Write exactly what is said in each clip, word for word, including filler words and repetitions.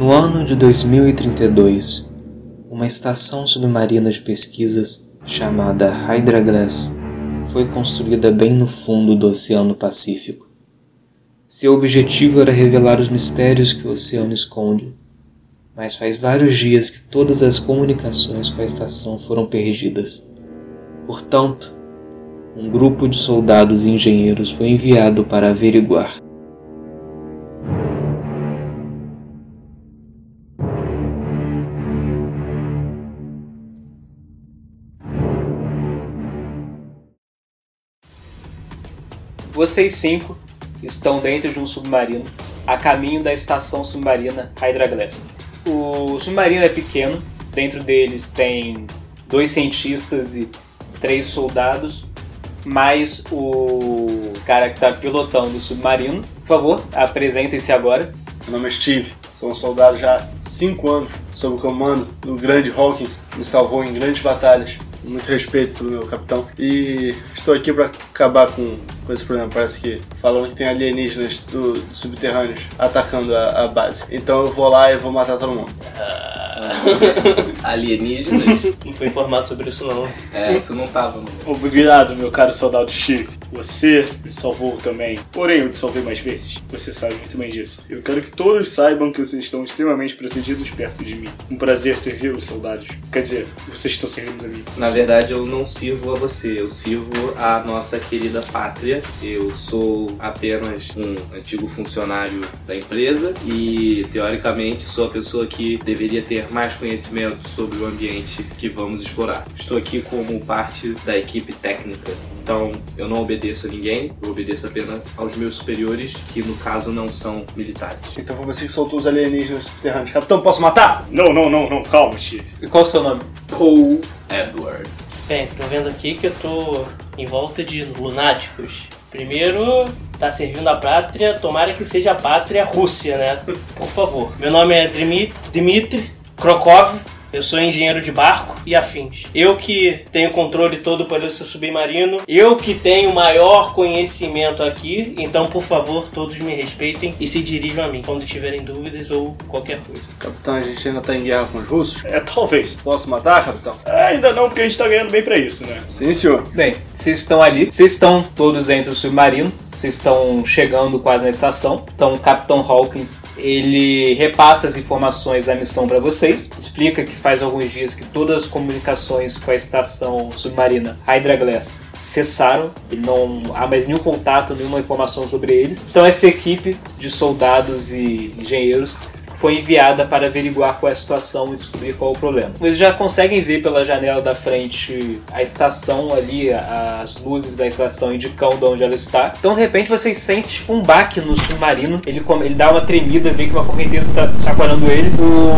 No ano de dois mil e trinta e dois, uma estação submarina de pesquisas chamada Hydra Glass foi construída bem no fundo do Oceano Pacífico. Seu objetivo era revelar os mistérios que o oceano esconde, mas faz vários dias que todas as comunicações com a estação foram perdidas. Portanto, um grupo de soldados e engenheiros foi enviado para averiguar. Vocês cinco estão dentro de um submarino a caminho da estação submarina Hydra Glass. O submarino é pequeno, dentro deles tem dois cientistas e três soldados, mais o cara que está pilotando o submarino. Por favor, apresentem-se agora. Meu nome é Steve, sou um soldado já há cinco anos sob o comando do grande Hawking, me salvou em grandes batalhas. Muito respeito pelo meu capitão. E estou aqui para acabar com, com esse problema. Parece que falam que tem alienígenas do, do subterrâneos atacando a, a base. Então eu vou lá e vou matar todo mundo. Alienígenas? Não foi informado sobre isso não. É, isso não tava. Não. Obrigado, meu caro soldado Steve. Você me salvou também. Porém, eu te salvei mais vezes. Você sabe muito bem disso. Eu quero que todos saibam que vocês estão extremamente protegidos perto de mim. Um prazer servir os soldados. Quer dizer, vocês estão servindo a mim. Na verdade, eu não sirvo a você. Eu sirvo a nossa querida pátria. Eu sou apenas um antigo funcionário da empresa e, teoricamente, sou a pessoa que deveria ter mais conhecimento sobre o ambiente que vamos explorar. Estou aqui como parte da equipe técnica. Então, eu não obedeço a ninguém, eu obedeço apenas aos meus superiores, que no caso não são militares. Então foi você que soltou os alienígenas subterrâneos. Capitão, posso matar? Não, não, não, não, calma, Steve. E qual é o seu nome? Paul Edwards. Bem, tô vendo aqui que eu tô em volta de lunáticos. Primeiro, tá servindo a pátria, tomara que seja a pátria Rússia, né? Por favor. Meu nome é Dmitry, Dmitry Krokov. Eu sou engenheiro de barco e afins. Eu que tenho controle todo por esse submarino. Eu que tenho maior conhecimento aqui. Então, por favor, todos me respeitem e se dirijam a mim quando tiverem dúvidas ou qualquer coisa. Capitão, a gente ainda tá em guerra com os russos? É, talvez. Posso matar, capitão? Ainda não, porque a gente tá ganhando bem pra isso, né? Sim, senhor. Bem, vocês estão ali, vocês estão todos dentro do submarino, vocês estão chegando quase na estação. Então o Capitão Hawkins, ele repassa as informações da missão para vocês, explica que faz alguns dias que todas as comunicações com a estação submarina Hydra Glass cessaram e não há mais nenhum contato, nenhuma informação sobre eles. Então essa equipe de soldados e engenheiros foi enviada para averiguar qual é a situação e descobrir qual é o problema. Vocês já conseguem ver pela janela da frente a estação ali, as luzes da estação indicando onde ela está. Então de repente vocês sentem tipo, um baque no submarino, ele, ele dá uma tremida, vê que uma correnteza está chacoalhando ele.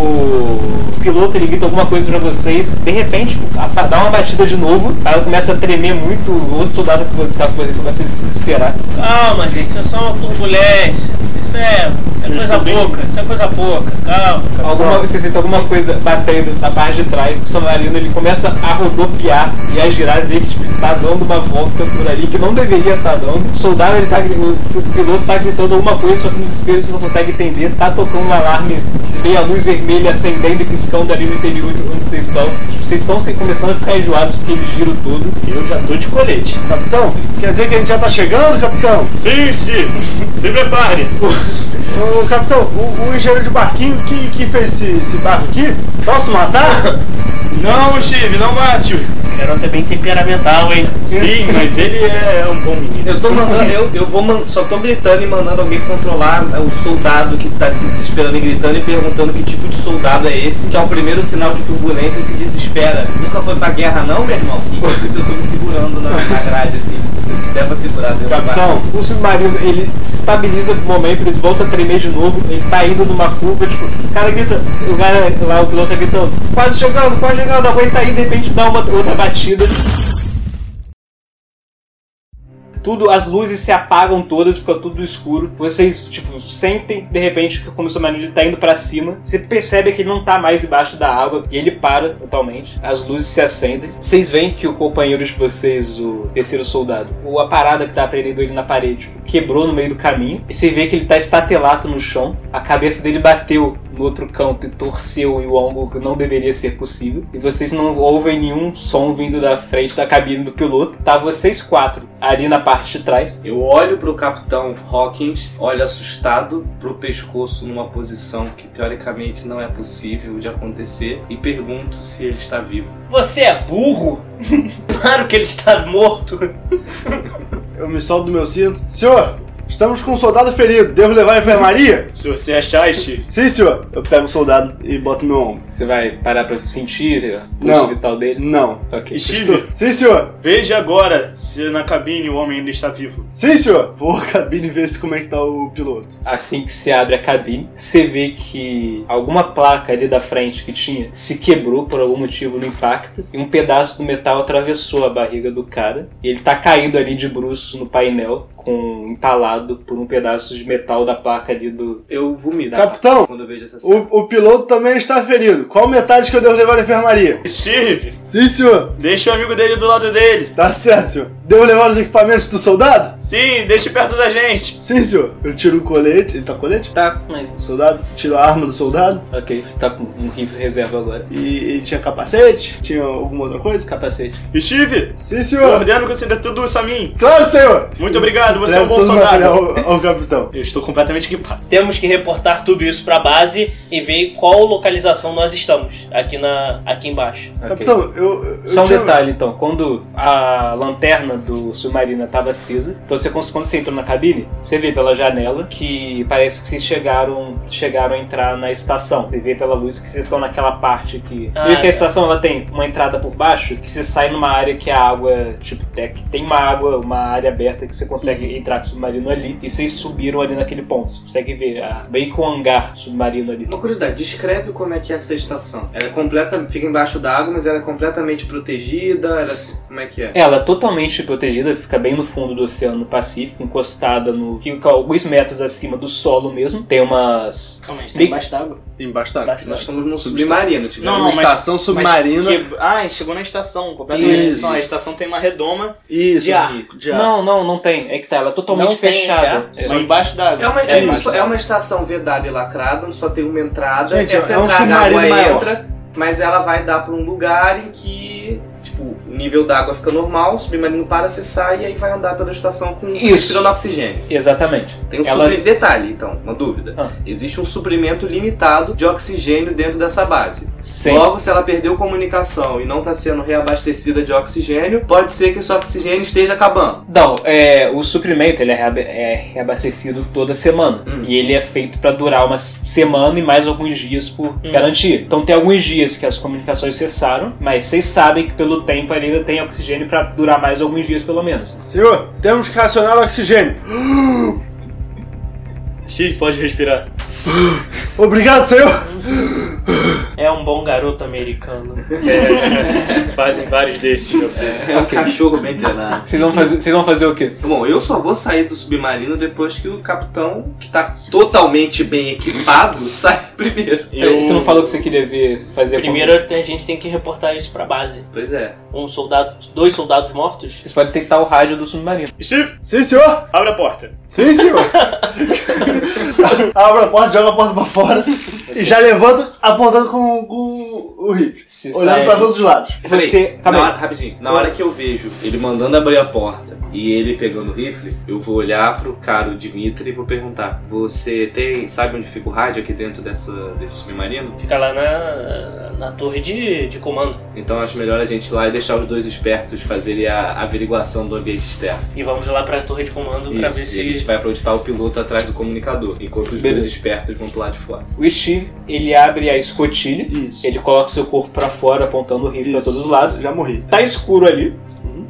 O piloto ele grita alguma coisa para vocês, de repente dá uma batida de novo, ela começa a tremer muito, o outro soldado que está com vocês começa a se desesperar. Calma, gente, isso é só uma turbulência. Isso é, isso é coisa pouca, isso é coisa pouca. Calma, alguma, você sente alguma coisa batendo na parte de trás, o submarino ele começa a rodopiar e a girar, vê que tipo, tá dando uma volta por ali que não deveria estar dando. O soldado, ele tá, o piloto tá gritando alguma coisa, só que no desespero você não consegue entender, tá tocando um alarme, você vê a luz vermelha acendendo e piscando ali no interior de onde vocês estão. Tipo, vocês estão assim, começando a ficar enjoados porque eles giram tudo. Eu já tô de colete. Capitão, quer dizer que a gente já tá chegando, capitão? Sim, sim, se prepare. Ô, capitão, o, o engenheiro de barquinho que, que fez esse, esse barco aqui, posso matar? Não, Steve, não mate. Esse garoto é bem temperamental, hein? Sim, mas ele é um bom menino. Eu tô mandando, eu, eu vou man, só tô gritando e mandando alguém controlar o soldado que está se desesperando e gritando e perguntando que tipo de soldado é esse, que é o primeiro sinal de turbulência e se desespera. Nunca foi pra guerra não, meu irmão? Enquanto isso eu tô me segurando na, na grade assim. Você deve segurar dentro do Capitão, o submarino ele se estabiliza por um momento, ele volta a tremer de novo, ele tá indo numa curva, tipo, o cara grita, o cara lá, o piloto tá gritando, quase chegando, quase chegando, aguenta aí, de repente dá uma outra batida. tudo, as luzes se apagam todas, fica tudo escuro. Vocês, tipo, sentem, de repente, que como o submarino tá indo pra cima, você percebe que ele não tá mais embaixo da água e ele para totalmente. As luzes se acendem. Vocês veem que o companheiro de vocês, o terceiro soldado, a parada que tá prendendo ele na parede, tipo, quebrou no meio do caminho. E você vê que ele tá estatelato no chão. A cabeça dele bateu no outro canto e torceu em um ângulo que não deveria ser possível. E vocês não ouvem nenhum som vindo da frente da cabine do piloto. Tá vocês quatro ali na parte de trás. Eu olho pro Capitão Hawkins, olho assustado pro pescoço numa posição que teoricamente não é possível de acontecer e pergunto se ele está vivo. Você é burro? Claro que ele está morto. Eu me solto do meu cinto. Senhor, estamos com um soldado ferido. Devo levar à enfermaria? Se você achar, Steve. Sim, senhor. Eu pego o soldado e boto no meu ombro. Você vai parar pra sentir o Não. pulso vital dele? Não. Ok. Steve, Estou... Sim, senhor. veja agora se na cabine o homem ainda está vivo. Sim, senhor. Vou à cabine ver se como é que tá o piloto. Assim que se abre a cabine, você vê que alguma placa ali da frente que tinha se quebrou por algum motivo no impacto e um pedaço do metal atravessou a barriga do cara. E ele tá caído ali de bruços no painel, com empalado por um pedaço de metal da placa ali do... Eu vomito. Capitão, quando eu vejo essa cena. O, o piloto também está ferido. Qual metade que eu devo levar à enfermaria? Steve, Sim, senhor. deixa o amigo dele do lado dele. Tá certo, senhor. Devo levar os equipamentos do soldado? Sim, deixe perto da gente. Sim, senhor. Eu tiro o colete. Ele tá com colete? Tá, mas... Soldado. Tiro a arma do soldado. Ok, você tá com um rifle reserva agora. E ele tinha capacete? Tinha alguma outra coisa? Capacete. Steve, Sim, senhor. ordeno que você dê tudo isso a mim. Claro, senhor. Muito obrigado, você é um Levo bom todo o soldado. material ao, ao capitão. Eu estou completamente equipado. Temos que reportar tudo isso pra base e ver qual localização nós estamos aqui, na, aqui embaixo. Ok. Capitão, eu... eu Só um tinha- detalhe então, quando a lanterna do submarino estava acesa, então você, quando você entrou na cabine, você vê pela janela que parece que vocês chegaram, chegaram a entrar na estação. Você vê pela luz que vocês estão naquela parte que... Ah, Viu que tá. a estação ela tem uma entrada por baixo, que você sai numa área que a água, tipo, é, que tem uma água, uma área aberta que você consegue entrar com o submarino ali, e vocês subiram ali naquele ponto. Você consegue ver a, bem com o hangar submarino ali. Uma curiosidade, descreve como é que é essa estação. Ela é completa, fica embaixo d'água, mas ela é completamente protegida. Ela, como é que é? Ela é totalmente protegida, fica bem no fundo do Oceano Pacífico, encostada no... fica alguns metros acima do solo mesmo. Tem umas... Calma, a gente tá Bem- embaixo d'água. Embaixo d'água. Nós estamos no submarino. Tivemos Não, Uma mas- estação submarina. Mas que- Ah, chegou na estação, completamente. Isso. Não, a estação tem uma redoma. Isso. De ar. De ar. Não, não, não tem. É que tá, ela é totalmente Não tem fechada. já? É. Mas embaixo d'água. É uma, É é, embaixo. é uma estação vedada e lacrada, onde só tem uma entrada. Gente, Essa é um entrada a submarino água maior. entra, mas ela vai dar para um lugar em que, tipo, o nível da água fica normal, o submarino para, você sai e aí vai andar pela estação com Isso. respirando oxigênio. Exatamente. Tem um Ela- supri... Detalhe, então, uma dúvida. Ah. Existe um suprimento limitado de oxigênio dentro dessa base. Sim. Logo, se ela perdeu comunicação e não está sendo reabastecida de oxigênio, pode ser que esse oxigênio esteja acabando. Não, é, o suprimento ele é, reabe- é reabastecido toda semana. Hum. E ele é feito pra durar uma semana e mais alguns dias por garantia. Então tem alguns dias que as comunicações cessaram, mas vocês sabem que pelo tempo ele ainda tem oxigênio pra durar mais alguns dias pelo menos. Senhor, temos que racionar o oxigênio. Steve, pode respirar. Obrigado, senhor. É um bom garoto americano. É, fazem vários desses, meu filho. É um cachorro bem treinado. Vocês vão fazer, vocês vão fazer o quê? Bom, eu só vou sair do submarino depois que o capitão, que tá totalmente bem equipado, sai primeiro. Eu- Você não falou que você queria ver fazer Primeiro a gente tem que reportar isso pra base. Pois é. Um soldado, dois soldados mortos. Vocês podem tentar o rádio do submarino. Steve, Sim, senhor. abre a porta. Sim, senhor. Abre a porta, joga a porta pra fora e já levanta apontando com, com o rifle. Se Olhando sai- pra todos os lados. Você... Peraí, Calma na aí. hora, rapidinho. Na hora que eu vejo ele mandando abrir a porta e ele pegando o rifle, eu vou olhar pro cara, o Dimitri, e vou perguntar: você tem, sabe onde fica o rádio aqui dentro dessa, desse submarino? Fica lá na, na torre de, de comando. Então acho melhor a gente ir lá e deixar os dois espertos fazerem a averiguação do ambiente externo. E vamos lá pra torre de comando pra ver Isso, e a gente se... vai pra onde tá o piloto atrás do comunicador, enquanto os Beleza. dois espertos vão pro lado de fora. O Steve, ele abre a escotilha, Isso. ele coloca seu corpo pra fora, apontando o rifle pra Isso. todos os lados. Já morri. Tá escuro ali.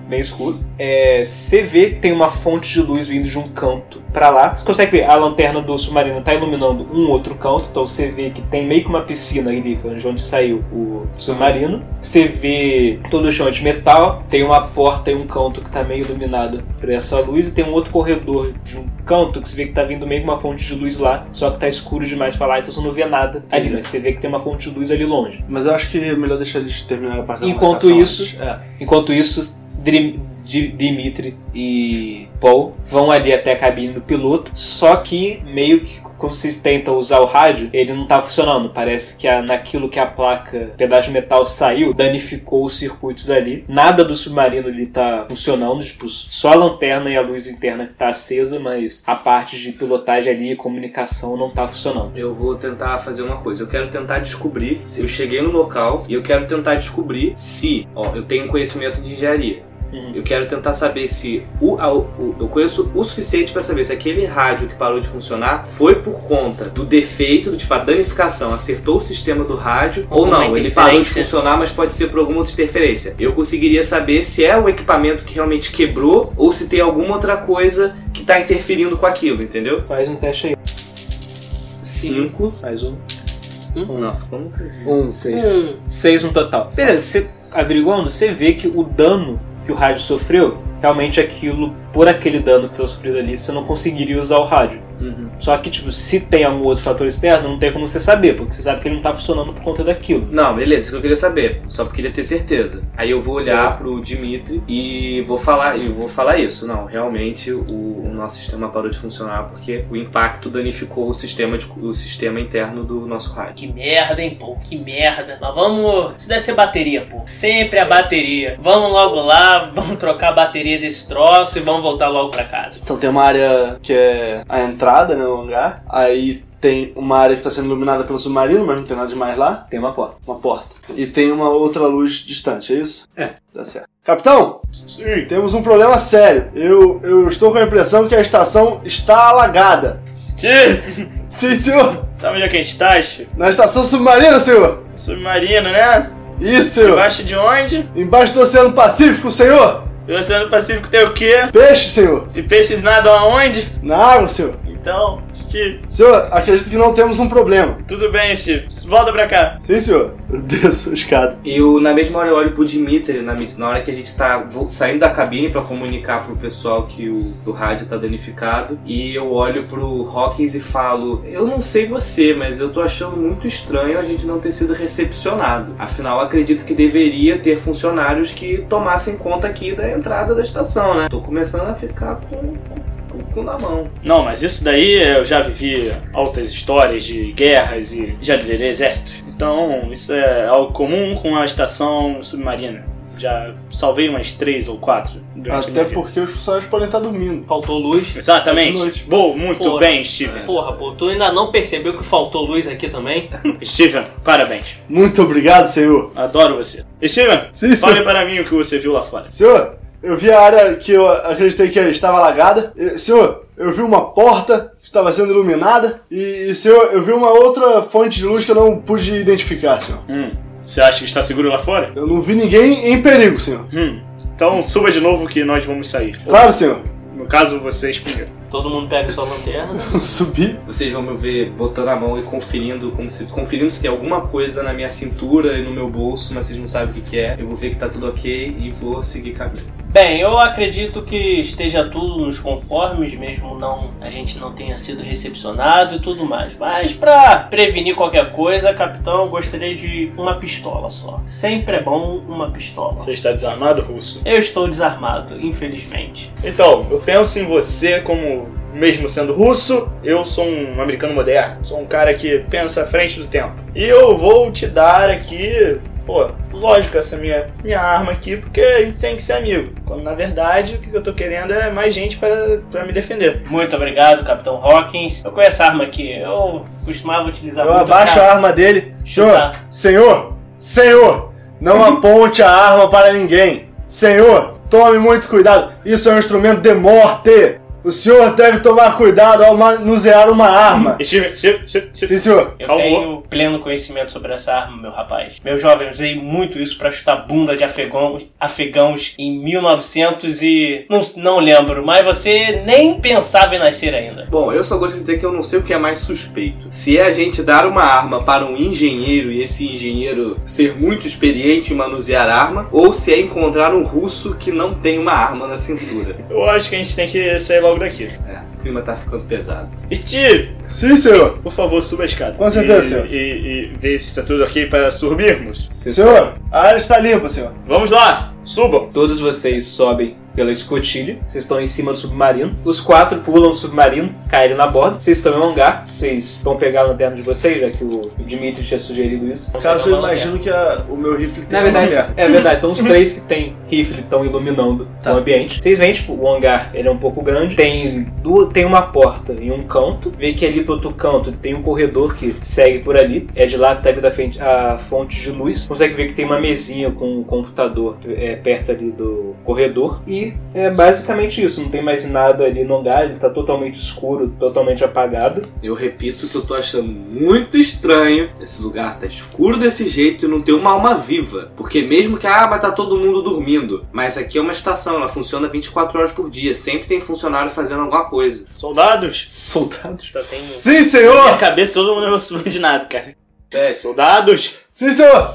bem escuro. É, você vê que tem uma fonte de luz vindo de um canto pra lá. Você consegue ver, a lanterna do submarino tá iluminando um outro canto, então você vê que tem meio que uma piscina ali, de onde saiu o submarino. Você vê todo o chão de metal, tem uma porta e um canto que tá meio iluminado por essa luz, e tem um outro corredor de um canto que você vê que tá vindo meio que uma fonte de luz lá, só que tá escuro demais pra lá, então você não vê nada ali, mas você vê que tem uma fonte de luz ali longe. Mas eu acho que é melhor deixar eles terminar a parte da Enquanto marcação isso, antes. É. enquanto isso, Drim- Di- Dimitri e Paul vão ali até a cabine do piloto, só que meio que quando vocês tentam usar o rádio, ele não tá funcionando. Parece que a, naquilo que a placa, pedaço de metal saiu, danificou os circuitos ali. Nada do submarino ali tá funcionando, tipo, só a lanterna e a luz interna que tá acesa, mas a parte de pilotagem ali e comunicação não tá funcionando. Eu vou tentar fazer uma coisa. Eu quero tentar descobrir se eu cheguei no local e eu quero tentar descobrir se, ó, eu tenho conhecimento de engenharia. Uhum. Eu quero tentar saber se o, a, o, eu conheço o suficiente para saber se aquele rádio que parou de funcionar foi por conta do defeito, do tipo a danificação, acertou o sistema do rádio ou Alguma não, ele parou de interferência. funcionar, mas pode ser por alguma outra interferência. Eu conseguiria saber se é o equipamento que realmente quebrou ou se tem alguma outra coisa que está interferindo com aquilo, entendeu? Faz um teste aí. Cinco. Faz um. Não, ficou um coisinha. Um. Seis. Hum. Seis no total. Beleza, você averiguando, você vê que o dano que o rádio sofreu, realmente aquilo, por aquele dano que você sofreu ali, você não conseguiria usar o rádio. Uhum. Só que, tipo, se tem algum outro fator externo, não tem como você saber, porque você sabe que ele não tá funcionando por conta daquilo. Não, beleza, isso que eu queria saber. Só porque queria ter certeza. Aí eu vou olhar pro Dimitri e vou falar, e vou falar isso. Não, realmente o, o nosso sistema parou de funcionar porque o impacto danificou o sistema, de, o sistema interno do nosso rádio. Que merda, hein, pô, que merda. Mas vamos... Isso deve ser bateria, pô. Sempre a bateria. Vamos logo lá, vamos trocar a bateria desse troço e vamos voltar logo pra casa. Então tem uma área que é a entrada, né, no hangar. Aí tem uma área que está sendo iluminada pelo submarino, mas não tem nada demais lá. Tem uma porta. Uma porta. E tem uma outra luz distante, é isso? É. Tá certo. Capitão, Sim. temos um problema sério. Eu, eu estou com a impressão que a estação está alagada. Steve, Sim, senhor. sabe onde é que a gente tá, Steve? Na estação submarina, senhor. Submarino, né? Isso, senhor. Embaixo de onde? Embaixo do Oceano Pacífico, senhor. O Oceano Pacífico tem o quê? Peixe, senhor. E peixes nadam aonde? Na água, senhor. Então, Steve, Senhor, acredito que não temos um problema. tudo bem, Steve. Volta pra cá. Sim, senhor. Eu desço a escada. Eu, na mesma hora, eu olho pro Dimitri, na, na hora que a gente tá vo- saindo da cabine pra comunicar pro pessoal que o, que o rádio tá danificado. E eu olho pro Hawkins e falo: eu não sei você, mas eu tô achando muito estranho a gente não ter sido recepcionado. Afinal, acredito que deveria ter funcionários que tomassem conta aqui da entrada da estação, né? Tô começando a ficar com, com, com o cu na mão. Não, mas isso daí eu já vivi altas histórias de guerras e já liderei exércitos. Então, isso é algo comum com a estação submarina. Já salvei umas três ou quatro durante a Até minha vida. porque os funcionários podem estar dormindo. Faltou luz. Exatamente. De noite. Bom, muito Porra. bem, Steven. Porra, pô, tu ainda não percebeu que faltou luz aqui também? Steven, parabéns. Muito obrigado, senhor. Adoro você. Steven, Sim, fale senhor. para mim o que você viu lá fora. Senhor, eu vi a área que eu acreditei que estava alagada. E, senhor, eu vi uma porta que estava sendo iluminada. E, e, senhor, eu vi uma outra fonte de luz que eu não pude identificar, senhor. Hum, você acha que está seguro lá fora? Eu não vi ninguém em perigo, senhor. Hum, então suba de novo que nós vamos sair. Claro, senhor. No caso, vocês primeiro. Todo mundo pega sua lanterna. Subi. Vocês vão me ver botando a mão e conferindo, como se, conferindo se tem alguma coisa na minha cintura e no meu bolso, mas vocês não sabem o que, que é. Eu vou ver que tá tudo ok e vou seguir caminho. Bem, eu acredito que esteja tudo nos conformes, mesmo não a gente não tenha sido recepcionado e tudo mais. Mas pra prevenir qualquer coisa, capitão, eu gostaria de uma pistola só. Sempre é bom uma pistola. Você está desarmado, Russo? Eu estou desarmado, infelizmente. Então, eu penso em você como, mesmo sendo russo, eu sou um americano moderno. Sou um cara que pensa à frente do tempo. E eu vou te dar aqui, pô, lógico, essa minha, minha arma aqui, porque a gente tem que ser amigo. Quando, na verdade, o que eu tô querendo é mais gente pra, pra me defender. Muito obrigado, capitão Hawkins. Eu conheço essa arma aqui. Eu costumava utilizar Eu muito abaixo pra a arma dele. Senhor, chutar. senhor, senhor, não aponte a arma para ninguém. Senhor, tome muito cuidado. Isso é um instrumento de morte. O senhor deve tomar cuidado ao manusear uma arma. Steve, Steve, Steve, Steve. Sim, senhor. Eu Calma. tenho pleno conhecimento sobre essa arma, meu rapaz. Meu jovem, eu usei muito isso pra chutar bunda de afegãos, afegãos em mil e novecentos e... Não, não lembro, mas você nem pensava em nascer ainda. Bom, eu só gostaria de dizer que eu não sei o que é mais suspeito. Se é a gente dar uma arma para um engenheiro e esse engenheiro ser muito experiente em manusear arma, ou se é encontrar um russo que não tem uma arma na cintura. Eu acho que a gente tem que sair logo daqui. É, o clima tá ficando pesado. Steve, Sim, senhor. por favor, suba a escada. Com certeza, e, senhor. E, e vê se está tudo ok para subirmos. Senhor, a área está limpa, senhor. Vamos lá, subam. Todos vocês sobem pela escotilha, vocês estão em cima do submarino. Os quatro pulam o submarino, caem na borda. Vocês estão em um hangar, vocês vão pegar a lanterna de vocês, já que o Dimitri tinha sugerido isso. Caso eu imagino que a- o meu rifle Na tenha verdade, uma mulher. é verdade. Então os três que tem rifle estão iluminando Tá. o ambiente. Vocês veem, tipo, o hangar ele é um pouco grande. Tem, duas, tem uma porta em um canto. Vê que ali pro outro canto tem um corredor que segue por ali. É de lá que tá vindo a, frente, a fonte de luz. Consegue ver que tem uma mesinha com um computador é, perto ali do corredor. E é basicamente isso. Não tem mais nada ali no hangar. Ele tá totalmente escuro, totalmente apagado. Eu repito que eu tô achando muito estranho esse lugar tá escuro desse jeito e não tem uma alma viva. Porque mesmo que, ah, mas tá todo mundo dormindo. Mas aqui é uma estação, ela funciona vinte e quatro horas por dia. Sempre tem funcionário fazendo alguma coisa. Soldados. Soldados. Só tem... Sim, Minha senhor. cabeça todo mundo não gostou de nada, cara. É, Soldados, Sim, senhor.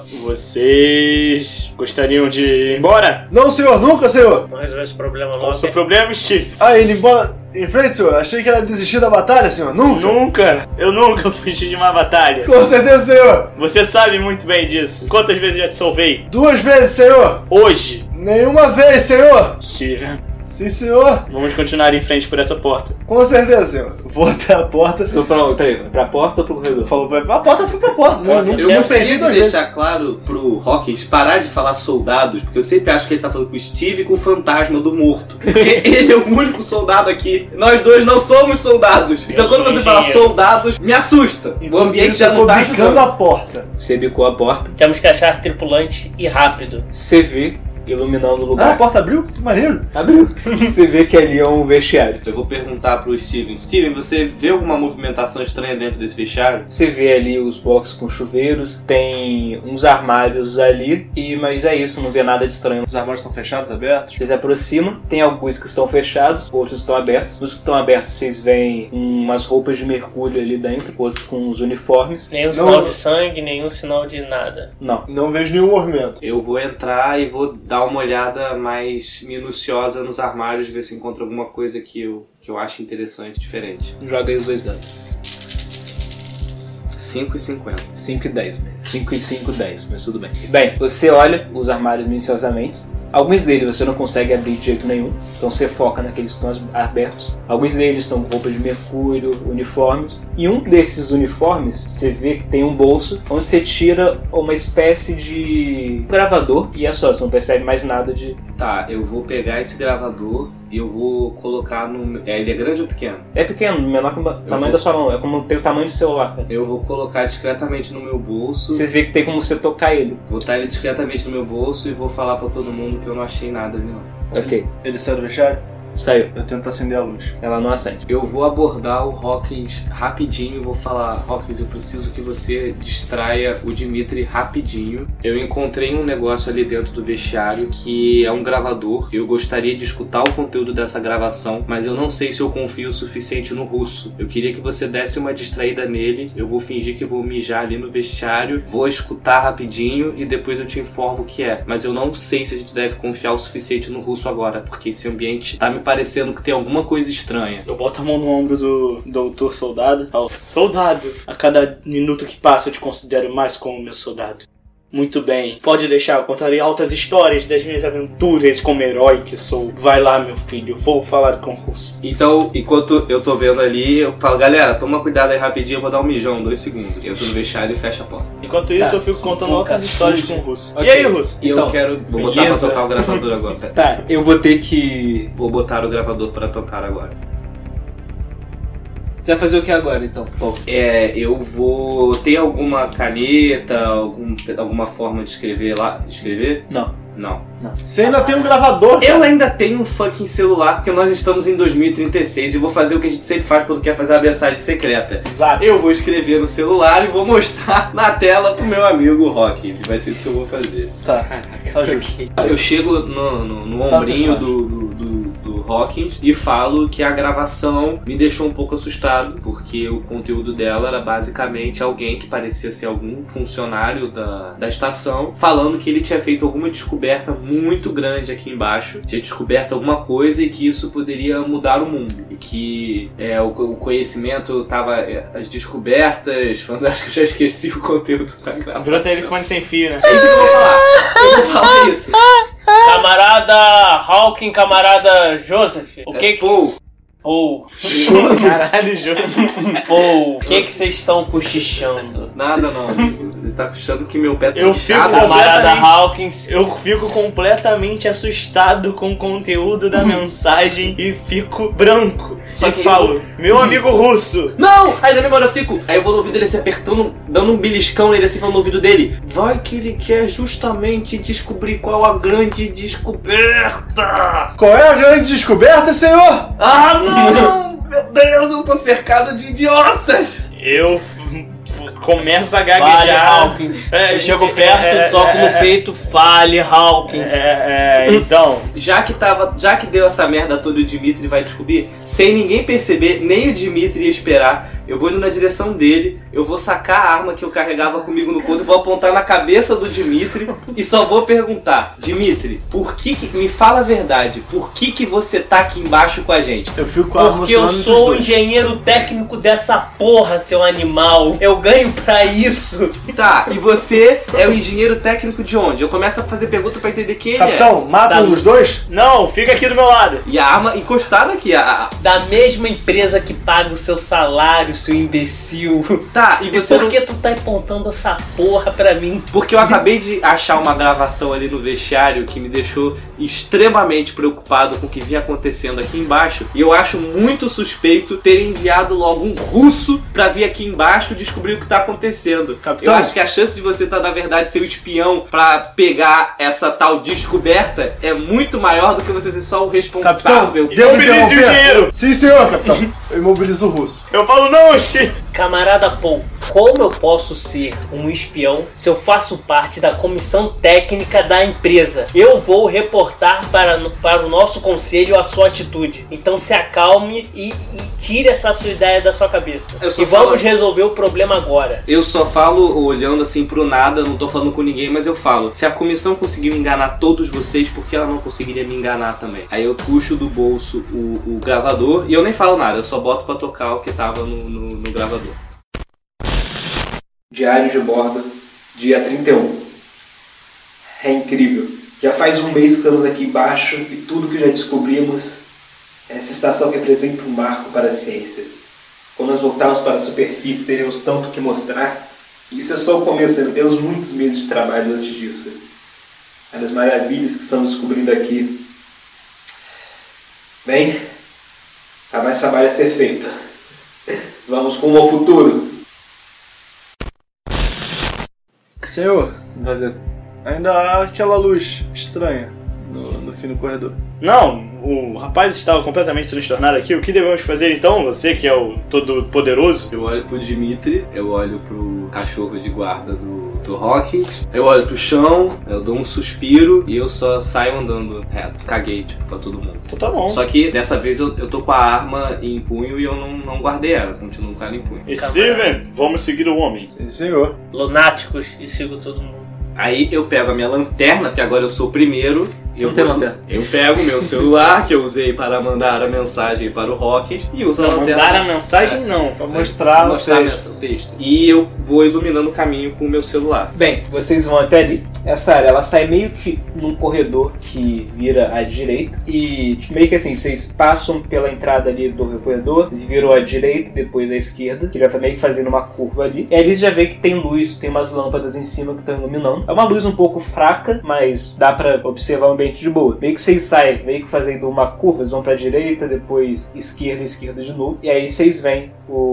vocês gostariam de ir embora? Não, senhor. Nunca, senhor. Vamos resolver esse problema Qual logo. o seu problema, Steve? Ah, indo embora em frente, senhor. Achei que era desistir da batalha, senhor. Nunca. Nunca, eu nunca fugi de uma batalha. Com certeza, senhor. Você sabe muito bem disso. Quantas vezes já te salvei? Duas vezes, senhor. Hoje. Nenhuma vez, senhor. Steve, Sim, senhor. vamos continuar em frente por essa porta. Com certeza, senhor. Vou até a porta. Só pra, peraí, pra porta ou pro corredor? Falou pra a porta, eu fui pra porta. Não, não, Eu não gostaria pensei de duas vezes. deixar claro pro Hawkins parar de falar soldados, porque eu sempre acho que ele tá falando com o Steve e com o fantasma do morto. Porque ele é o único soldado aqui. Nós dois não somos soldados. Então Eu quando sou você fala engenheiro. soldados, me assusta. O Enquanto ambiente isso, já eu não tô tá bicando ajudando. a porta. Você bicou a porta. Temos que achar tripulante e rápido. Você vê iluminando o Ah, a lugar. porta abriu? Que maneiro. Abriu. Você vê que ali é um vestiário. Eu vou perguntar pro Steven. Steven, você vê alguma movimentação estranha dentro desse vestiário? Você vê ali os boxes com chuveiros, tem uns armários ali, e mas é isso, não vê nada de estranho. Os armários estão fechados, abertos? Você se aproxima, tem alguns que estão fechados, outros estão abertos. Nos que estão abertos vocês veem umas roupas de mergulho ali dentro, outros com os uniformes. Nenhum Não- sinal de sangue, nenhum sinal de nada. Não. Não vejo nenhum movimento. Eu vou entrar e vou dar uma olhada mais minuciosa nos armários, ver se encontro alguma coisa que eu, que eu acho interessante, diferente. Joga aí os dois dados. cinco e cinquenta. cinco e dez mesmo. cinco e cinco, dez, mas tudo bem. Bem, você olha os armários minuciosamente. Alguns deles você não consegue abrir de jeito nenhum, então você foca naqueles que estão abertos. Alguns deles estão com roupas de mergulho, uniformes. E um desses uniformes, você vê que tem um bolso onde você tira uma espécie de gravador e é só, você não percebe mais nada de... Tá, eu vou pegar esse gravador e eu vou colocar no... É, ele é grande ou pequeno? É pequeno, menor que o tamanho vou- da sua mão, é como tem o tamanho do celular. Cara. Eu vou colocar discretamente no meu bolso, Vocês veem que tem como você tocar ele. botar ele discretamente no meu bolso e vou falar pra todo mundo que eu não achei nada ali não. Ok, Ele saiu do vestiário? saiu. Eu tento acender a luz. Ela não acende. Eu vou abordar o Hawkins rapidinho e vou falar: Hawkins, eu preciso que você distraia o Dimitri rapidinho. Eu encontrei um negócio ali dentro do vestiário que é um gravador. Eu gostaria de escutar o conteúdo dessa gravação, mas eu não sei se eu confio o suficiente no russo. Eu queria que você desse uma distraída nele. Eu vou fingir que vou mijar ali no vestiário, vou escutar rapidinho e depois eu te informo o que é. Mas eu não sei se a gente deve confiar o suficiente no russo agora, porque esse ambiente tá me parecendo que tem alguma coisa estranha. Eu boto a mão no ombro do doutor Soldado e falo: Soldado, a cada minuto que passa eu te considero mais como meu soldado. Muito bem, pode deixar, eu contarei altas histórias das minhas aventuras como herói que sou. Vai lá, meu filho, vou falar com o russo. Então, enquanto eu tô vendo ali, eu falo: galera, toma cuidado aí rapidinho, eu vou dar um mijão, dois segundos. Entro no vestiário e fecho a porta. Enquanto isso, Tá. eu fico contando Um outras café. histórias com o russo. Ok. E aí, russo? E Então, eu quero... Vou botar pra beleza. tocar o gravador agora. Pera. Tá, eu vou ter que... Vou botar o gravador pra tocar agora. Você vai fazer o que agora, então, Paulo? É, eu vou... Tem alguma caneta, algum, alguma forma de escrever lá? Escrever? Não. Não. Você ainda tem um gravador, cara. Eu ainda tenho um fucking celular, porque nós estamos em dois mil e trinta e seis e vou fazer o que a gente sempre faz quando quer fazer uma mensagem secreta. Exato. Eu vou escrever no celular e vou mostrar na tela pro meu amigo Rockins. Vai ser isso que eu vou fazer. Tá, tá justo. Eu chego no, no, no Tá, ombrinho pessoal. do, do, do, do Hawkins e falo que a gravação me deixou um pouco assustado, porque o conteúdo dela era basicamente alguém que parecia ser algum funcionário da, da estação, falando que ele tinha feito alguma descoberta muito grande aqui embaixo, tinha descoberto alguma coisa e que isso poderia mudar o mundo. E que é, o, o conhecimento tava... é, as descobertas... Acho que eu já esqueci o conteúdo da gravação. Virou telefone sem fio, né? É isso que eu vou falar. Eu vou falar isso. Camarada Hawking, camarada Joseph. O que É, que... pô, Pô, Caralho, Jô. pô, o que que vocês estão cochichando? nada não, amigo. Ele tá achando que meu pé tá Eu inchado. fico- Camarada completamente- Hawkins, Eu fico completamente assustado com o conteúdo da mensagem e fico branco. Só e que falo, meu amigo russo, Não! Aí na memória eu fico. Aí eu vou no ouvido dele se apertando, dando um beliscão nele assim, falando no ouvido dele. Vai que ele quer justamente descobrir qual a grande descoberta! Qual é a grande descoberta, senhor? Ah, não! Meu Deus, eu tô cercado de idiotas! eu f- f- começo a fale gaguejar. Hawkins. É, Eu chego é, perto, é, toco é, no peito, fale Hawkins. É, é, então, Já que tava. Já que deu essa merda toda, o Dimitri vai descobrir, sem ninguém perceber, nem o Dimitri ia esperar. Eu vou indo na direção dele, eu vou sacar a arma que eu carregava comigo no corpo, vou apontar na cabeça do Dimitri e só vou perguntar: Dimitri, por que, que me fala a verdade, por que que você tá aqui embaixo com a gente? Eu fico com a arma Porque eu funcionando sou dos o dois. engenheiro técnico dessa porra, seu animal. Eu ganho pra isso. Tá, e você é o engenheiro técnico de onde? Eu começo a fazer pergunta pra entender quem ele é. Capitão, mata Tá. um dos dois? não, fica aqui do meu lado. E a arma encostada aqui. A, a- Da mesma empresa que paga o seu salário, seu imbecil. Tá, e E você por não... que tu tá apontando essa porra pra mim? Porque eu acabei de achar uma gravação ali no vestiário que me deixou extremamente preocupado com o que vinha acontecendo aqui embaixo. E eu acho muito suspeito ter enviado logo um russo pra vir aqui embaixo descobrir o que tá acontecendo. Capitão. Eu acho que a chance de você estar, na verdade, ser o espião pra pegar essa tal descoberta é muito maior do que você ser só o responsável. Capitão, devo Imobilize o interromper? dinheiro. Sim, senhor, capitão. Eu imobilizo o russo. Eu falo, não, Xi. Camarada Paul, como eu posso ser um espião se eu faço parte da comissão técnica da empresa? Eu vou reportar para, para o nosso conselho a sua atitude. Então se acalme e, e tire essa sua ideia da sua cabeça. Eu só E vamos falo- resolver o problema agora. Eu só falo olhando assim pro nada, não tô falando com ninguém, mas eu falo: se a comissão conseguiu enganar todos vocês, por que ela não conseguiria me enganar também? Aí eu puxo do bolso o, o gravador e eu nem falo nada, eu só boto pra tocar o que tava no, no, no gravador. Diário de bordo, dia trinta e um. É incrível. Já faz um mês que estamos aqui embaixo e tudo que já descobrimos, essa estação representa um marco para a ciência. Quando nós voltarmos para a superfície, teremos tanto que mostrar. E isso é só o começo, ainda temos muitos meses de trabalho antes disso. Olha as maravilhas que estamos descobrindo aqui. Bem, há mais trabalho a ser feito. Vamos rumo ao futuro. Senhor, Mas eu... ainda há aquela luz estranha no, no fim do corredor. Não, o rapaz estava completamente transtornado aqui. O que devemos fazer então? Você que é o todo poderoso. Eu olho pro Dimitri, eu olho pro cachorro de guarda do, do Hawkins, eu olho pro chão, eu dou um suspiro e eu só saio andando reto. Caguei, tipo, pra todo mundo. Então tá bom. Só que dessa vez eu, eu tô com a arma em punho e eu não, não guardei ela, continuo com ela em punho. E Steven, vamos seguir o homem. Sim, senhor. Lunáticos, e sigo todo mundo. Aí eu pego a minha lanterna, porque agora eu sou o primeiro. Você eu não tem vou- lanterna? Eu pego o meu celular, que eu usei para mandar a mensagem para o Hawkins, e uso a Não, lanterna. mandar a mensagem não. Pra mostrar, Pra mostrar o texto. o texto. E eu vou iluminando o caminho com o meu celular. Bem, vocês vão até ali. Essa área, ela sai meio que num corredor que vira à direita. E meio que assim, vocês passam pela entrada ali do corredor, vocês viram à direita e depois à esquerda, que já tá meio que fazendo uma curva ali. E aí eles já vê que tem luz, tem umas lâmpadas em cima que estão iluminando. É uma luz um pouco fraca, mas dá pra observar o ambiente de boa. Meio que vocês saem, meio que fazendo uma curva, eles vão pra direita, depois esquerda, esquerda de novo. E aí vocês veem o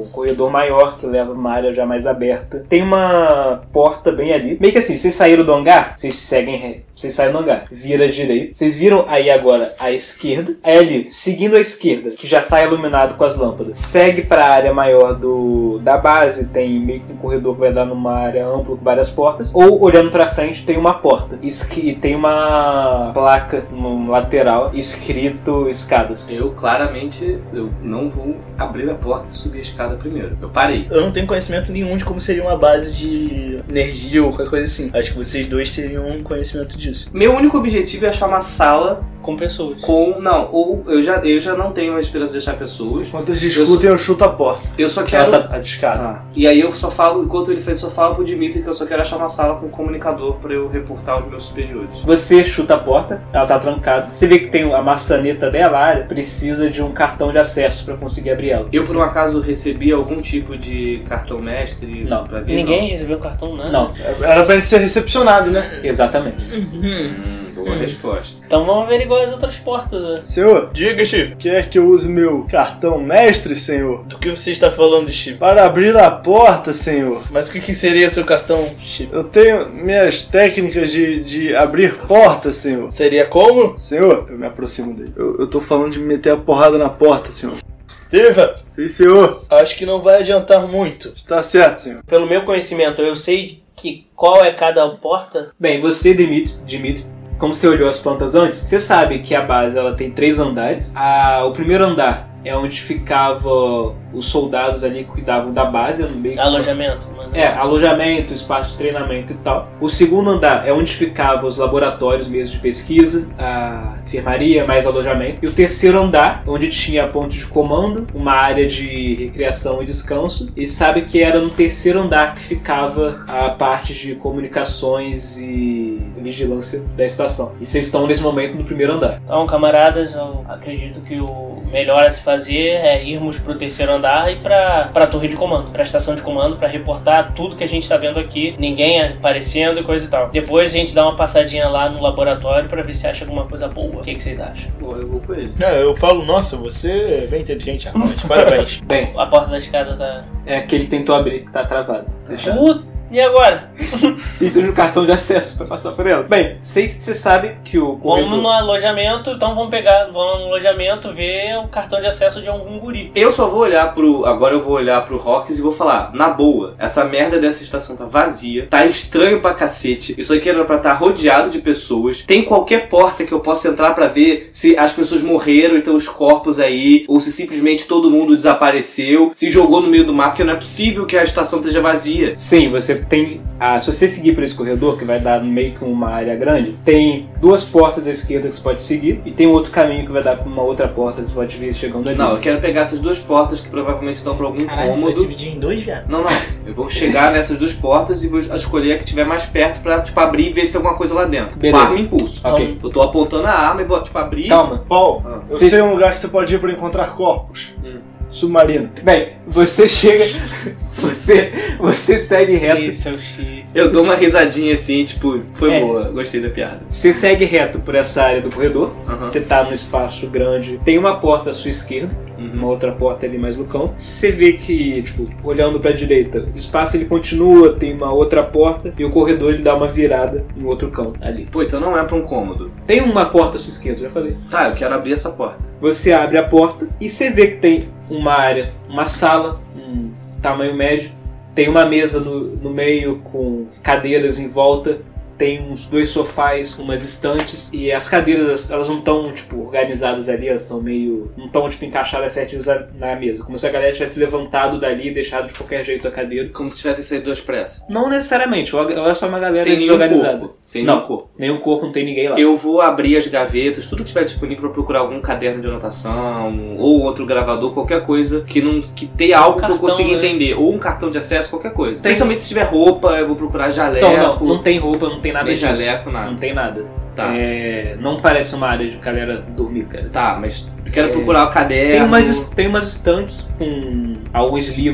um corredor maior que leva uma área já mais aberta. Tem uma porta bem ali. Meio que assim, vocês saíram do hangar, vocês seguem ré. Vocês saem do hangar, vira à direita. Vocês viram aí agora à esquerda. Aí ali, seguindo à esquerda, que já está iluminado com as lâmpadas, segue para a área maior do, da base. Tem meio que um corredor que vai dar numa área ampla com várias portas. Ou olhando para frente tem uma porta. E tem uma placa no lateral escrito escadas. Eu claramente eu não vou abrir a porta e subir a escada primeiro. Eu parei. Eu não tenho conhecimento nenhum de como seria uma base de energia ou qualquer coisa assim. Acho que vocês dois teriam um conhecimento disso. Meu único objetivo é achar uma sala com pessoas. Com. Não, ou eu já, eu já não tenho uma esperança de achar pessoas. Enquanto eles discutem, eu, eu chuto a porta. Eu só quero. A discada. Ah, e aí eu só falo, enquanto ele fez, só falo pro Dimitri que eu só quero achar uma sala com um comunicador pra eu reportar os meus superiores. Você chuta a porta, ela tá trancada. Você vê que tem a maçaneta dela, a área, precisa de um cartão de acesso pra conseguir abrir ela. Eu, por um acaso, recebi algum tipo de cartão mestre? Não. Pra ver? Ninguém não. recebeu cartão, nada. Não. Era pra ele ser recepcionado, né? Exatamente. Hum, boa resposta. Então vamos averiguar as outras portas, velho. Senhor, Diga, Chip. quer que eu use meu cartão mestre, senhor? Do que você está falando, Chip? Para abrir a porta, senhor. Mas o que, que seria seu cartão, Chip? Eu tenho minhas técnicas de, de abrir portas, senhor. Seria como? Senhor, eu me aproximo dele. Eu, eu tô falando de meter a porrada na porta, senhor. Steven, Sim, senhor. acho que não vai adiantar muito. Está certo, senhor. Pelo meu conhecimento, eu sei que qual é cada porta. Bem, você, Dimitri, Dimitri, como você olhou as plantas antes, você sabe que a base ela tem três andares. A, o primeiro andar é onde ficavam os soldados ali que cuidavam da base, no meio. Alojamento. Mas É, alojamento, espaço de treinamento e tal. O segundo andar é onde ficavam os laboratórios mesmo de pesquisa, a enfermaria, mais alojamento. E o terceiro andar, onde tinha a ponte de comando, uma área de recreação e descanso. E sabe que era no terceiro andar que ficava a parte de comunicações e vigilância da estação. E vocês estão nesse momento no primeiro andar. Então, camaradas, eu acredito que o melhor a se fazer é irmos pro terceiro andar e pra, pra torre de comando, pra estação de comando, pra reportar tudo que a gente tá vendo aqui, ninguém aparecendo e coisa e tal. Depois a gente dá uma passadinha lá no laboratório pra ver se acha alguma coisa boa. O que, que vocês acham? Bom, eu vou com ele. Não, eu falo, nossa, você é bem inteligente, rapaz. Parabéns. Bem, A porta da escada tá... é aquele que tentou abrir, que tá travado. Fechado. Puta, e agora? Precisa de um cartão de acesso pra passar por ela. Bem, você sabe que o Vamos corredor... no alojamento, então vamos pegar, vamos no alojamento ver o cartão de acesso de algum guri. Eu só vou olhar pro. Agora eu vou olhar pro Rocks e vou falar, na boa, essa merda dessa estação tá vazia, tá estranho pra cacete. Isso aqui era pra estar rodeado de pessoas. Tem qualquer porta que eu possa entrar pra ver se as pessoas morreram e tem os corpos aí, ou se simplesmente todo mundo desapareceu, se jogou no meio do mar, porque não é possível que a estação esteja vazia. Sim, você tem... Ah, se você seguir por esse corredor, que vai dar meio que uma área grande, tem duas portas à esquerda que você pode seguir, e tem um outro caminho que vai dar pra uma outra porta que você pode ver chegando ali. Não, eu quero pegar essas duas portas que provavelmente estão pra algum Caralho, você vai cômodo. se dividir em dois, já? Não, não. Eu vou chegar nessas duas portas e vou escolher a que estiver mais perto pra, tipo, abrir e ver se tem alguma coisa lá dentro. Beleza. Com arma e impulso. Ok. Eu tô apontando a arma e vou, tipo, abrir. Calma. Paul, Ah. eu Sim. sei um lugar que você pode ir pra encontrar corpos. Hum. Submarino. Bem, você chega... Você, você segue reto. Esse é o X. Eu dou uma risadinha assim, tipo, foi É. boa, gostei da piada. Você segue reto por essa área do corredor. Aham. Você tá num espaço grande. Tem uma porta à sua esquerda. Uhum. Uma outra porta ali mais no canto. Você vê que, tipo, olhando pra direita, o espaço ele continua, tem uma outra porta. E o corredor ele dá uma virada em outro canto ali. Pô, então não é pra um cômodo. Tem uma porta à sua esquerda, já falei. Tá, eu quero abrir essa porta. Você abre a porta e você vê que tem uma área, uma sala, um tamanho médio. Tem uma mesa no, no meio com cadeiras em volta. Tem uns dois sofás, umas estantes. E as cadeiras, elas não estão, tipo, organizadas ali. Elas estão meio... Não estão, tipo, encaixadas certinhas na, na mesa. Como se a galera tivesse levantado dali e deixado de qualquer jeito a cadeira. Como se tivesse saído duas pressas. Não necessariamente. Ou é só uma galera Sem nenhum desorganizada. corpo. Sem Não. nenhum corpo. Nenhum corpo, não tem ninguém lá. Eu vou abrir as gavetas, tudo que estiver disponível pra procurar algum caderno de anotação, ou outro gravador, qualquer coisa que não que tenha algo que eu cartão, consiga né? entender. Ou um cartão de acesso, qualquer coisa. Tem. Principalmente se tiver roupa, eu vou procurar jaleco. Então, não, não tem roupa, não tem nada nem disso. jaleco, nada. Não tem nada. Tá. É, não parece uma área de galera dormir, cara. Tá, mas eu quero É. procurar o caderno. Tem umas, tem umas estantes com alguns livros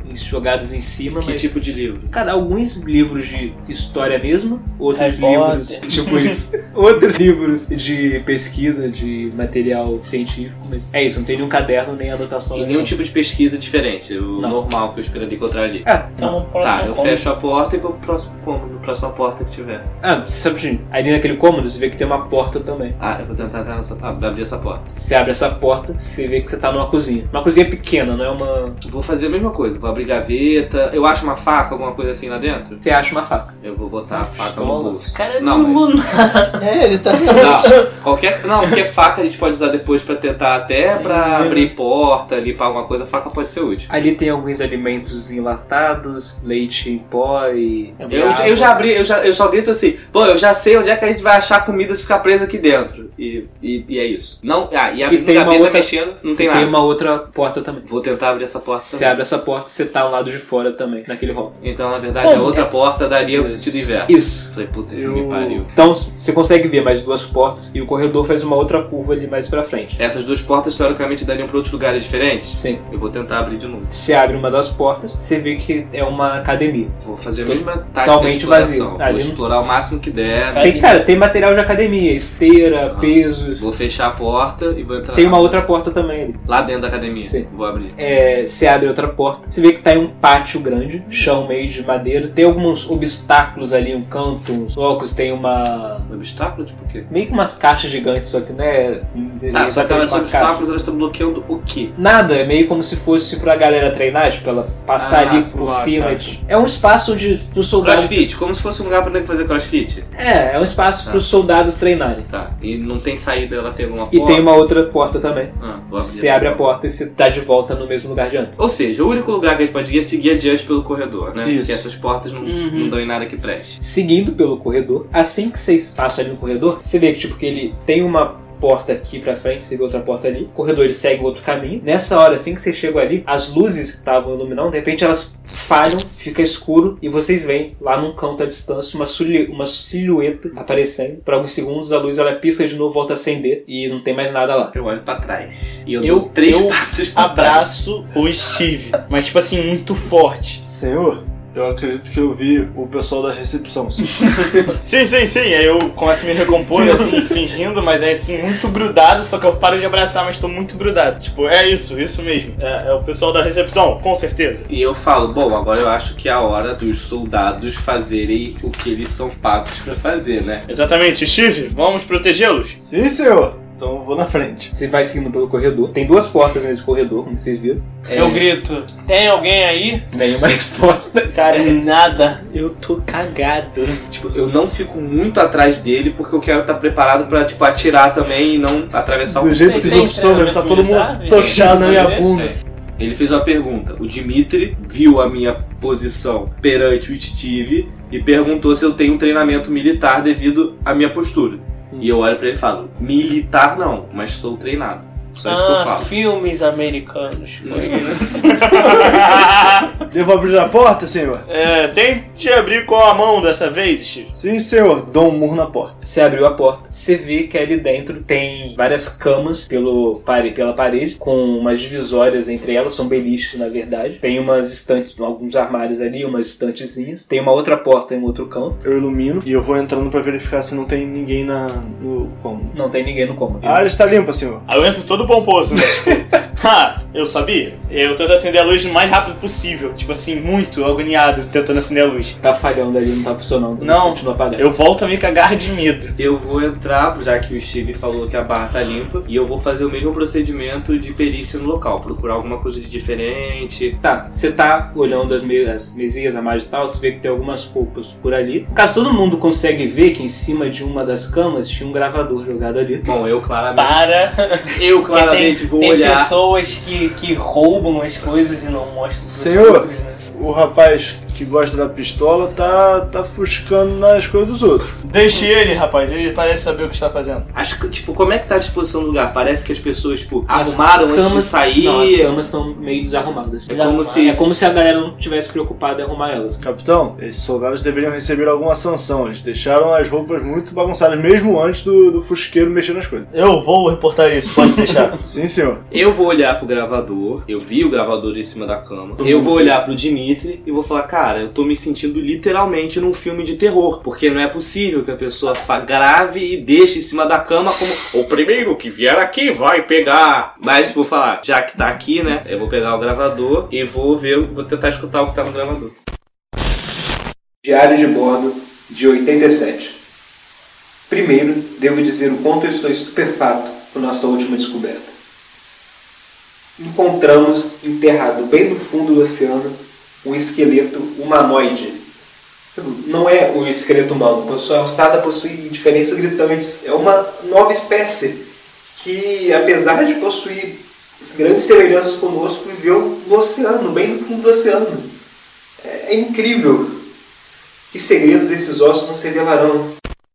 jogados em cima, Que mas... tipo de livro? Cara, alguns livros de história mesmo, outros Harry livros, Potter. tipo isso, outros livros de pesquisa, de material científico, mas é isso, não tem nenhum caderno nem anotação. E nenhum tipo de pesquisa diferente, o Não. normal que eu esperaria encontrar ali. Ah, Então, não. o próximo Tá, eu cômodo. fecho a porta e vou pro próximo cômodo, na próxima porta que tiver. Ah, você sabe, assim, ali naquele cômodo você vê que tem uma porta também. Ah, eu vou tentar entrar nessa... Ah, abrir essa porta. Você abre essa porta, você vê que você tá numa cozinha. Uma cozinha pequena, não é uma... Vou fazer a mesma coisa, vou abrir gaveta. Eu acho uma faca, alguma coisa assim lá dentro? Você acha uma faca. Eu vou botar a faca Pistola. no bolso. Esse cara Não, não, mas... mas... É, ele tá. Não, qualquer... Não, porque faca a gente pode usar depois pra tentar até pra abrir porta, limpar alguma coisa. Faca pode ser útil. Ali tem alguns alimentos enlatados, leite em pó e... Eu, eu já abri, eu, já, eu só grito assim, pô, eu já sei onde é que a gente vai achar comida se ficar presa aqui dentro. E, e, e é isso. Não, ah, e a E tem uma gaveta outra- mexendo, não tem e nada. tem uma outra porta também. Vou tentar abrir essa porta Você também. abre essa porta e você tá ao lado de fora também, naquele hall. Então, na verdade, Pô, a outra é- porta daria o sentido inverso. Isso. Falei, puta, que Eu- me pariu. Então você consegue ver mais duas portas e o corredor faz uma outra curva ali mais pra frente. Essas duas portas, teoricamente, dariam pra outros lugares diferentes? Sim. Eu vou tentar abrir de novo. Você abre uma das portas, você vê que é uma academia. Vou fazer a Tô- mesma tática de totalmente exploração. vazio. Vou Ali não- explorar o máximo que der. Cara, Tem, cara, tem material de academia, esteira, Ah. pesos. Vou fechar a porta e vou entrar Tem uma lá. outra porta também ali. Lá dentro da academia. Sim. Vou abrir. É, você abre outra porta, você vê que tá em um pátio grande, chão meio de madeira. Tem alguns obstáculos ali, um canto, uns blocos, tem uma... Um obstáculo? Tipo o quê? meio que umas caixas gigantes, só que não é... Tá, só que elas uma são caixa. obstáculos, elas estão bloqueando o quê? Nada, é meio como se fosse pra galera treinar, tipo, ela passar Ah, ali por ah, cima. tá. de- É um espaço de, dos soldados... Crossfit, como se fosse um lugar pra nego fazer crossfit. É, é um espaço Tá. pros soldados treinarem. Tá. E não tem saída, ela tem alguma E porta? tem uma outra porta também. Ah, vou abrir Você essa abre a porta e você tá de volta no mesmo lugar de antes. Ou seja, o único lugar que a gente pode ir é seguir adiante pelo corredor, né? Isso. Porque essas portas não, Uhum. não dão em nada que preste. Seguindo pelo corredor, assim que vocês passam ali no corredor, você vê que tipo que ele tem uma porta aqui pra frente, você vê outra porta ali. O corredor ele segue outro caminho. Nessa hora, assim que vocês chegam ali, as luzes que estavam iluminando, de repente elas falham, fica escuro e vocês veem lá num canto à distância uma, suli- uma silhueta aparecendo. Por alguns segundos a luz ela pisca de novo, volta a acender e não tem mais nada lá. Eu olho pra trás. E eu, Eu- dou três eu passos pra trás. Abraço o Steve, mas tipo assim, muito forte. Senhor, eu acredito que eu vi o pessoal da recepção. sim. Sim, sim, sim. Aí eu começo a me recompor, assim, fingindo, mas é assim, muito grudado, só que eu paro de abraçar, mas tô muito grudado. Tipo, é isso, isso mesmo. É, é o pessoal da recepção, com certeza. E eu falo, bom, agora eu acho que é a hora dos soldados fazerem o que eles são pagos pra fazer, né? Exatamente, Steve, vamos protegê-los? Sim, senhor. Então eu vou na frente. Você vai seguindo pelo corredor. Tem duas portas nesse corredor, como vocês viram. Eu grito, tem alguém aí? Nenhuma resposta. Cara, nada. Eu tô cagado. Tipo, eu não fico muito atrás dele porque eu quero estar preparado pra, tipo, atirar também e não atravessar o... Do jeito que os Tem outros são, deve estar todo militar, mundo tochado na minha gente. bunda. É. Ele fez uma pergunta. O Dimitri viu a minha posição perante o Steve e perguntou se eu tenho um treinamento militar devido à minha postura. E eu olho pra ele e falo, militar não, mas estou treinado. Só isso que eu Ah, falo. filmes americanos. Conheço. Devo abrir a porta, senhor? É, tente abrir com a mão dessa vez, Steve. Sim, senhor. Dou um murro na porta. Você abriu a porta, você vê que ali dentro tem várias camas pelo, pare- pela parede, com umas divisórias entre elas, são beliches na verdade. Tem umas estantes, alguns armários ali, umas estantezinhas. Tem uma outra porta em outro canto. Eu ilumino e eu vou entrando pra verificar se não tem ninguém na, no cômodo. Não tem ninguém no cômodo. A área está limpa, senhor. Aí eu entro todo pomposo, né? Tipo, ha, eu sabia. Eu tento acender a luz o mais rápido possível. Tipo assim, muito agoniado tentando acender a luz. Tá falhando ali, não tá funcionando. Não, continua apagado. Eu volto a me cagar de medo. Eu vou entrar, já que o Steve falou que a barra tá limpa, e eu vou fazer o mesmo procedimento de perícia no local, procurar alguma coisa de diferente. Tá, você tá olhando as, me as mesinhas, armários e tal, você vê que tem algumas roupas por ali. No caso, todo mundo consegue ver que em cima de uma das camas tinha um gravador jogado ali. Bom, eu claramente. Para. Eu Porque claramente tem, vou tem olhar. pessoas que, que roubam as coisas e não mostram pros Senhor. outros, né? O rapaz que gosta da pistola tá, tá fuscando nas coisas dos outros. Deixe ele, rapaz, ele parece saber o que está fazendo. Acho que, tipo, como é que tá a disposição do lugar? Parece que as pessoas, tipo, As arrumaram antes de camas- sair. Não, as camas estão meio desarrumadas. É como se... É como se a galera não tivesse preocupada em arrumar elas. Capitão, esses soldados deveriam receber alguma sanção. Eles deixaram as roupas muito bagunçadas, mesmo antes do, do fusqueiro mexer nas coisas. Eu vou reportar isso, pode deixar. Sim, senhor. Eu vou olhar pro gravador, eu vi o gravador em cima da cama. Eu vou olhar pro Dimitri e vou falar, cara, eu tô me sentindo literalmente num filme de terror. Porque não é possível que a pessoa fa- grave e deixe em cima da cama como o primeiro que vier aqui vai pegar. Mas vou falar, já que tá aqui, né, eu vou pegar o gravador e vou ver, vou tentar escutar o que tá no gravador. Diário de bordo de oitenta e sete. Primeiro, devo dizer o quanto eu estou estupefato por nossa última descoberta. Encontramos, enterrado bem no fundo do oceano, um esqueleto humanoide. Não é um esqueleto humano, sua alçada possui diferenças gritantes. É uma nova espécie que, apesar de possuir grandes semelhanças conosco, viveu no oceano, bem no fundo do oceano. É, é incrível. Que segredos esses ossos nos revelarão?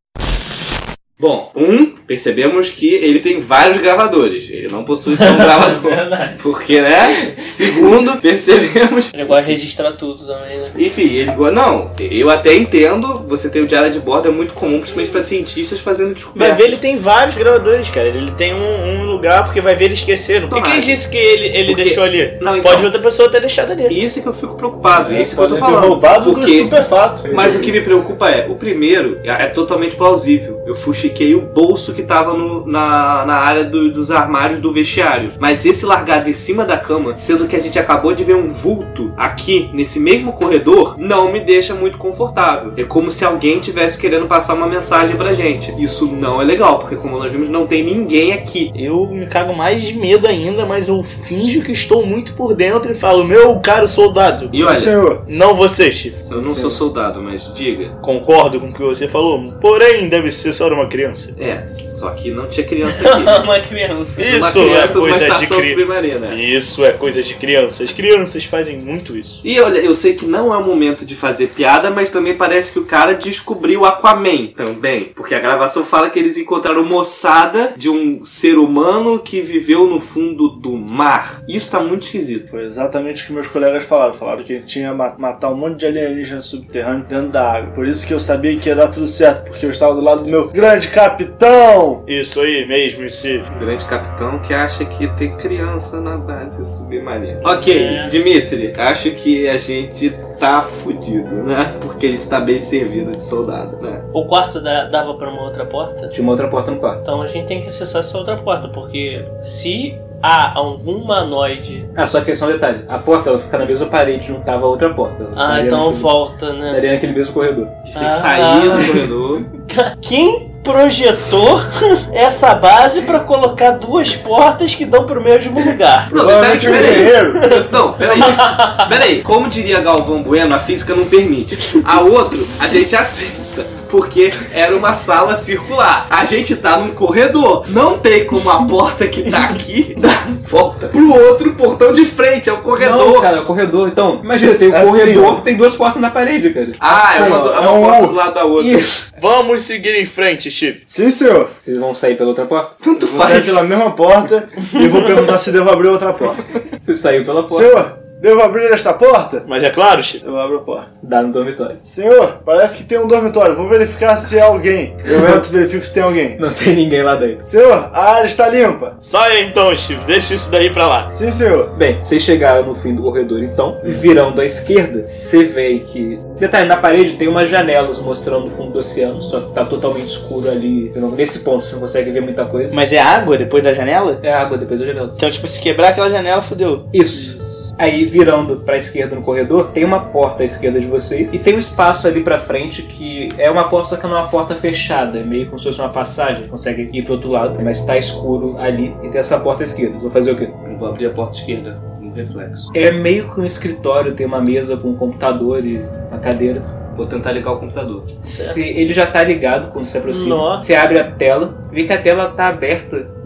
Bom, um, percebemos que ele tem vários gravadores. Ele não possui só um gravador. Verdade. Porque, né? Segundo, percebemos... Ele gosta de registrar tudo também, né? Enfim, ele... Não, eu até entendo. Você ter o diário de bordo é muito comum, principalmente para cientistas fazendo Vai descobertas. ver, ele tem vários gravadores, cara. Ele tem um, um lugar porque vai ver, ele esqueceram. E quem disse que ele, ele Porque- deixou ali? Não, então- Pode outra pessoa ter deixado ali. Isso é que eu fico preocupado. É isso que eu tô Podem ter falando. roubado do Porque... estupefato. Mas o que me preocupa é, o primeiro é, é totalmente plausível. Eu fuxiquei o bolso que tava no, na, na área do- dos armários do vestiário. Mas esse largado em cima da cama, sendo que a gente acabou de ver um vulto aqui, nesse mesmo corredor, não me deixa muito confortável. É como se alguém tivesse querendo passar uma mensagem pra gente. Isso não é legal, porque como nós vimos, não tem ninguém aqui. Eu me cago mais de medo ainda, mas eu finjo que estou muito por dentro e falo, meu caro soldado. E olha, Senhor. Não você, Chief. eu não sou soldado, mas diga. Concordo com o que você falou, porém deve ser só uma criança. É, só que não tinha criança aqui. Uma criança. Isso Uma é criança numa coisa de estação criança. submarina. Isso é coisa de criança. As crianças fazem muito isso. E olha, eu sei que não é o momento de fazer piada, mas também parece que o cara descobriu o Aquaman também. Porque a gravação fala que eles encontraram moçada de um ser humano que viveu no fundo do mar. Isso tá muito esquisito. Foi exatamente o que meus colegas falaram. Falaram que a gente tinha ma- matar um monte de alienígenas subterrâneos dentro da água. Por isso que eu sabia que ia dar tudo certo, porque eu estava do lado do meu grande capitão. Isso aí mesmo, Steve. Grande capitão que acha que tem criança na base submarina. Ok, É. Dimitri, acho que a gente tá fudido, né? Porque a gente tá bem servido de soldado, né? O quarto da- dava pra uma outra porta? Tinha uma outra porta no quarto. Então a gente tem que acessar essa outra porta, porque se há algum humanoide... Ah, só que é só um detalhe. A porta, ela fica na mesma parede, não tava a outra porta. Ela Ah, estaria então naquele- volta, né? estaria naquele mesmo corredor. A gente tem Ah. que sair do corredor. Quem projetou essa base pra colocar duas portas que dão pro mesmo lugar? Não, detalhe, Provavelmente um peraí. engenheiro. Não, peraí. Peraí. Como diria Galvão Bueno, a física não permite. A outro, a gente aceita. Porque era uma sala circular. A gente tá num corredor. Não tem como a porta que tá aqui dar volta pro outro portão de frente. É o corredor. Não, cara, é o corredor. Então, imagina, tem o É assim, corredor, ó. tem duas portas na parede, cara. Ah, é Assim, uma, ó, é é uma um porta U. do lado da outra. E Vamos seguir em frente, Steve. Sim, senhor. vocês vão sair pela outra porta? Tanto Eu vou sair faz. pela mesma porta e vou perguntar se devo abrir outra porta. Você saiu pela porta. Senhor, devo abrir esta porta? Mas é claro, Steve. Eu abro a porta. Dá no dormitório. Senhor, parece que tem um dormitório. Vou verificar se é alguém. Eu entro e verifico se tem alguém. Não tem ninguém lá dentro. Senhor, a área está limpa. Saia então, Steve. Deixa isso daí pra lá. Sim, senhor. Bem, vocês chegaram no fim do corredor então, e virando à esquerda, você vê que... Detalhe, na parede tem umas janelas mostrando o fundo do oceano, só que tá totalmente escuro ali. Nesse ponto você não consegue ver muita coisa. Mas é água depois da janela? É água depois da janela. Então, tipo, se quebrar aquela janela, fodeu. Isso. Aí, virando pra esquerda no corredor, tem uma porta à esquerda de vocês e tem um espaço ali pra frente que é uma porta, só que não é uma porta fechada, é meio como se fosse uma passagem, consegue ir pro outro lado, mas tá escuro ali e tem essa porta à esquerda. Vou fazer o quê? Eu vou abrir a porta esquerda, no reflexo. É meio que um escritório, tem uma mesa com um computador e uma cadeira. Vou tentar ligar o computador. Se, ele já tá ligado quando se aproxima. Nossa. Você abre a tela, vê que a tela tá aberta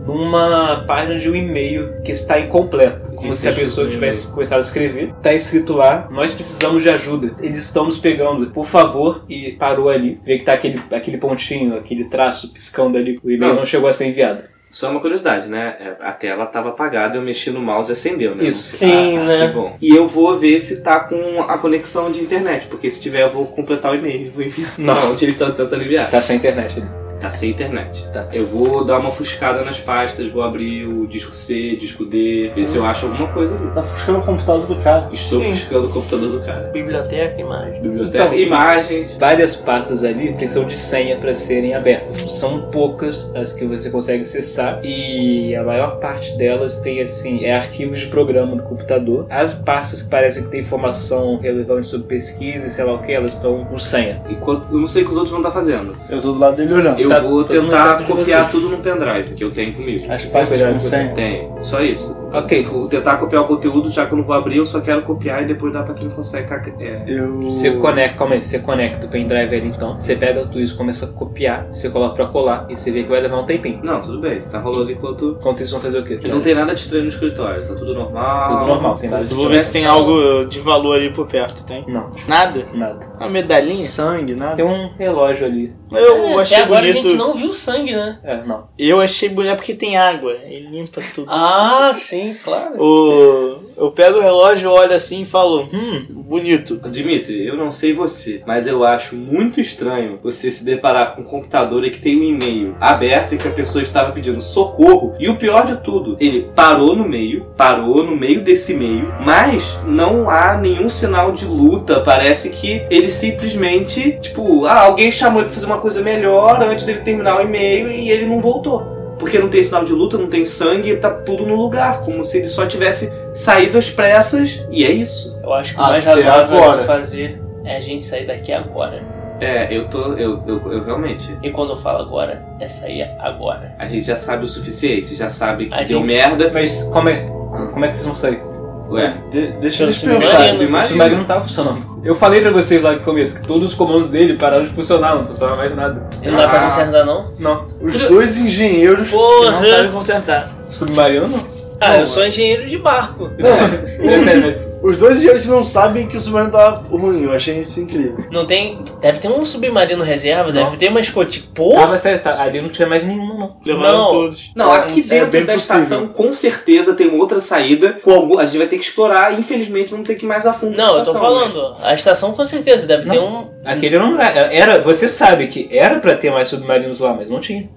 numa página de um e-mail que está incompleto. Como se a pessoa tivesse começado a escrever. Tá escrito lá, nós precisamos de ajuda. Eles estão nos pegando, por favor. E parou ali. Vê que tá aquele, aquele pontinho, aquele traço piscando ali. O e-mail não, não chegou a ser enviado. Só uma curiosidade, né? A tela tava apagada, eu mexi no mouse e acendeu, né? Isso. Sim, ah, né? Que bom. E eu vou ver se tá com a conexão de internet, porque se tiver eu vou completar o e-mail e vou enviar. Não. Onde eles estão tentando enviar. Tá sem internet ali. Tá sem internet. Tá. Eu vou dar uma fuscada nas pastas, vou abrir o disco C, disco D, ver se eu acho alguma coisa ali. Tá buscando o computador do cara. Estou Sim. buscando o computador do cara. Biblioteca, imagem. Biblioteca, Então, imagens. Várias pastas ali precisam de senha para serem abertas. São poucas as que você consegue acessar e a maior parte delas tem assim, é arquivos de programa do computador. As pastas que parecem que tem informação relevante sobre pesquisa e sei lá o que, elas estão com senha. Enquanto, eu não sei o que os outros vão estar fazendo. Eu tô do lado dele olhando. Eu Tá vou todo mundo tentar perto de copiar você. tudo no pendrive que eu tenho comigo. As pastas com senha. Tem, só isso. Ok. Vou tentar copiar o conteúdo, já que eu não vou abrir, eu só quero copiar e depois dá pra quem não consegue. É. Eu... Você conecta, calma aí, você conecta o pendrive ali então, você pega tudo isso, começa a copiar, você coloca pra colar e você vê que vai levar um tempinho. Não, tudo bem, tá rolando enquanto. Enquanto isso vão fazer o quê? E não tem nada de estranho no escritório, tá tudo normal. Tudo normal, tem nada Eu vou ver se tem algo de valor ali por perto, tem? Não, Nada? nada. Uma medalhinha? Sangue, nada. Tem um relógio ali. Eu É, achei até agora bonito. a gente não viu sangue, né? É, não. Eu achei bonito porque tem água e limpa tudo. Ah, sim, claro. O... Eu pego o relógio, olho assim e falo, hum, bonito. Dimitri, eu não sei você, mas eu acho muito estranho você se deparar com um computador e que tem um e-mail aberto e que a pessoa estava pedindo socorro. E o pior de tudo, ele parou no meio, parou no meio desse e-mail, mas não há nenhum sinal de luta. Parece que ele simplesmente, tipo, ah, alguém chamou ele pra fazer uma coisa melhor antes dele terminar o e-mail e ele não voltou. Porque não tem sinal de luta, não tem sangue, tá tudo no lugar, como se ele só tivesse saído às pressas, e é isso. Eu acho que o Até mais razoável a agora. se fazer é a gente sair daqui agora. É, eu tô, eu, eu, eu realmente, E quando eu falo agora, é sair agora. a gente já sabe o suficiente, já sabe que A deu gente- merda. Mas como é, como é que vocês vão sair? Ué, De- deixa Pelo eles submarino. pensarem. O submarino não tava funcionando. Eu falei pra vocês lá no começo que todos os comandos dele pararam de funcionar, não funcionava mais nada. Ele não dá pra Ah. consertar, não? Não. Os dois engenheiros... Que Porra! não sabe consertar. Submarino não. Ah, eu sou engenheiro de barco. Não, É sério, mas os dois engenheiros não sabem que o submarino tá ruim. Eu achei isso incrível. Não tem... Deve ter um submarino reserva, deve Não. ter uma escotilha. Porra! tava sério, tá, ali não tinha mais nenhuma não. Levaram Não. todos. não, aqui É dentro bem da possível. estação com certeza tem outra saída. Com algum, a gente vai ter que explorar e infelizmente vamos ter que ir mais a fundo. Não, na eu tô estação, falando. A estação com certeza deve ter um... Aquele não era, era. Você sabe que era pra ter mais submarinos lá, mas não tinha.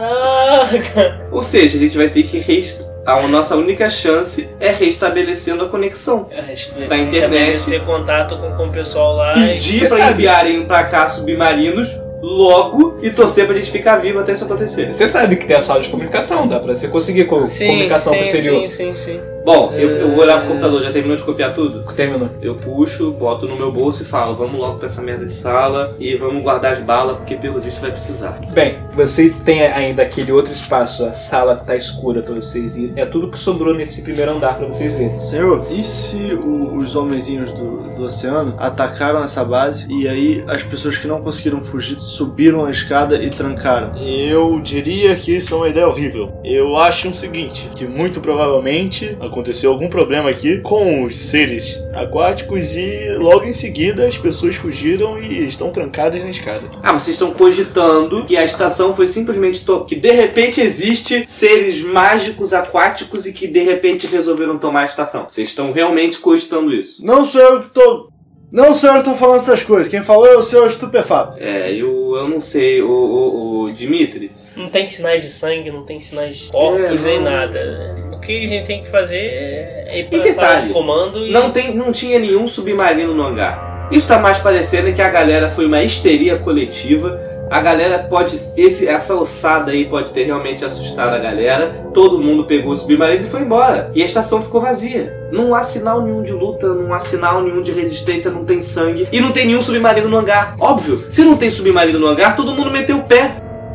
Caraca! mas- Ou seja, a gente vai ter que rest... a nossa única chance é restabelecendo a conexão. Da internet. Ter contato com, com o pessoal lá Pedir Você pra sabe. enviarem pra cá submarinos logo e torcer pra gente ficar vivo até isso acontecer. Você sabe que tem a sala de comunicação, dá pra você conseguir com Sim, comunicação sim, posterior. sim, sim, sim. Bom, eu, eu vou olhar pro computador, já terminou de copiar tudo? Terminou. Eu puxo, boto no meu bolso e falo, vamos logo pra essa merda de sala e vamos guardar as balas, porque pelo visto vai precisar. Bem, você tem ainda aquele outro espaço, a sala que tá escura pra vocês irem. É tudo que sobrou nesse primeiro andar pra vocês verem. Senhor, e se o- os homenzinhos do, do oceano atacaram essa base e aí as pessoas que não conseguiram fugir subiram a escada e trancaram? Eu diria que isso é uma ideia horrível. Eu acho o seguinte, que muito provavelmente aconteceu algum problema aqui com os seres aquáticos e logo em seguida as pessoas fugiram e estão trancadas na escada. Ah, vocês estão cogitando que a estação foi simplesmente to... que de repente existe seres mágicos aquáticos e que de repente resolveram tomar a estação. Vocês estão realmente cogitando isso. Não sou eu que tô... Não sou eu que tô falando essas coisas. Quem falou é o senhor estupefato. É, eu, eu não sei, o, o, o Dimitri. Não tem sinais de sangue, não tem sinais de corpos, É, nem não. nada. O que a gente tem que fazer é ir pra E detalhe, sala de comando e... Não, tem, não tinha nenhum submarino no hangar. Isso tá mais parecendo que a galera foi uma histeria coletiva. A galera pode... Esse, essa ossada aí pode ter realmente assustado a galera. Todo mundo pegou os submarinos e foi embora. E a estação ficou vazia. Não há sinal nenhum de luta, não há sinal nenhum de resistência, não tem sangue. E não tem nenhum submarino no hangar. Óbvio, se não tem submarino no hangar, todo mundo meteu o pé.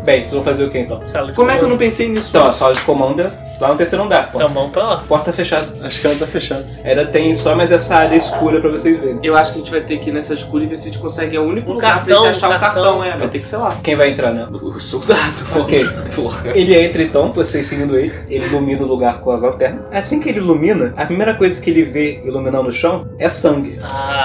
Bem, vocês vão fazer o que então? Sala de Como é que eu não comando. pensei nisso? Então, a sala de comando é lá no terceiro andar. Então Porta, vamos pra lá. porta fechada. Acho que ela tá fechada. Ainda tem só mais essa área escura pra vocês verem. Eu acho que a gente vai ter que ir nessa escura e ver se a gente consegue. É o único Um lugar cartão, pra gente achar um o cartão, cartão. é. Vai ter que ser lá. Quem vai entrar, né? O soldado. Ok. Porra. Ele entra então, vocês seguindo ele, ele ilumina o lugar com a lanterna. Assim que ele ilumina, a primeira coisa que ele vê iluminando o chão é sangue.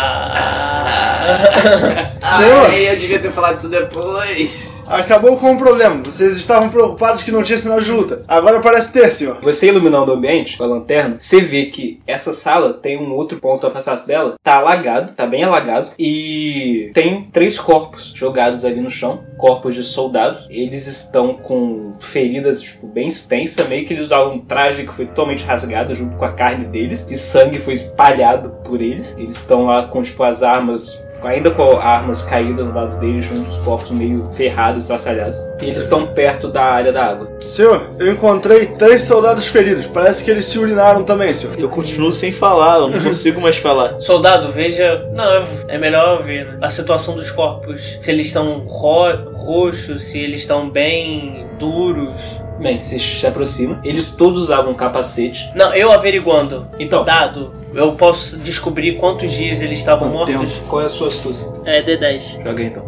Ah. Senhor! Ai, eu devia ter falado isso depois. Acabou com o problema. Vocês estavam preocupados que não tinha sinal de luta. Agora parece ter, senhor. Você iluminando o ambiente com a lanterna, você vê que essa sala tem um outro ponto afastado dela, tá alagado, tá bem alagado, e tem três corpos jogados ali no chão, corpos de soldados. Eles estão com feridas tipo, bem extensas, meio que eles usavam um traje que foi totalmente rasgado junto com a carne deles, e sangue foi espalhado por eles. Eles estão lá com tipo as armas, ainda com armas caídas no lado deles, junto com os corpos meio ferrados, estraçalhados. E eles estão perto da área da água. Senhor, eu encontrei três soldados feridos. Parece que eles se urinaram também, senhor. Eu continuo sem falar, eu não consigo mais falar. Soldado, veja... Não, é melhor ver né? a situação dos corpos. Se eles estão ro- roxos, se eles estão bem duros. Bem, você se aproxima. Eles todos usavam um capacete. Não, eu averiguando. Então, Dado, eu posso descobrir quantos dias eles estavam Quanto mortos. tempo? qual é a sua astúcia? É D dez. Joga aí então.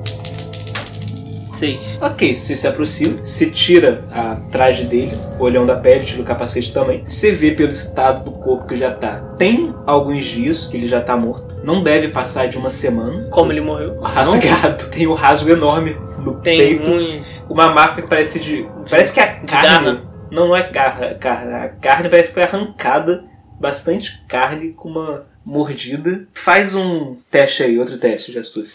seis. Ok, você se aproxima, você tira a traje dele, olhando a pele, tira o capacete também. Você vê pelo estado do corpo que já tá. Tem alguns dias que ele já tá morto. Não deve passar de uma semana. Como ele morreu? Rasgado. Tem um rasgo enorme no Tem peito. uns... Uma marca que parece de... Parece que a carne... garra. Não, não é garra, garra. A carne parece que foi arrancada. Bastante carne com uma mordida. Faz um teste aí, outro teste de astúcia.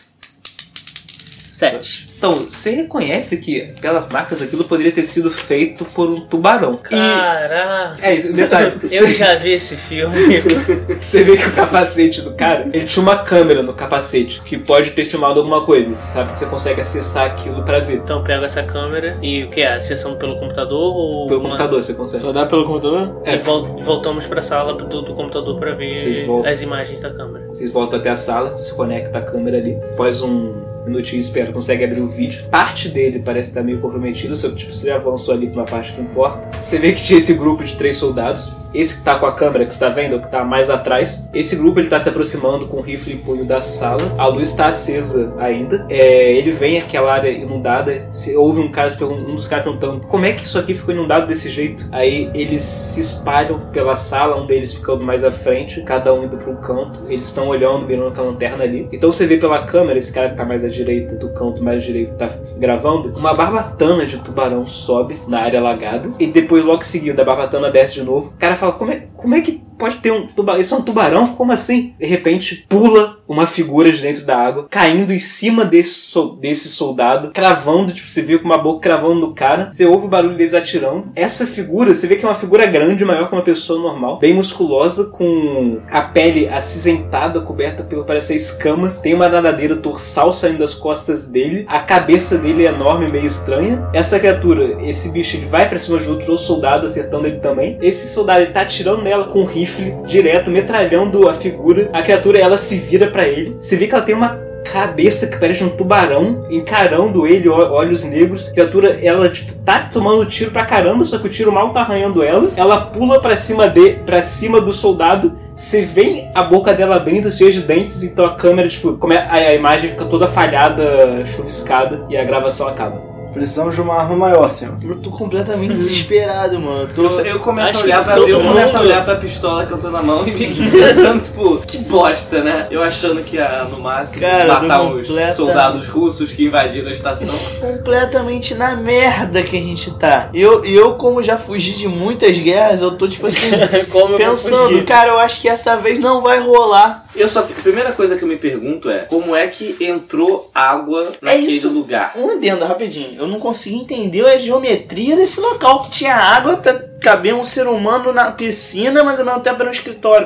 Sete. Então, você reconhece que, pelas marcas, aquilo poderia ter sido feito por um tubarão. Caraca. E... É isso, detalhe. Eu você, já vi esse filme. você vê que o capacete do cara, ele tinha uma câmera no capacete que pode ter filmado alguma coisa. Você sabe que você consegue acessar aquilo pra ver. Então eu pego essa câmera e o que é? Acessando pelo computador ou... Pelo uma- computador você consegue. Só dá pelo computador? É. E vol- voltamos pra sala do, do computador pra ver Vocês voltam. as imagens da câmera. Vocês voltam até a sala, se conecta a câmera ali. Após um minutinho de espera, consegue abrir o vídeo. Parte dele parece estar meio comprometido, só que tipo, você avançou ali pra uma parte que importa. Você vê que tinha esse grupo de três soldados. Esse que tá com a câmera, que você tá vendo, que tá mais atrás. Esse grupo ele tá se aproximando com o rifle em punho da sala. A luz tá acesa ainda. É, ele vem àquela área inundada. Você ouve um, cara, um dos caras perguntando como é que isso aqui ficou inundado desse jeito. Aí eles se espalham pela sala, um deles ficando mais à frente, cada um indo para um canto. Eles estão olhando, mirando com a lanterna ali. Então você vê pela câmera, esse cara que tá mais à direita do canto, mais à direita, tá gravando. Uma barbatana de tubarão sobe na área alagada. E depois, logo em seguida, a barbatana desce de novo. O cara fala, como é, como é que pode ter um tubarão? Isso é um tubarão? Como assim? De repente, pula uma figura de dentro da água, caindo em cima desse, sol, desse soldado, cravando, tipo, você vê com uma boca cravando no cara. Você ouve o barulho deles atirando. Essa figura, você vê que é uma figura grande, maior que uma pessoa normal, bem musculosa, com a pele acinzentada, coberta pelo, parece escamas. Tem uma nadadeira dorsal saindo das costas dele. A cabeça dele é enorme, meio estranha. Essa criatura, esse bicho, ele vai pra cima de outro soldado, acertando ele também. Esse soldado, ele tá atirando nela com um rifle, direto, metralhando a figura. A criatura, ela se vira pra ele. Você vê que ela tem uma cabeça que parece um tubarão encarando ele, olhos negros. A criatura, ela tipo, tá tomando tiro pra caramba, só que o tiro mal tá arranhando ela. Ela pula pra cima, de, pra cima do soldado. Você vê a boca dela abrindo, cheia de dentes, então a câmera, tipo, como é, a, a imagem fica toda falhada, chuviscada, e a gravação acaba. Precisamos de uma arma maior, senhor. Eu tô completamente desesperado, mano. Eu tô... Eu, eu começo, a Acho olhar, que pra, todo eu começo a mundo- olhar pra pistola que eu tô na mão e fico pensando, tipo, que bosta, né? Eu achando que ia, no máximo, Cara, eu tô matar os completa- soldados russos que invadiram a estação. completamente na merda que a gente tá. Eu, eu, como já fugi de muitas guerras, eu tô, tipo assim, Como eu vou pensando, fugir? cara, eu acho que essa vez não vai rolar. Eu só, a primeira coisa que eu me pergunto é, como é que entrou água naquele isso. lugar? Um adendo, rapidinho. Eu não consegui entender a geometria desse local, que tinha água pra caber um ser humano na piscina, mas ao mesmo tempo era um escritório, quase.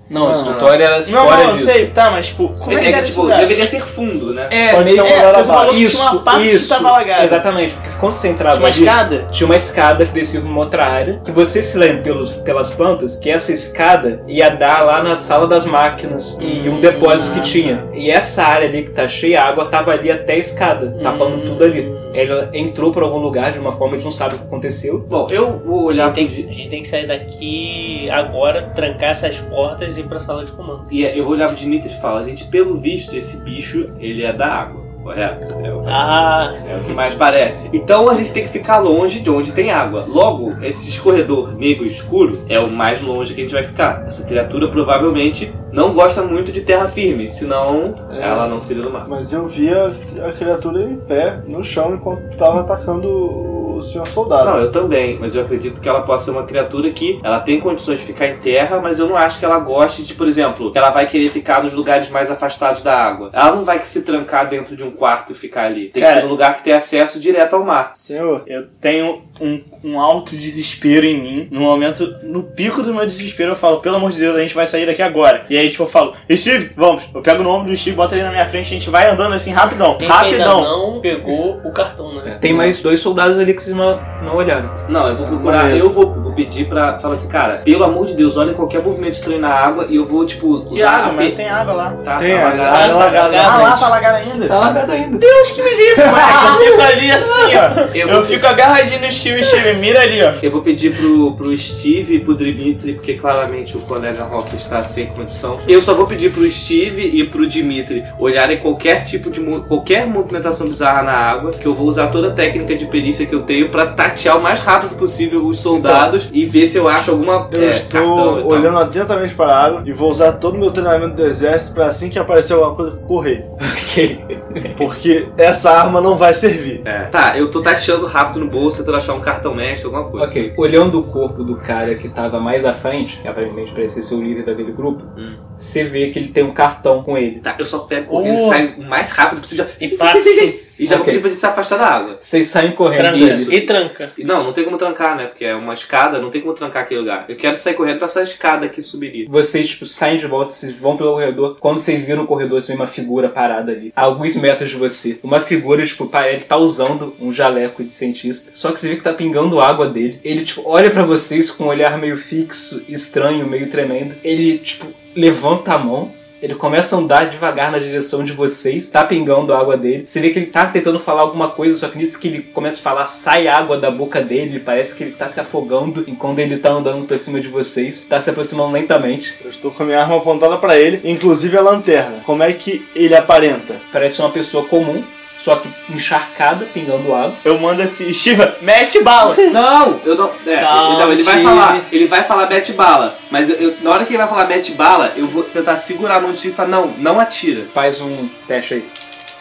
Não, o Não, escritório era Não, fora não, eu disso. sei, tá, mas tipo, como é que É era que, esse tipo, lugar? deveria ser fundo, né? É, Pode meio ser um é, lugar mas abaixo. maluco, Tinha uma parte que tava alagada. Exatamente, porque quando você entrava Tinha uma ali, escada? tinha uma escada que descia pra uma outra área, que você se lembra pelos, pelas plantas, que essa escada ia dar lá na sala das máquinas e um depósito que tinha. E essa área ali que tá cheia, a água tava ali até a escada, tapando tudo ali. Ela entrou por algum lugar de uma forma, a gente não sabe o que aconteceu. Bom, eu vou A olhar gente, pro... tem que, a gente tem que sair daqui agora, trancar essas portas e ir pra sala de comando. E eu vou olhar pro Dimitri e falar, gente, pelo visto, esse bicho, ele é da água. Correto? É o, Ah, é o que mais parece. Então a gente tem que ficar longe de onde tem água. Logo, esse escorredor negro escuro é o mais longe que a gente vai ficar. Essa criatura provavelmente não gosta muito de terra firme, senão É. ela não seria do mar. Mas eu via a criatura em pé no chão enquanto tava atacando o senhor soldado. Não, eu também, mas eu acredito que ela possa ser uma criatura que ela tem condições de ficar em terra, mas eu não acho que ela goste de, por exemplo, ela vai querer ficar nos lugares mais afastados da água. Ela não vai se trancar dentro de um quarto e ficar ali. Tem que Cara, ser um lugar que tenha acesso direto ao mar. Senhor, Eu tenho um, um alto desespero em mim. No momento, no pico do meu desespero, eu falo, pelo amor de Deus, a gente vai sair daqui agora. E aí, tipo, eu falo, Steve, vamos. Eu pego o nome do Steve, boto ele na minha frente, a gente vai andando assim, rapidão. quem ainda rapidão. não pegou o cartão, né? Tem mais dois soldados ali que vocês não, não olharam. Não, eu vou procurar, Maneiro. eu vou, vou pedir pra falar assim, cara, pelo amor de Deus, olhem qualquer movimento estranho na água e eu vou, tipo, usar Que água, a mas pe- tem água lá. Tá, Tem, tá a- lagado. a- tá lagado. lagado, Ah lá, gente. tá lagado ainda. Tá lagado ainda. Deus que me livre, moleque. Eu fico ali assim, ó. Eu Eu, vou- fico agarradinho no Steve, Steve, mira ali, ó. Eu vou pedir pro, pro Steve e pro Dimitri, porque claramente o colega Rock está sem condição. Eu só vou pedir pro Steve e pro Dimitri olharem qualquer tipo de mo- qualquer movimentação bizarra na água, que eu vou usar toda a técnica de perícia que eu tenho pra tatear o mais rápido possível os soldados e ver se eu acho alguma eu é, estou cartão e tal. olhando atentamente para a água e vou usar todo o meu treinamento do exército para assim que aparecer alguma coisa, correr. Ok. Porque essa arma não vai servir. É. Tá, eu tô tateando rápido no bolso, tentando achar um cartão mestre, alguma coisa. Ok, olhando o corpo do cara que tava mais à frente, que aparentemente parecia ser o líder daquele grupo, Hum. você vê que ele tem um cartão com ele. Tá, eu só pego correndo e Oh. saio o mais rápido possível. E Já... passa. E já vou Ok. pedir pra gente se afastar da água. Vocês saem correndo Tranca. dele. E tranca. E Não, não tem como trancar, né? Porque é uma escada, não tem como trancar aquele lugar. Eu quero sair correndo pra essa escada que subiria. Vocês, tipo, saem de volta, vocês vão pelo corredor. Quando vocês viram o corredor, vocês veem uma figura parada ali, a alguns metros de você. Uma figura, tipo, ele tá usando um jaleco de cientista. Só que você vê que tá pingando água dele. Ele, tipo, olha pra vocês com um olhar meio fixo, estranho, meio tremendo. Ele, tipo, levanta a mão. Ele começa a andar devagar na direção de vocês, tá pingando a água dele. Você vê que ele tá tentando falar alguma coisa, só que nisso que ele começa a falar, sai água da boca dele. Parece que ele tá se afogando enquanto ele tá andando pra cima de vocês. Tá se aproximando lentamente. Eu estou com a minha arma apontada para ele, inclusive a lanterna. Como é que ele aparenta? Parece uma pessoa comum, só que encharcada, pingando água. Eu mando assim, Steve, mete bala. Não, eu não. É, Calma, então ele vai Steve. falar, ele vai falar mete bala. Mas eu, eu- na hora que ele vai falar mete bala, eu vou tentar segurar a mão do Steve pra não, não atira. Faz um teste aí.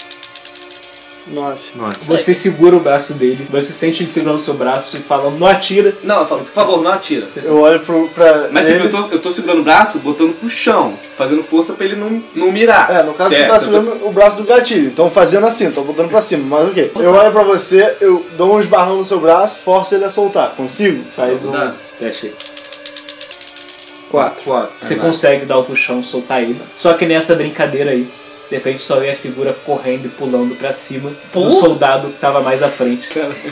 Nossa. Você segura o braço dele, você sente ele segurando o seu braço e falando, não atira. Não, eu falo, por favor, não atira. Eu olho pro, pra Mas ele. tipo, eu tô, eu tô segurando o braço, botando pro chão, tipo, fazendo força pra ele não, não mirar. É, no caso É, você tá eu tô- segurando o braço do gatilho, então fazendo assim, tô botando pra cima, mas o quê? Eu olho pra você, eu dou um esbarrão no seu braço, forço ele a soltar. Consigo? Faz um Dá. teste aí. Quatro. Você Vai lá. consegue dar o puxão, soltar ele. Só que nessa brincadeira aí, de repente só vê a figura correndo e pulando pra cima do soldado que tava mais à frente.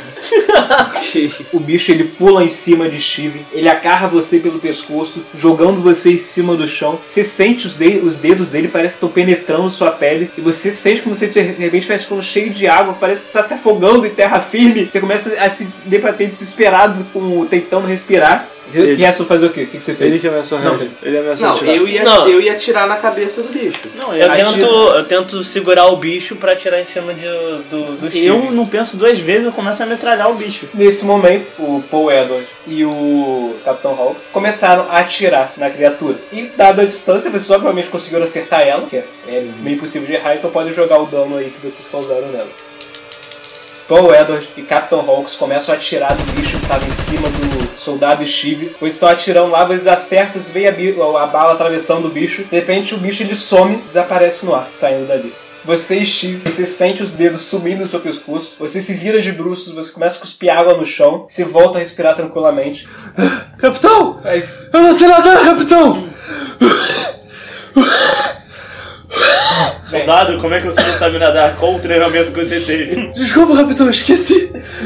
O bicho ele pula em cima de Steve, ele agarra você pelo pescoço, jogando você em cima do chão. Você sente os, de- os dedos dele, parece que estão penetrando sua pele. E você sente como se de repente estivesse ficando cheio de água, parece que tá se afogando em terra firme. Você começa a se debater desesperado, com, tentando respirar. Ele- E resta fazer o quê? O que que você fez? Ele que ameaçou Não. reagir. Ele ameaçou Não, atirar. eu ia, Não. eu ia atirar na cabeça do bicho. Não, Eu eu, tento, eu tento segurar o bicho pra atirar em cima de, do, do Steve. eu não penso duas vezes, eu começo a metralhar o bicho. Nesse momento, o Paul Edward e o Capitão Hawk começaram a atirar na criatura. E, dada a distância, vocês obviamente conseguiram acertar ela, que é, é meio impossível de errar, então podem jogar o dano aí que vocês causaram nela. Paul Edward e Capitão Hawks começam a atirar no bicho que estava em cima do soldado Steve. Eles estão atirando lá, eles acertam, eles veem a, bi- a bala atravessando o bicho. De repente o bicho ele some, desaparece no ar, saindo dali. Você, Steve, você sente os dedos sumindo no seu pescoço, você se vira de bruços, você começa a cuspir água no chão, você volta a respirar tranquilamente. Capitão! Mas Eu não sei nadar, capitão! Soldado, como é que você não sabe nadar? Qual o treinamento que você teve? Desculpa, capitão, esqueci.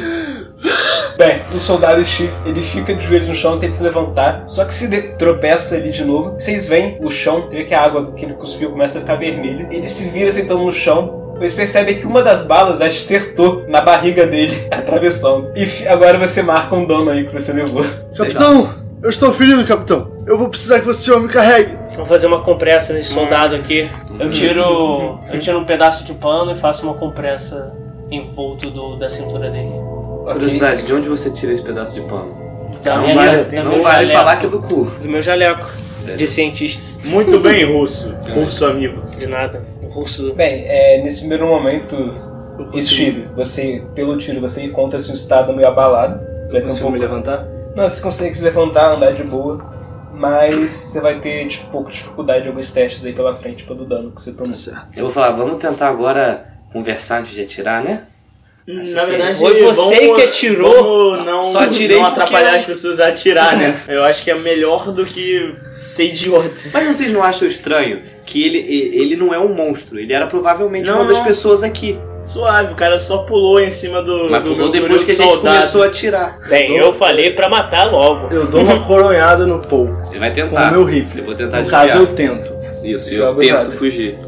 Bem, o soldado Chief, ele fica de joelhos no chão, tenta se levantar, só que se de- tropeça ali de novo. Vocês veem o chão, vê que a água que ele cuspiu começa a ficar vermelha. Ele se vira sentando no chão. Vocês percebem que uma das balas acertou na barriga dele, atravessando. E fi- agora você marca um dano aí que você levou. Capitão, eu estou ferido, capitão. Eu vou precisar que você me carregue. Vamos fazer uma compressa nesse soldado aqui. Eu tiro, eu tiro um pedaço de pano e faço uma compressa em volta do, da cintura dele. Curiosidade, de onde você tira esse pedaço de pano? Da Não minha- vale, da não meu vale jaleco. falar que é do cu. Do meu jaleco de cientista. Muito bem, russo. Russo amigo. De nada. O russo. Bem, é, nesse primeiro momento, Steve, você, pelo tiro, você encontra seu estado meio abalado. Você vai ter um Consigo pouco... me levantar? Não, você consegue se levantar, andar de boa, mas você vai ter tipo, um pouco de dificuldade em alguns testes aí pela frente pelo dano que você tomou. Eu vou falar, vamos tentar agora conversar antes de atirar, né? Na verdade, Foi você vamos- que atirou. vamos não, Só atirei não porque atrapalhar eu- as pessoas a atirar, né? Eu acho que é melhor do que ser idiota. Mas vocês não acham estranho que ele, ele não é um monstro? Ele era provavelmente Não, uma das não. pessoas aqui. Suave, o cara só pulou em cima do. Mas do pulou meu depois que a gente soldado. começou a atirar. Bem, eu falei pra matar logo. Eu dou uma coronhada no Paul Ele vai com tentar. o meu rifle. Eu vou tentar No caso, desviar. eu tento. Isso, eu Joga o tento dado. fugir.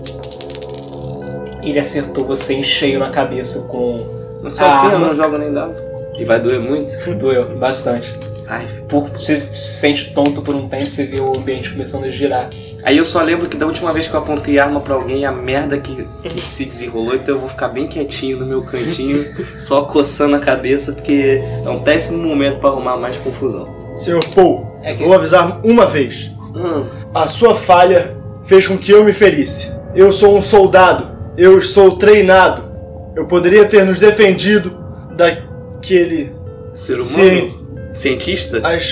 Ele acertou você em cheio na cabeça com... Não só A assim, eu arma. não jogo nem dado. E vai doer muito. Doeu bastante. Ai. Por, você se sente tonto por um tempo, você vê o ambiente começando a girar. Aí eu só lembro que da última vez que eu apontei arma pra alguém, a merda que, que se desenrolou, então eu vou ficar bem quietinho no meu cantinho, só coçando a cabeça, porque é um péssimo momento pra arrumar mais confusão. Senhor Paul, É que- vou avisar uma vez. Hum, A sua falha fez com que eu me ferisse. Eu sou um soldado. Eu sou treinado. Eu poderia ter nos defendido daquele ser humano? Sim. Cientista? as,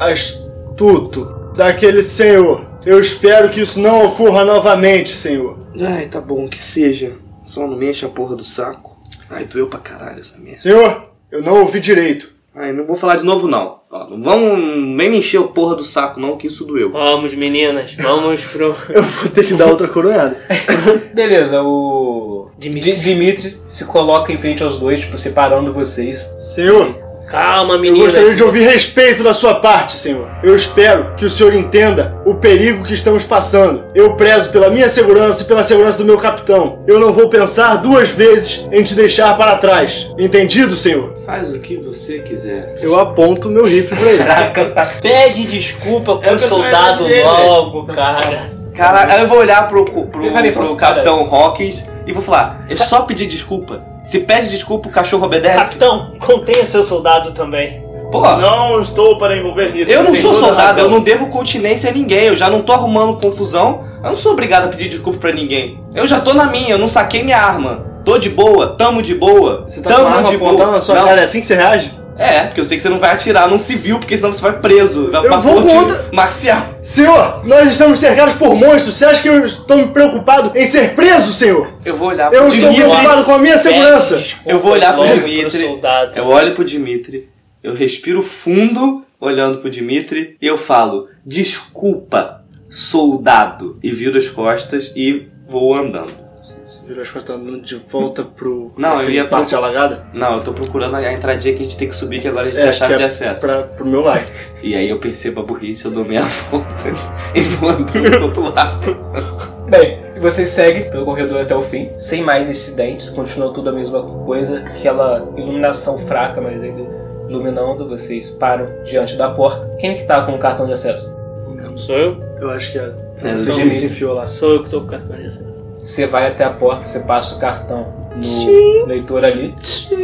astuto, daquele senhor. Eu espero que isso não ocorra novamente, senhor. Ai, tá bom, que seja. Só não me enche a porra do saco. Ai, doeu pra caralho essa merda. Senhor, eu não ouvi direito. Ai, não vou falar de novo não. Ó, não vamos nem me encher a porra do saco não, que isso doeu. Vamos, meninas, vamos pro. Eu vou ter que dar outra coronhada. Beleza, o... Dimitri. Di- Dimitri se coloca em frente aos dois, tipo, separando vocês. Senhor, Calma, eu meninas. gostaria de ouvir respeito da sua parte, senhor. Eu espero que o senhor entenda o perigo que estamos passando. Eu prezo pela minha segurança e pela segurança do meu capitão. Eu não vou pensar duas vezes em te deixar para trás. Entendido, senhor? Faz o que você quiser. Eu aponto o meu rifle pra ele. Pede desculpa pro É o personagem soldado dele. logo, cara. Cara, aí eu vou olhar pro, pro, Eu falei, pro posso- Capitão Hawkins e vou falar, é só pedir desculpa. Se pede desculpa, o cachorro obedece. Capitão, contenha seu soldado também. Pô, Não estou para envolver nisso. eu não tem sou toda soldado, razão. eu não devo continência a ninguém, eu já não tô arrumando confusão, eu não sou obrigado a pedir desculpa pra ninguém. Eu já tô na minha, eu não saquei minha arma. Tô de boa, tamo de boa, Você tá com tamo a arma de apontada boa. na sua Não, cara, é assim que você reage? É, porque eu sei que você não vai atirar num civil, porque senão você vai preso. Vai Eu pra vou corte contra- marcial. Senhor, nós estamos cercados por monstros. Você acha que eu estou me preocupado em ser preso, senhor? Eu vou olhar Eu pro estou Dimitri. preocupado com a minha segurança. Pede desculpas Eu vou olhar pro logo Dimitri. soldado. Eu olho pro Dimitri, eu respiro fundo olhando pro Dimitri e eu falo, desculpa, soldado. E viro as costas e vou andando. Você virou as costas andando de volta pro... Não, eu ia parte pro- alagada? Não, eu tô procurando a entradinha que a gente tem que subir, que agora a gente É, tem a chave que é de acesso. Pra, pro meu lado. E aí eu percebo a burrice, eu dou meia volta e vou andando pro outro lado. Bem, e vocês seguem pelo corredor até o fim, sem mais incidentes, continua tudo a mesma coisa, aquela iluminação fraca, mas ainda iluminando, vocês param diante da porta. Quem que tá com o cartão de acesso? Sou eu? Eu acho que é. É, Você eu que vi. se enfiou lá. Sou eu que tô com o cartão de acesso. Você vai até a porta, você passa o cartão no leitor ali.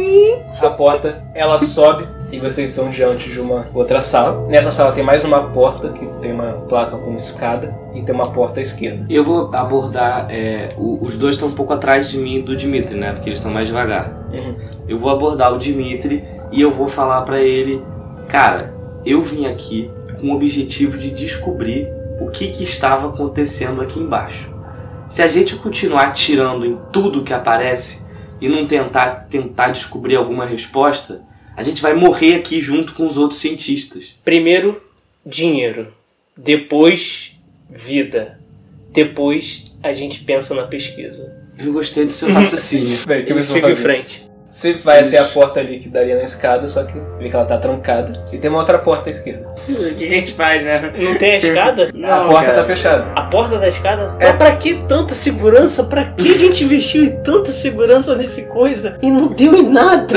A porta, ela sobe e vocês estão diante de uma outra sala. Nessa sala tem mais uma porta, que tem uma placa com escada, e tem uma porta à esquerda. Eu vou abordar, é, o- os dois estão um pouco atrás de mim e do Dimitri, né? Porque eles estão mais devagar. Uhum. Eu vou abordar o Dimitri e eu vou falar pra ele, cara, eu vim aqui com o objetivo de descobrir o que, que estava acontecendo aqui embaixo. Se a gente continuar atirando em tudo que aparece e não tentar, tentar descobrir alguma resposta, a gente vai morrer aqui junto com os outros cientistas. Primeiro, dinheiro. Depois, vida. Depois a gente pensa na pesquisa. Eu gostei do seu raciocínio. Bem, o que E vocês vão siga em fazer? frente. Você vai até a porta ali que daria na escada, só que vê que ela tá trancada. E tem uma outra porta à esquerda. O que a gente faz, né? Não tem a escada? a porta tá fechada. A porta da escada? É. Mas pra que tanta segurança? Pra que a gente investiu em tanta segurança nesse coisa e não deu em nada?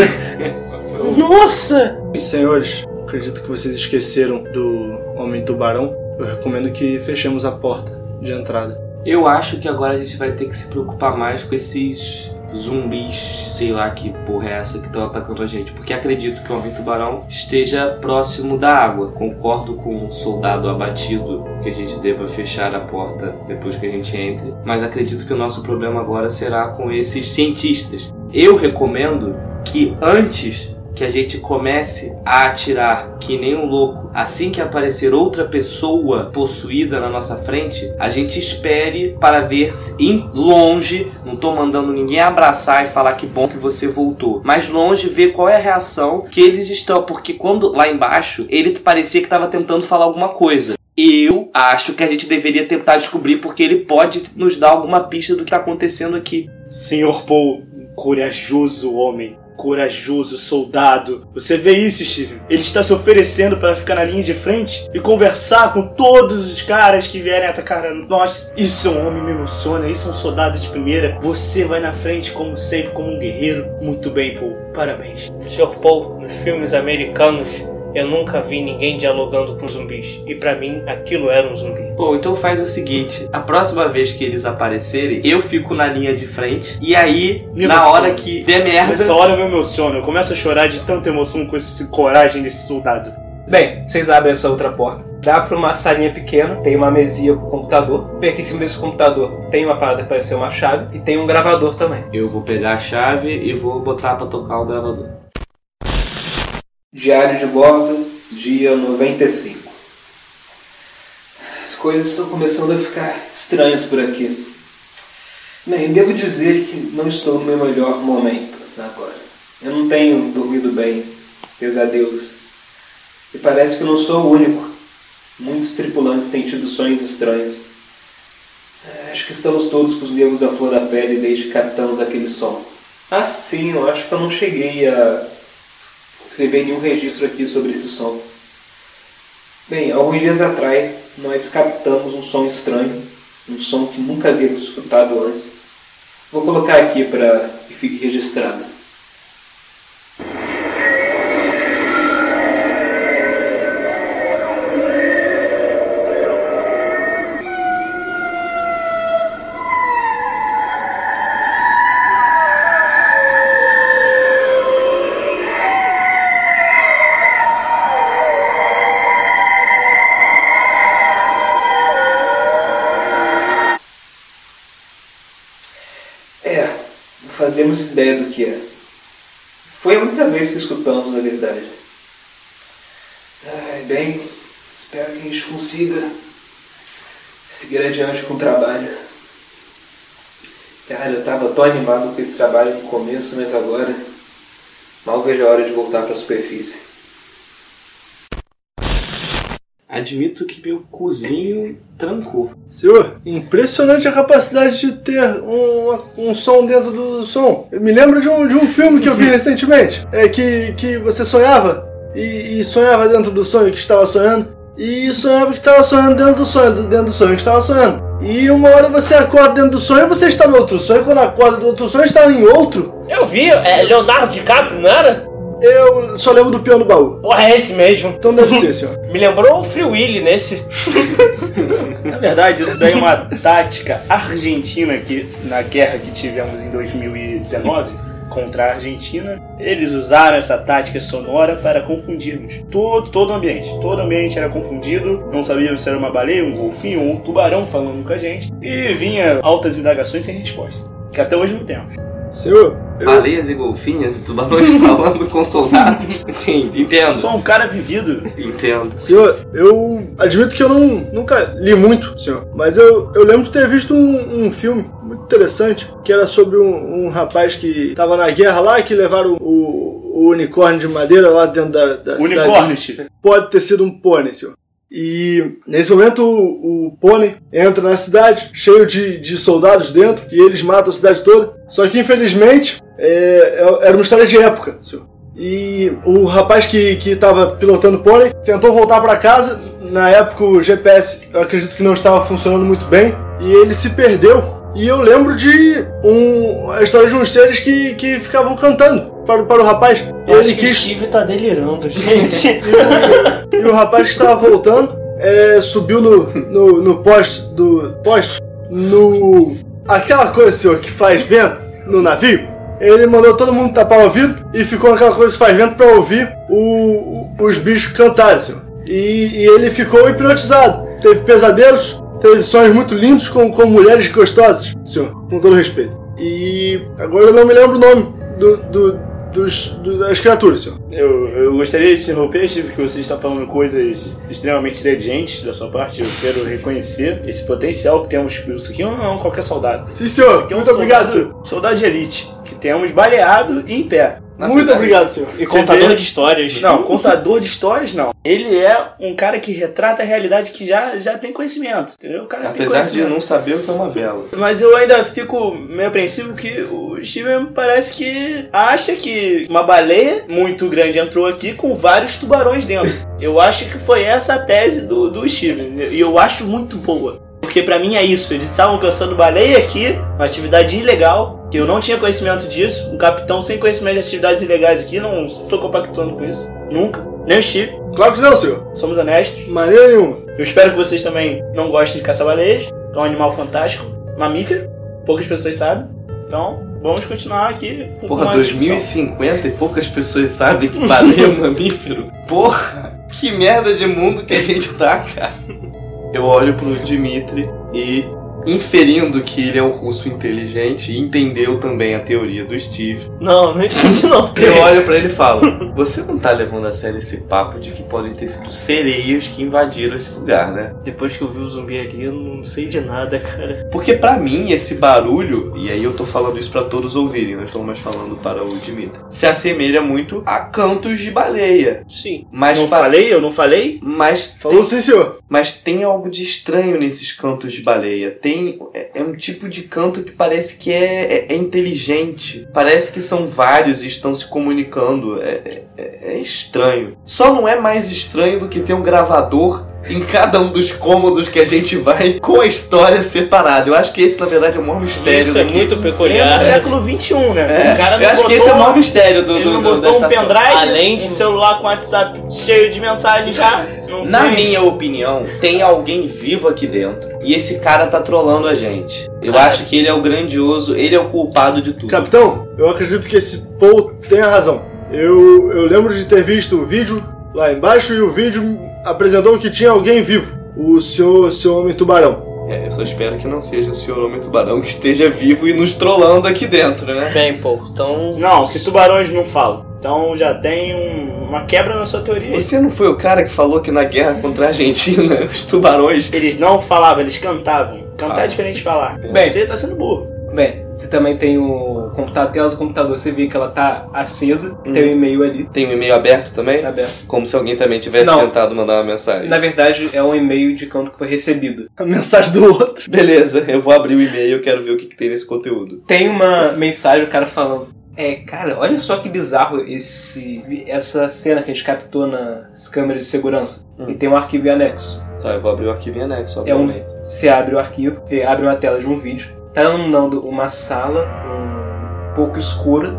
Nossa! Senhores, acredito que vocês esqueceram do Homem Tubarão. Eu recomendo que fechemos a porta de entrada. Eu acho que agora a gente vai ter que se preocupar mais com esses zumbis, sei lá que porra é essa que estão atacando a gente. Porque acredito que o Homem-Tubarão esteja próximo da água. Concordo com o soldado abatido que a gente deva fechar a porta depois que a gente entre. Mas acredito que o nosso problema agora será com esses cientistas. Eu recomendo que antes que a gente comece a atirar que nem um louco, assim que aparecer outra pessoa possuída na nossa frente, a gente espere para ver em longe, não tô mandando ninguém abraçar e falar que bom que você voltou, mas longe ver qual é a reação que eles estão, porque quando lá embaixo ele parecia que estava tentando falar alguma coisa. Eu acho que a gente deveria tentar descobrir, porque ele pode nos dar alguma pista do que está acontecendo aqui. Senhor Paul, corajoso homem. Corajoso soldado. Você vê isso, Steven? Ele está se oferecendo para ficar na linha de frente e conversar com todos os caras que vierem atacar nós. Isso é um homem, me emociona. Isso é um soldado de primeira. Você vai na frente, como sempre, como um guerreiro. Muito bem, Paul. Parabéns. senhor Paul, nos filmes americanos, eu nunca vi ninguém dialogando com zumbis. E pra mim, aquilo era um zumbi. Bom, então faz o seguinte. A próxima vez que eles aparecerem, eu fico na linha de frente. E aí, Me na emociona. hora que der merda... Nessa hora eu me emociono. Eu começo a chorar de tanta emoção com essa coragem desse soldado. Bem, vocês abrem essa outra porta. Dá pra uma salinha pequena, tem uma mesinha com computador. Bem, aqui em cima desse computador tem uma parada que parece ser uma chave e tem um gravador também. Eu vou pegar a chave e vou botar pra tocar o gravador. Diário de bordo, dia noventa e cinco. As coisas estão começando a ficar estranhas por aqui. Bem, devo dizer que não estou no meu melhor momento agora. Eu não tenho dormido bem, pesadelos. E parece que eu não sou o único. Muitos tripulantes têm tido sonhos estranhos. Acho que estamos todos com os nervos à flor da pele desde que captamos aquele som. Ah, sim, eu acho que eu não cheguei a escrever nenhum registro aqui sobre esse som. Bem, alguns dias atrás nós captamos um som estranho, um som que nunca havíamos escutado antes. Vou colocar aqui para que fique registrado. É, não fazemos ideia do que é. Foi a única vez que escutamos, na verdade. Ai, bem, espero que a gente consiga seguir adiante com o trabalho. Cara, eu estava tão animado com esse trabalho no começo, mas agora mal vejo a hora de voltar para a superfície. Admito que meu cozinho trancou. Senhor, impressionante a capacidade de ter um, um som dentro do som. Eu me lembro de um, de um filme que eu vi recentemente. É que, que você sonhava e, e sonhava dentro do sonho que estava sonhando. E sonhava que estava sonhando dentro do sonho, dentro do sonho que estava sonhando. E uma hora você acorda dentro do sonho e você está no outro sonho. Quando acorda do outro sonho, está em outro. Eu vi, é Leonardo DiCaprio, não era? Eu só lembro do peão no baú. Porra, é esse mesmo. Então deve ser, senhor. Me lembrou o Free Willy nesse. Na verdade, isso daí é uma tática argentina que, na guerra que tivemos em dois mil e dezenove contra a Argentina, eles usaram essa tática sonora para confundirmos todo, todo o ambiente. Todo o ambiente era confundido, não sabíamos se era uma baleia, um golfinho ou um tubarão falando com a gente, e vinha altas indagações sem resposta, que até hoje não temos. Senhor, eu... Baleias e golfinhas, tubarões falando com soldados. Entendo. Entendo. Sou um cara vivido. Entendo. Senhor, eu admito que eu não, nunca li muito, senhor. Mas eu, eu lembro de ter visto um, um filme muito interessante, que era sobre um, um rapaz que estava na guerra lá, que levaram o, o unicórnio de madeira lá dentro da, da Unicórnio, cidade. Pode ter sido um pônei, senhor. E nesse momento o, o Pônei entra na cidade, cheio de, de soldados dentro, e eles matam a cidade toda. Só que infelizmente é, era uma história de época, senhor. E o rapaz que, que tava pilotando o Pônei tentou voltar para casa. Na época o G P S eu acredito que não estava funcionando muito bem, e ele se perdeu. E eu lembro de um, a história de uns seres que, que ficavam cantando para, para o rapaz. Eu Ele acho que quis... o Steve tá delirando, gente. E o rapaz que estava voltando é, subiu no, no, no poste do. Poste? No. Aquela coisa, senhor, que faz vento no navio. Ele mandou todo mundo tapar o ouvido e ficou naquela coisa que faz vento para ouvir o, o, os bichos cantarem, senhor. E, e ele ficou hipnotizado. Teve pesadelos. Teve sonhos muito lindos com, com mulheres gostosas, senhor, com todo respeito. E agora eu não me lembro o nome do, do, dos, do, das criaturas, senhor. Eu, eu gostaria de interromper, Steve, porque você está falando coisas extremamente inteligentes da sua parte. Eu quero reconhecer esse potencial que temos. Isso aqui não é qualquer soldado. Sim, senhor. É um Muito obrigado, soldado, senhor. Soldado de elite, que temos baleado e em pé. Muito obrigado, senhor. E Você contador vê- de histórias. Não, contador de histórias não. Ele é um cara que retrata a realidade, que já, já tem conhecimento, entendeu? O cara tem Apesar de conhecimento. não saber o que é uma vela. Mas eu ainda fico meio apreensivo que o Steven parece que acha que uma baleia muito grande entrou aqui com vários tubarões dentro. Eu acho que foi essa a tese do, do Steven. E eu acho muito boa. Porque pra mim é isso, eles estavam caçando baleia aqui, uma atividade ilegal, que eu não tinha conhecimento disso, um capitão sem conhecimento de atividades ilegais aqui, não estou compactuando com isso, nunca, nem o Steve, Claro que não, senhor. somos honestos. Maneira nenhuma. Eu espero que vocês também não gostem de caçar baleias, é um animal fantástico, mamífero, poucas pessoas sabem, então vamos continuar aqui com Porra, uma dois mil e discussão. cinquenta e poucas pessoas sabem que baleia é um mamífero? Porra, que merda de mundo que a gente tá, cara. Eu olho pro Dmitri e, inferindo que ele é um russo inteligente, entendeu também a teoria do Steve. Não, não entendi não. Eu olho pra ele e falo: você não tá levando a sério esse papo de que podem ter sido sereias que invadiram esse lugar, né? Depois que eu vi o zumbi ali, eu não sei de nada, cara. Porque pra mim esse barulho, e aí eu tô falando isso pra todos ouvirem, não estou mais falando para o Dmitri, se assemelha muito a cantos de baleia. Sim. Mas Não pa- falei? Eu não falei? Mas Falou sim, senhor. Mas tem algo de estranho nesses cantos de baleia. Tem, é, é um tipo de canto que parece que é, é, é inteligente. Parece que são vários e estão se comunicando. É, é, é estranho. Só não é mais estranho do que ter um gravador em cada um dos cômodos que a gente vai com a história separada. Eu acho que esse, na verdade, é o maior mistério Isso é daqui. muito É peculiar. do século vinte e um, né? É, O cara não eu acho que esse é o maior mistério do, Ele do, não do, da botou um estação. pendrive, Além de- um celular com WhatsApp cheio de mensagens já. Não Na tem. minha opinião, tem alguém vivo aqui dentro. E esse cara tá trolando a gente. Eu Cara. acho que ele é o grandioso, ele é o culpado de tudo. Capitão, eu acredito que esse Paul tenha razão. Eu, eu lembro de ter visto o vídeo lá embaixo e o vídeo apresentou que tinha alguém vivo. O senhor, o senhor Homem Tubarão. É, eu só espero que não seja o senhor Homem Tubarão que esteja vivo e nos trollando aqui dentro, né? Bem, pô, então... Não, que tubarões não falam. Então já tem um- uma quebra na sua teoria. Você não foi o cara que falou que na guerra contra a Argentina, os tubarões... Eles não falavam, eles cantavam. Cantar Ah. é diferente de falar. Bem. Você tá sendo burro. Bem, você também tem o computador, a tela do computador, você vê que ela tá acesa, Hum. tem um e-mail ali, Tem um e-mail aberto também? aberto. Como se alguém também tivesse Não. tentado mandar uma mensagem. Na verdade, é um e-mail de canto que foi recebido. A mensagem do outro. Beleza, eu vou abrir o e-mail, eu quero ver o que, que tem nesse conteúdo. Tem uma mensagem, o cara falando: é, cara, olha só que bizarro esse, essa cena que a gente captou nas câmeras de segurança. Hum. E tem um arquivo em anexo. Tá, eu vou abrir o arquivo em anexo, É um, obviamente. você abre o arquivo, vê- abre uma tela de um vídeo, tá dando uma sala um pouco escura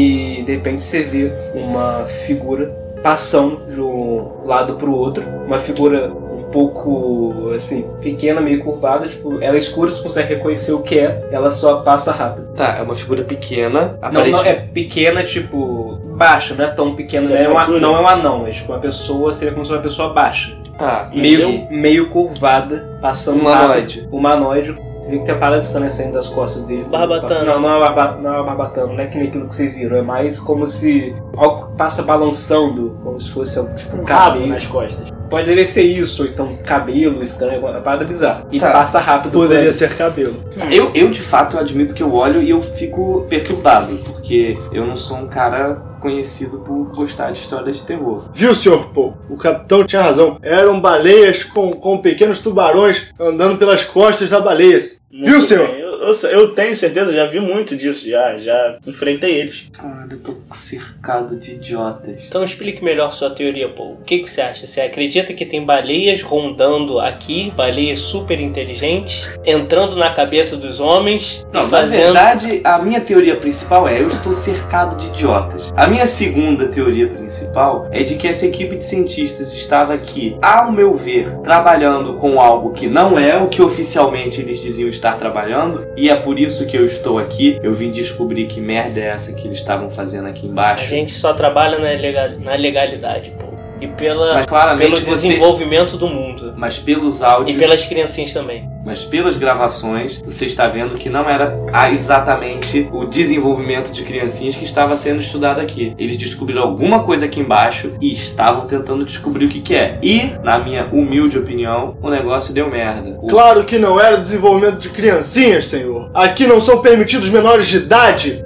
e de repente você vê uma figura passando de um lado pro outro, uma figura um pouco assim, pequena, meio curvada, tipo, ela é escura, você consegue reconhecer o que é, ela só passa rápido. Tá, é uma figura pequena, Não, aparentemente... não, é pequena, tipo, baixa, não é tão pequena, É é uma, altura. não é um anão, é tipo uma pessoa, seria como se fosse uma pessoa baixa. Tá, Meio, meio curvada, passando Humanoide. rápido. Humanoide. Vê que tem a parada estranha saindo das costas dele. Barbatana. Não, não é, barba, não é barbatana, não é que nem aquilo que vocês viram. É mais como se algo passa balançando, como se fosse tipo, um Um rabo cabelo. nas costas. Poderia ser isso, ou então cabelo estranho, uma parada bizarra. E Tá. passa rápido. Poderia por ser cabelo. Eu, eu, de fato, eu admito que eu olho e eu fico perturbado, porque eu não sou um cara conhecido por postar histórias de terror. Viu, senhor Paul? O capitão tinha razão. Eram baleias com, com pequenos tubarões andando pelas costas da baleia. Viu, Muito senhor? bem. Eu, eu, eu tenho certeza, já vi muito disso, já, já enfrentei eles. Cara, eu tô cercado de idiotas. Então explique melhor sua teoria, Paul. O que, que você acha? Você acredita que tem baleias rondando aqui, baleias super inteligentes, entrando na cabeça dos homens Não, e na fazendo... verdade, a minha teoria principal é eu estou cercado de idiotas. A minha segunda teoria principal é de que essa equipe de cientistas estava aqui, ao meu ver, trabalhando com algo que não é o que oficialmente eles diziam estar trabalhando, e é por isso que eu estou aqui. Eu vim descobrir que merda é essa que eles estavam fazendo aqui A embaixo. gente só trabalha na, legal... na legalidade, Paul. E pela... Mas claramente pelo você... desenvolvimento do mundo. Mas pelos E áudios... pelas criancinhas também. Mas pelas gravações, você está vendo que não era ah, exatamente o desenvolvimento de criancinhas que estava sendo estudado aqui. Eles descobriram alguma coisa aqui embaixo e estavam tentando descobrir o que, que é. E, na minha humilde opinião, o negócio deu merda. O... Claro que não era o desenvolvimento de criancinhas, senhor. Aqui não são permitidos menores de idade.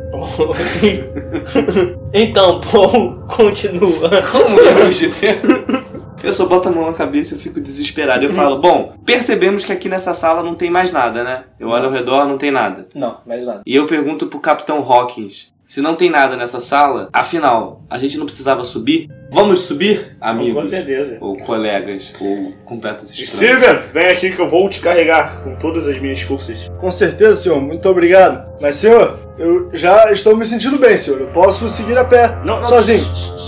Então, Paul, continua. Como eu disse? Eu só boto a mão na cabeça e eu fico desesperado. Eu falo, bom, percebemos que aqui nessa sala não tem mais nada, né? Eu olho ao redor, não tem nada. Não, mais nada. E eu pergunto pro Capitão Hawkins, se não tem nada nessa sala, afinal, a gente não precisava subir? Vamos subir, amigos? Com certeza. Ou colegas, ou completos estranhos. Silver, vem aqui que eu vou te carregar com todas as minhas forças. Com certeza, senhor. Muito obrigado. Mas, senhor, eu já estou me sentindo bem, senhor. Eu posso seguir a pé, Não, não. sozinho.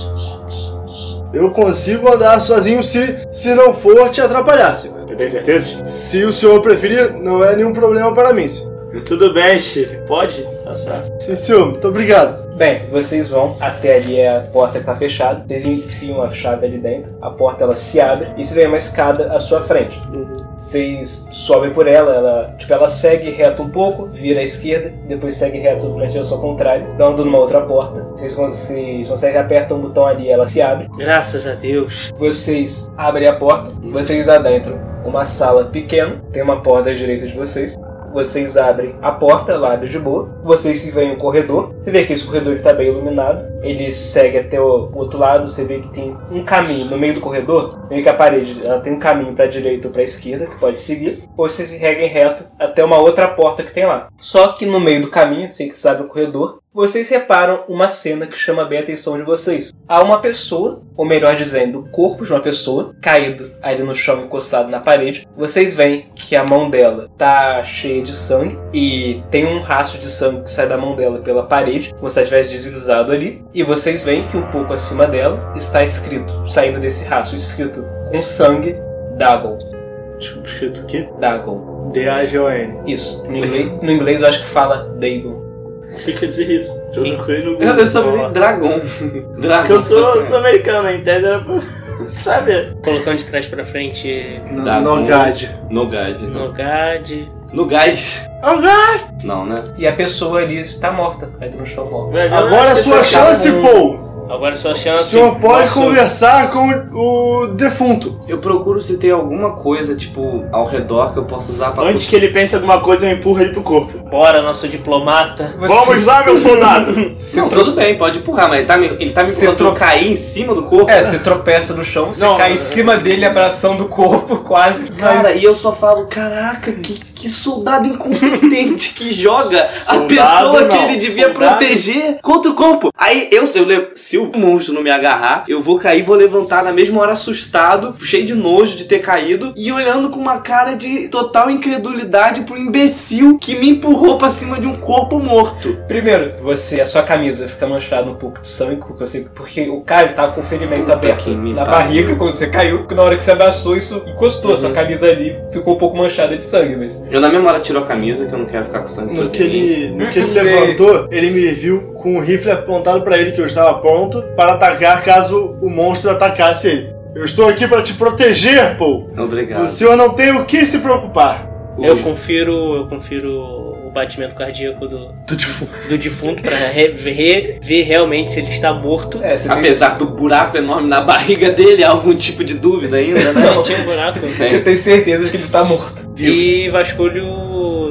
Eu consigo andar sozinho se, se não for te atrapalhar, senhor. Você tem certeza? Se o senhor preferir, não é nenhum problema para mim, senhor. Tudo bem, chefe. Pode passar. Sim, senhor. Muito obrigado. Bem, vocês vão até ali, a porta que tá fechada, vocês enfiam a chave ali dentro, a porta ela se abre e se vê uma escada à sua frente. Vocês sobem por ela, ela, tipo, ela segue reto um pouco, vira à esquerda, depois segue reto na direção contrária, dando numa outra porta. Vocês, vocês conseguem apertar um botão ali, ela se abre. Graças a Deus. Vocês abrem a porta, vocês adentram uma sala pequena, tem uma porta à direita de vocês. Vocês abrem a porta, ela abre de boa. Vocês se veem um corredor. Você vê que esse corredor está bem iluminado. Ele segue até o outro lado. Você vê que tem um caminho no meio do corredor. Meio que a parede ela tem um caminho para a direita ou para a esquerda que pode seguir. Ou vocês seguem reto até uma outra porta que tem lá. Só que no meio do caminho, assim que você abre o corredor, vocês reparam uma cena que chama bem a atenção de vocês. Há uma pessoa, ou melhor dizendo, o corpo de uma pessoa, caído ali no chão, encostado na parede. Vocês veem que a mão dela tá cheia de sangue e tem um rastro de sangue que sai da mão dela pela parede, como se ela tivesse deslizado ali. E vocês veem que um pouco acima dela está escrito, saindo desse rastro, escrito com sangue, Dagon. Escrito o quê? Dagon. D A G O N. Isso. No inglês, no inglês eu acho que fala Dagon. O que quer dizer isso? Eu não fui no Google. Eu, eu só falei dragão. Dragão. Porque eu sou, sou americano, em tese era pra saber. Colocando de trás pra frente, Dragão. Nogad. Nogad. Nogad. No gás. Nogad! Não, né? E a pessoa ali está morta, caída no chão morta. Agora é a sua chance, Paul! Agora é sua O chance. senhor pode Nossa. conversar com o defunto. Eu procuro se tem alguma coisa, tipo, ao redor que eu possa usar pra... Antes que ele pense em alguma coisa, eu empurro ele pro corpo. Bora, nosso diplomata. Vamos lá, meu soldado! Não, tudo bem, pode empurrar, mas ele tá me, ele tá me Você empurrando pra eu tro- cair em cima do corpo. É, você tropeça no chão, você Não, cai em é- cima dele, abraçando o corpo, quase. Cara, mas- e eu só falo, caraca, que, que soldado incompetente que joga a Soldado pessoa que não, ele devia soldado- proteger contra o corpo. Aí eu, eu levo- se o monstro não me agarrar, eu vou cair, vou levantar na mesma hora assustado, cheio de nojo de ter caído e olhando com uma cara de total incredulidade pro imbecil que me empurrou pra cima de um corpo morto. Primeiro, você, a sua camisa fica manchada um pouco de sangue, você, porque o cara ele tava com o ferimento Puta aberto que me na pariu. barriga quando você caiu, porque na hora que você abraçou, isso encostou, a sua camisa ali ficou um pouco manchada de sangue, mas... Eu na mesma hora tiro a camisa, que eu não quero ficar com sangue No todo que em mim. ele, no que ele Sei. levantou, ele me viu com o rifle apontado pra ele que eu estava pronto para atacar caso o monstro atacasse ele. Eu estou aqui para te proteger, Paul. Obrigado. O senhor não tem o que se preocupar. Eu confiro, eu confiro o batimento cardíaco do, Do defunto. do defunto pra re- re- ver realmente se ele está morto. É, você tem- Apesar do buraco enorme na barriga dele, há algum tipo de dúvida ainda, né? Não, tinha um buraco. Você tem certeza de que ele está morto. E vasculho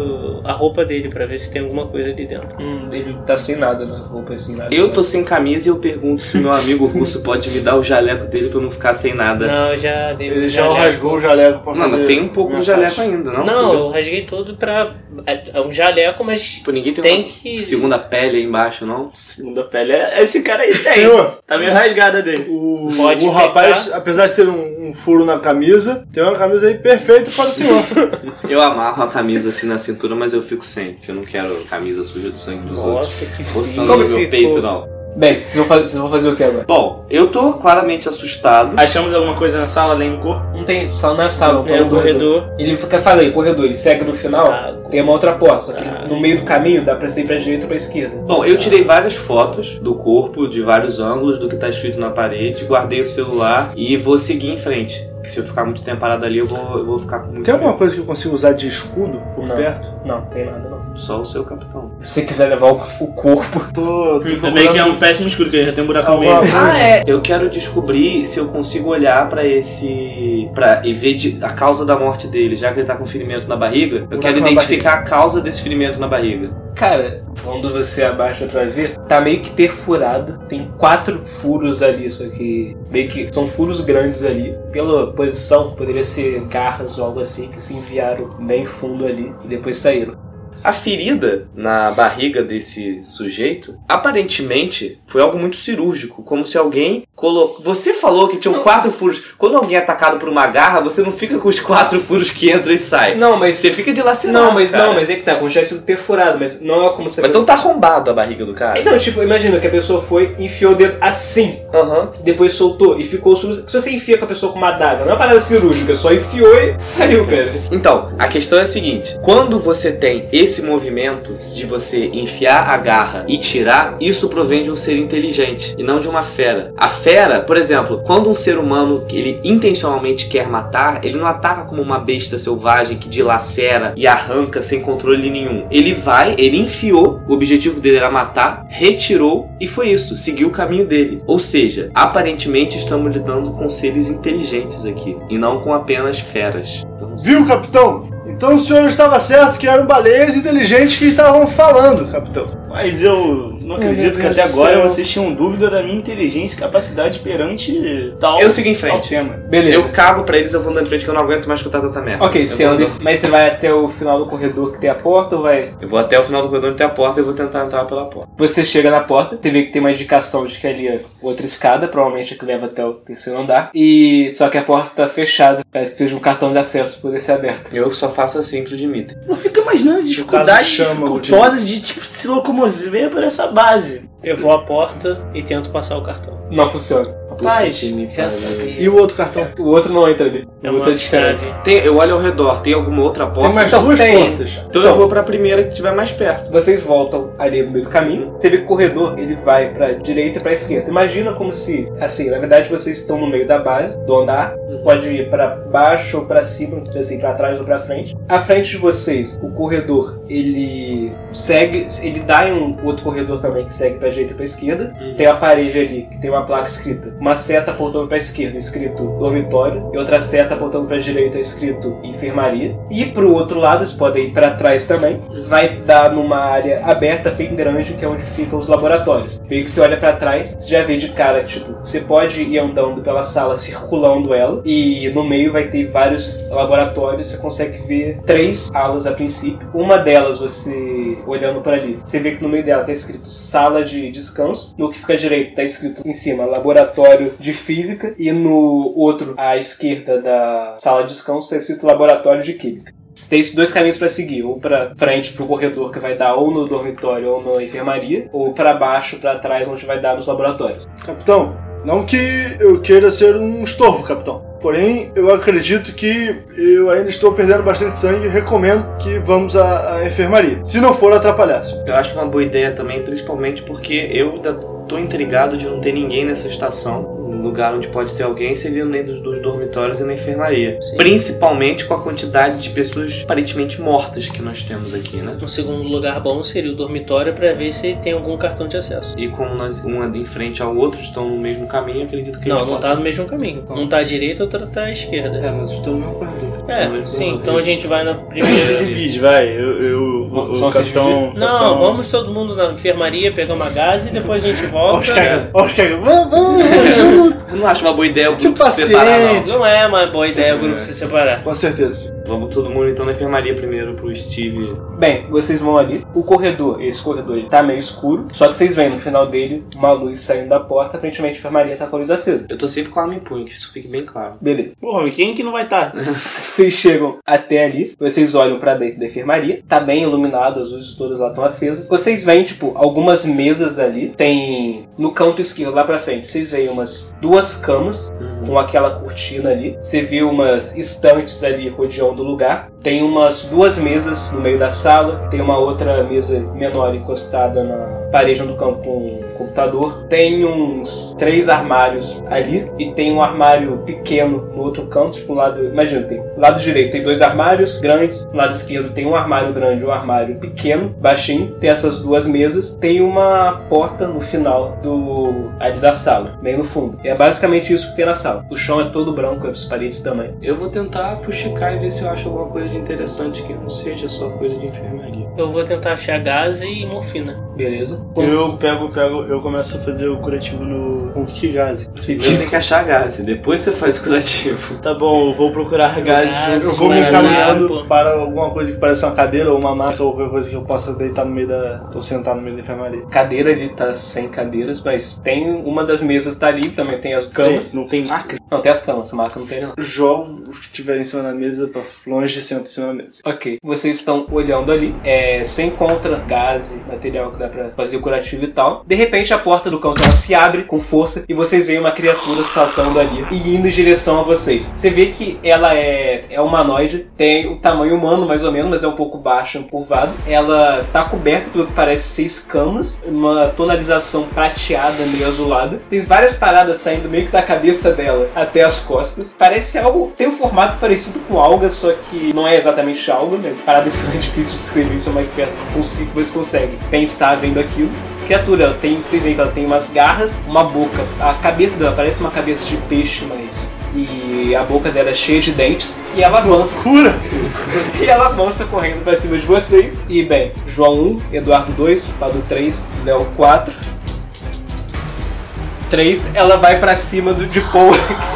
a roupa dele pra ver se tem alguma coisa ali dentro. Hum, ele tá sem nada na roupa, assim, nada. Eu tô sem camisa e eu pergunto se o meu amigo russo pode me dar o jaleco dele pra eu não ficar sem nada. Não, eu já dei Ele o já jaleco. rasgou o jaleco pra Não, fazer... mas tem um pouco do uma jaleco faixa. ainda, não? Não, Você- eu rasguei todo pra... É um jaleco, mas Tipo, ninguém tem, tem uma que... segunda pele aí embaixo, não? Segunda pele, é esse cara aí tem. Senhor, Tá meio rasgada dele. o, Pode o pegar. rapaz, apesar de ter um, um furo na camisa, tem uma camisa aí perfeita para o senhor. Eu amarro a camisa assim na cintura, mas eu fico sem. Eu não quero camisa suja do sangue dos outros. Nossa, que Ou sangue Como no meu se peito, for- não. Bem, vocês vão, fazer, vocês vão fazer o que agora? Bom, eu tô claramente assustado. Achamos alguma coisa na sala além do corpo? Não tem sala, não é sala, É é o corredor. Ele fica, falei, corredor, ele segue no final, Ah, tem uma outra porta, só que ah. no meio do caminho dá pra sair pra direita ou pra esquerda. Bom, eu tirei várias fotos do corpo, de vários ângulos, do que tá escrito na parede, guardei o celular e vou seguir em frente. Que se eu ficar muito tempo parado ali, eu vou, eu vou ficar com muito Tem alguma medo. coisa que eu consigo usar de escudo por Não. perto? Não, tem nada não. Só o seu capitão. Se você quiser levar o, o corpo, Tô, tô Ainda bem que é um procurando péssimo escuro, que ele já tem um buraco no alguma meio. coisa. Ah, é. Eu quero descobrir se eu consigo olhar pra esse... pra e ver de- a causa da morte dele. Já que ele tá com ferimento na barriga, eu Buraco quero na identificar a causa desse ferimento na barriga. cara, quando você abaixa pra ver, tá meio que perfurado. Tem quatro furos ali, só que meio que são furos grandes ali. Pela posição, poderia ser garras ou algo assim que se enviaram bem fundo ali e depois saíram. A ferida na barriga desse sujeito, aparentemente, foi algo muito cirúrgico. Como se alguém colocou... Você falou que tinham quatro furos. Quando alguém é atacado por uma garra, você não fica com os quatro furos que entram e saem. Não, mas Você fica dilacerado, Não, mas cara. não, mas é que tá, como se tivesse sido perfurado, mas não é como você... Mas então tá arrombado a barriga do cara. Então, tipo, imagina que a pessoa foi, enfiou o dedo assim, Aham. depois soltou e ficou... Se você enfia com a pessoa com uma adaga, não é uma parada cirúrgica, só enfiou e saiu, cara. Então, a questão é a seguinte. Quando você tem esse movimento de você enfiar a garra e tirar, isso provém de um ser inteligente e não de uma fera. A fera, por exemplo, quando um ser humano ele intencionalmente quer matar, ele não ataca como uma besta selvagem que dilacera e arranca sem controle nenhum. Ele vai, ele enfiou, o objetivo dele era matar, retirou e foi isso, seguiu o caminho dele. Ou seja, aparentemente estamos lidando com seres inteligentes aqui e não com apenas feras. Então, Viu, capitão? Então o senhor estava certo que eram baleias inteligentes que estavam falando, capitão. Mas eu não acredito que Deus até do agora céu. vocês tinham dúvida da minha inteligência e capacidade perante tal, Eu sigo em tal frente. tema. Beleza. Eu cago pra eles, eu vou andando em frente que eu não aguento mais escutar tanta merda. Ok, eu você vou anda, andando- mas você vai até o final do corredor que tem a porta ou vai... Eu vou até o final do corredor até a porta e vou tentar entrar pela porta. Você chega na porta, você vê que tem uma indicação de que ali é outra escada, provavelmente é que leva até o terceiro andar. E só que a porta tá fechada, parece que precisa de um cartão de acesso pra poder ser aberta. Eu só faço assim pro Dimitri. Não fica imaginando a dificuldade chama o dificultosa de tipo, se locomover por essa base. Eu vou à porta e tento passar o cartão. Não funciona. Rapaz, Já sabia. E o outro cartão? O outro não entra ali. É O outro é uma diferente. chave. Tem, eu olho ao redor, tem alguma outra porta? Tem mais Então, duas tem. portas. Então eu vou pra primeira que estiver mais perto. Vocês voltam ali no meio do caminho. Você vê que o corredor ele vai pra direita e pra esquerda. Imagina como se, assim, na verdade vocês estão no meio da base, do andar. Pode ir pra baixo ou pra cima, assim, pra trás ou pra frente. À frente de vocês, o corredor ele segue, ele dá em um outro corredor também que segue pra direita e pra esquerda. Tem uma parede ali que tem uma placa escrita, uma seta apontando pra esquerda, escrito dormitório, e outra seta apontando pra direita, escrito enfermaria. E pro outro lado, vocês podem ir pra trás também, vai dar numa área aberta bem grande, que é onde ficam os laboratórios. Meio que você olha pra trás, você já vê de cara, tipo, você pode ir andando pela sala, circulando ela, e no meio vai ter vários laboratórios, você consegue ver três alas a princípio. Uma delas, você olhando para ali, você vê que no meio dela tá escrito sala de descanso, no que fica à direita tá escrito em cima laboratório de física, e no outro, à esquerda da sala de descanso, tá escrito laboratório de química. Você tem esses dois caminhos para seguir, ou para frente pro corredor que vai dar ou no dormitório ou na enfermaria, ou para baixo, para trás, onde vai dar nos laboratórios. Capitão, não que eu queira ser um estorvo, capitão. Porém, eu acredito que eu ainda estou perdendo bastante sangue e recomendo que vamos à, à enfermaria. Se não for atrapalhar-se. Eu acho uma boa ideia também, principalmente porque eu ainda tô intrigado de não ter ninguém nessa estação. lugar onde pode ter alguém seria nem dos, dos dormitórios e na enfermaria. Sim. Principalmente com a quantidade de pessoas aparentemente mortas que nós temos aqui, né? Um segundo lugar bom seria o dormitório pra ver se tem algum cartão de acesso. E como nós, um anda em frente ao outro, estão no mesmo caminho, acredito que Não, eles não possam... tá no mesmo caminho. Um tá à direita, outro tá à esquerda. É, mas estou no meu corredor. É, sim, então a gente vai na Se primeira. divide, vai. Eu, eu o, Só o se capitão... Não, capitão- vamos todo mundo na enfermaria, pegar uma gás e depois a gente Ó os volta. cagando, ó os cagando. Vamos, vamos, junto. Eu não acho uma boa ideia o grupo Tipo se separar, paciente. não. Não é uma boa ideia o grupo se separar. Com certeza. Vamos todo mundo então na enfermaria primeiro pro Steve. Bem, vocês vão ali. O corredor, esse corredor, ele tá meio escuro. Só que vocês veem no final dele uma luz saindo da porta. Aparentemente a enfermaria tá com a luz acesa. Eu tô sempre com a arma em punho, que isso fique bem claro. Beleza. Porra, mas quem que não vai estar? Vocês chegam até ali. Vocês olham pra dentro da enfermaria. Tá bem iluminado, as luzes todas lá estão acesas. Vocês veem, tipo, algumas mesas ali. Tem no canto esquerdo, lá pra frente, vocês veem umas duas camas com aquela cortina ali. Você vê umas estantes ali rodeando o lugar. Tem umas duas mesas no meio da sala. Tem uma outra mesa menor encostada na parede do canto com um computador. Tem uns três armários ali. E tem um armário pequeno no outro canto. Tipo, um lado... Imagina, tem lado direito tem dois armários grandes. No lado esquerdo tem um armário grande e um armário pequeno, baixinho. Tem essas duas mesas. Tem uma porta no final do ali da sala, bem no fundo. E é basicamente isso que tem na sala. O chão é todo branco, as paredes também. Eu vou tentar fuxicar e ver se eu acho alguma coisa de interessante que não seja só coisa de enfermaria. Eu vou tentar achar gás e morfina. Beleza? Eu pego, pego, eu começo a fazer o curativo no... Com que gás? Primeiro tem que achar gás, e depois você faz o curativo. Tá bom, eu vou procurar gás Gás, junto Eu vou me Guaraná, encaminhando pô. para alguma coisa que pareça uma cadeira ou uma maca ou qualquer coisa que eu possa deitar no meio da... ou sentar no meio da enfermaria. Cadeira ali tá sem cadeiras, mas tem uma das mesas tá ali, também tem as camas. Não tem maca? Não, tem as camas, a maca não tem não. Jogo os que estiverem em cima da mesa pra longe e sento em cima da mesa. Ok, vocês estão olhando ali, é, você encontra gás e material que dá pra fazer o curativo e tal. De repente a porta do canto ela se abre com força e vocês veem uma criatura saltando ali e indo em direção a vocês. Você vê que ela é, é humanoide, tem o tamanho humano mais ou menos, mas é um pouco baixo, curvado. Ela tá coberta pelo que parece ser escamas, uma tonalização prateada, meio azulada. Tem várias paradas saindo meio que da cabeça dela até as costas. Parece algo, tem um formato parecido com alga, só que não é exatamente alga, mas parada estranha, é difícil de descrever isso é mais perto que eu consigo, mas consegue pensar vendo aquilo. Criatura, ela tem, você vê que ela tem umas garras, uma boca, a cabeça dela parece uma cabeça de peixe, mas... E a boca dela é cheia de dentes. E ela avança. Cura! E ela avança correndo pra cima de vocês. E bem, João um, Eduardo dois, Pado três, Léo quatro. três, ela vai pra cima do, de Paul.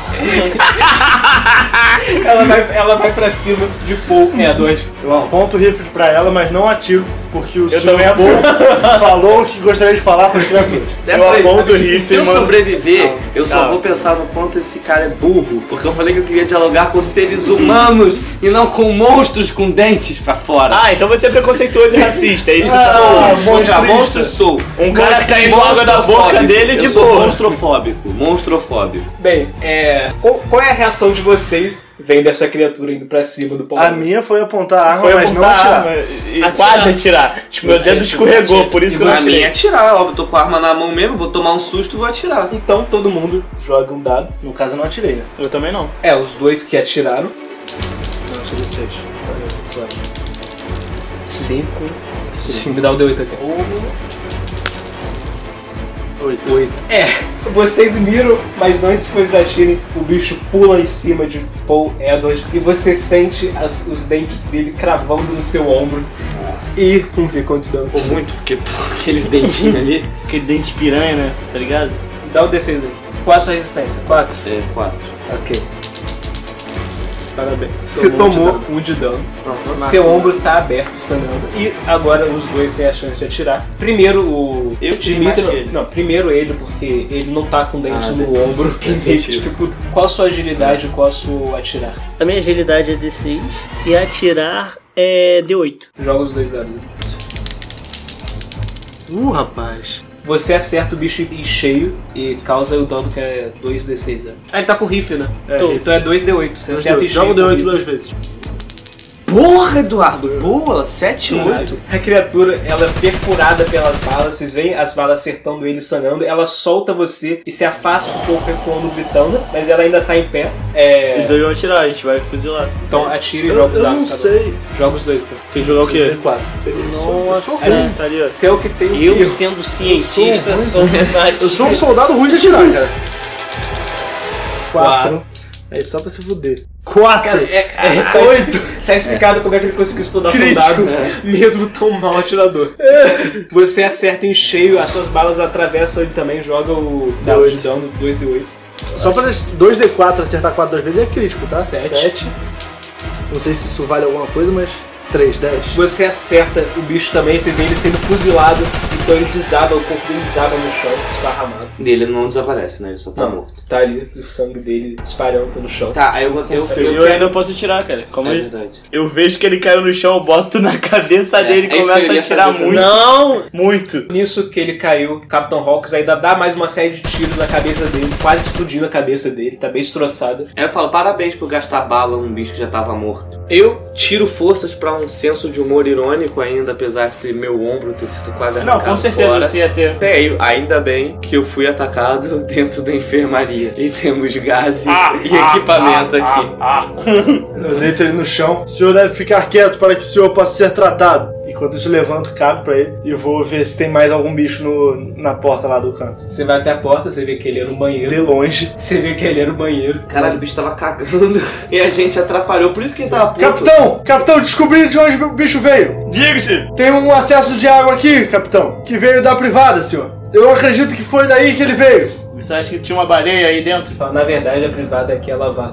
ela, vai, ela vai pra cima de Paul. É, dois. Eu aponto o rifle pra ela, mas não atiro, porque o Eu senhor também Paul falou o que gostaria de falar com as criaturas. Dessa Eu vez, aponto o rifle se eu e mando- sobreviver, eu só Calma. vou pensar no quanto esse cara é burro. Porque eu falei que eu queria dialogar com seres humanos e não com monstros com dentes pra fora. Ah, então você é preconceituoso e racista, é isso que você tá Ah, falando. bom. Contra monstrista. monstros sou. Um cara que caindo água da boca Monstrofóbico. dele de Eu sou boa. monstrofóbico. Monstrofóbico. Bem, é. Qual, qual é a reação de vocês vendo essa criatura indo pra cima do Paul? A minha foi apontar a arma, Foi mas não apontar a atirar. arma e Atirar. quase atirar. Tipo, meu Você dedo escorregou, atira. por isso que eu E não a minha é sei. atirar, óbvio. Eu tô com a arma na mão mesmo, vou tomar um susto e vou atirar. Então todo mundo joga um dado. No caso eu não atirei, né? Eu também não. É, os dois que atiraram. Não, tirei seis. Cinco. Cinco. Me dá o D oito aqui. Oito. Oito. É, vocês miram, mas antes que vocês atirem, o bicho pula em cima de Paul Edward e você sente as- os dentes dele cravando no seu ombro. E vamos ver quanto dano. Ou muito, porque pô, aqueles dentinhos ali. Aquele dente piranha, né? Tá ligado? Dá o D seis aí. Qual a sua resistência? quatro? É, quatro. Ok. Parabéns. Você Tomou um de tomou dano. um de dano. Aham. Seu ombro tá aberto, sangrando. E agora os dois têm a chance de atirar. Primeiro o Eu tirei Dimitri- mais que ele. Não, primeiro ele, porque ele não tá com dente Ah, no beleza. ombro. Faz Ele sentido. dificulta. Qual a sua agilidade e qual a sua atirar? A minha agilidade é D seis e atirar é D oito. Joga os dois dados. Uh, rapaz. Você acerta o bicho em cheio e causa o dano que é dois D seis. Né? Ah, ele tá com rifle, né? É, então, rifle. então é dois D oito. Você acerta em cheio. Joga o D com oito rifle. duas vezes. Porra, Eduardo, boa, sete oito. A criatura, ela é perfurada pelas balas, vocês veem as balas acertando ele, sangrando, ela solta você e se afasta um pouco recuando, gritando, mas ela ainda tá em pé. É... Os dois vão atirar, a gente vai fuzilar. Então atire e Eu, joga os eu dados. não cada um. sei. Joga os dois, então. Tem que jogar o quê? quatro. Nossa, É, tá ali, ó. Você é o que tem o eu erro. sendo cientista sou lunático. Eu sou um soldado ruim de atirar, cara. Quatro. É só pra se fuder. Quatro! Cara, é, é, tá, oito. Tá explicado como é que ele conseguiu estudar Crítico. soldado, mesmo tão mal atirador. Você acerta em cheio, as suas balas atravessam ele também, joga o dado de dano dois D oito. Só pra dois D quatro acertar quatro duas vezes é crítico, tá? Sete. Não sei se isso vale alguma coisa, mas três, dez. Você acerta o bicho também, você vê ele sendo fuzilado, então ele desaba, o corpo dele desaba no chão, esparramado. Ele não desaparece, né? Ele só tá Não, morto. tá ali o sangue dele espalhando pelo chão. Tá, aí eu vou... Eu, Eu, eu, eu ainda posso tirar, cara. Como É eu, verdade. eu vejo que ele caiu no chão, eu boto na cabeça É, dele e é isso que começo eu a ia atirar fazer muito. Não! Muito. Nisso que ele caiu, Capitão Hawks ainda dá mais uma série de tiros na cabeça dele, quase explodindo a cabeça dele, tá bem destroçada. Aí eu falo, parabéns por gastar bala num bicho que já tava morto. Eu tiro forças pra um senso de humor irônico ainda, apesar de ter meu ombro ter sido quase arrancado Não, com certeza fora. você ia ter. Tenho, ainda bem que eu fui atacado dentro da enfermaria. E temos gás e, Ah, e ah, equipamento ah, aqui. ah, ah. Eu deito ele no chão. O senhor deve ficar quieto para que o senhor possa ser tratado. Enquanto isso, eu levanto o cabo pra ele e vou ver se tem mais algum bicho no, na porta lá do canto. Você vai até a porta, você vê que ele é no banheiro. De longe. Você vê que ele é no banheiro. Caralho, o bicho tava cagando e a gente atrapalhou, por isso que ele tava puto. Capitão! Capitão, descobri de onde o bicho veio. Diga-se! Tem um acesso de água aqui, capitão, que veio da privada, senhor. Eu acredito que foi daí que ele veio. Você acha que tinha uma baleia aí dentro? Na verdade, a privada aqui é lavar.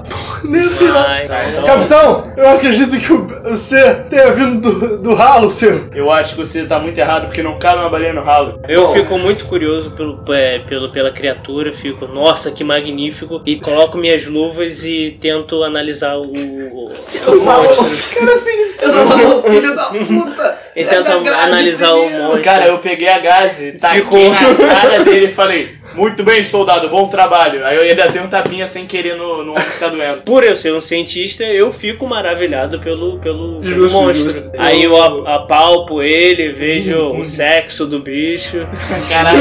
Ai, então- Capitão, eu acredito que o, você tenha vindo do, do ralo, senhor. Eu acho que você tá muito errado porque não cabe uma baleia no ralo. eu fico muito curioso pelo, é, pelo, pela criatura, fico, nossa, que magnífico, e coloco minhas luvas e tento analisar o, o, o monstro. Cara, filho, você só falou filho da puta! E tento analisar o monstro. Cara, eu peguei a gaze, taquei Ficou- na cara dele e falei, muito bem, soldado, bom trabalho. Aí eu ainda dei um tapinha sem querer no, no ombro que tá doendo. Por eu ser um cientista, eu fico maravilhado pelo, pelo, pelo Justo, monstro. justo. Aí eu a- apalpo ele, vejo o sexo do bicho. Caralho,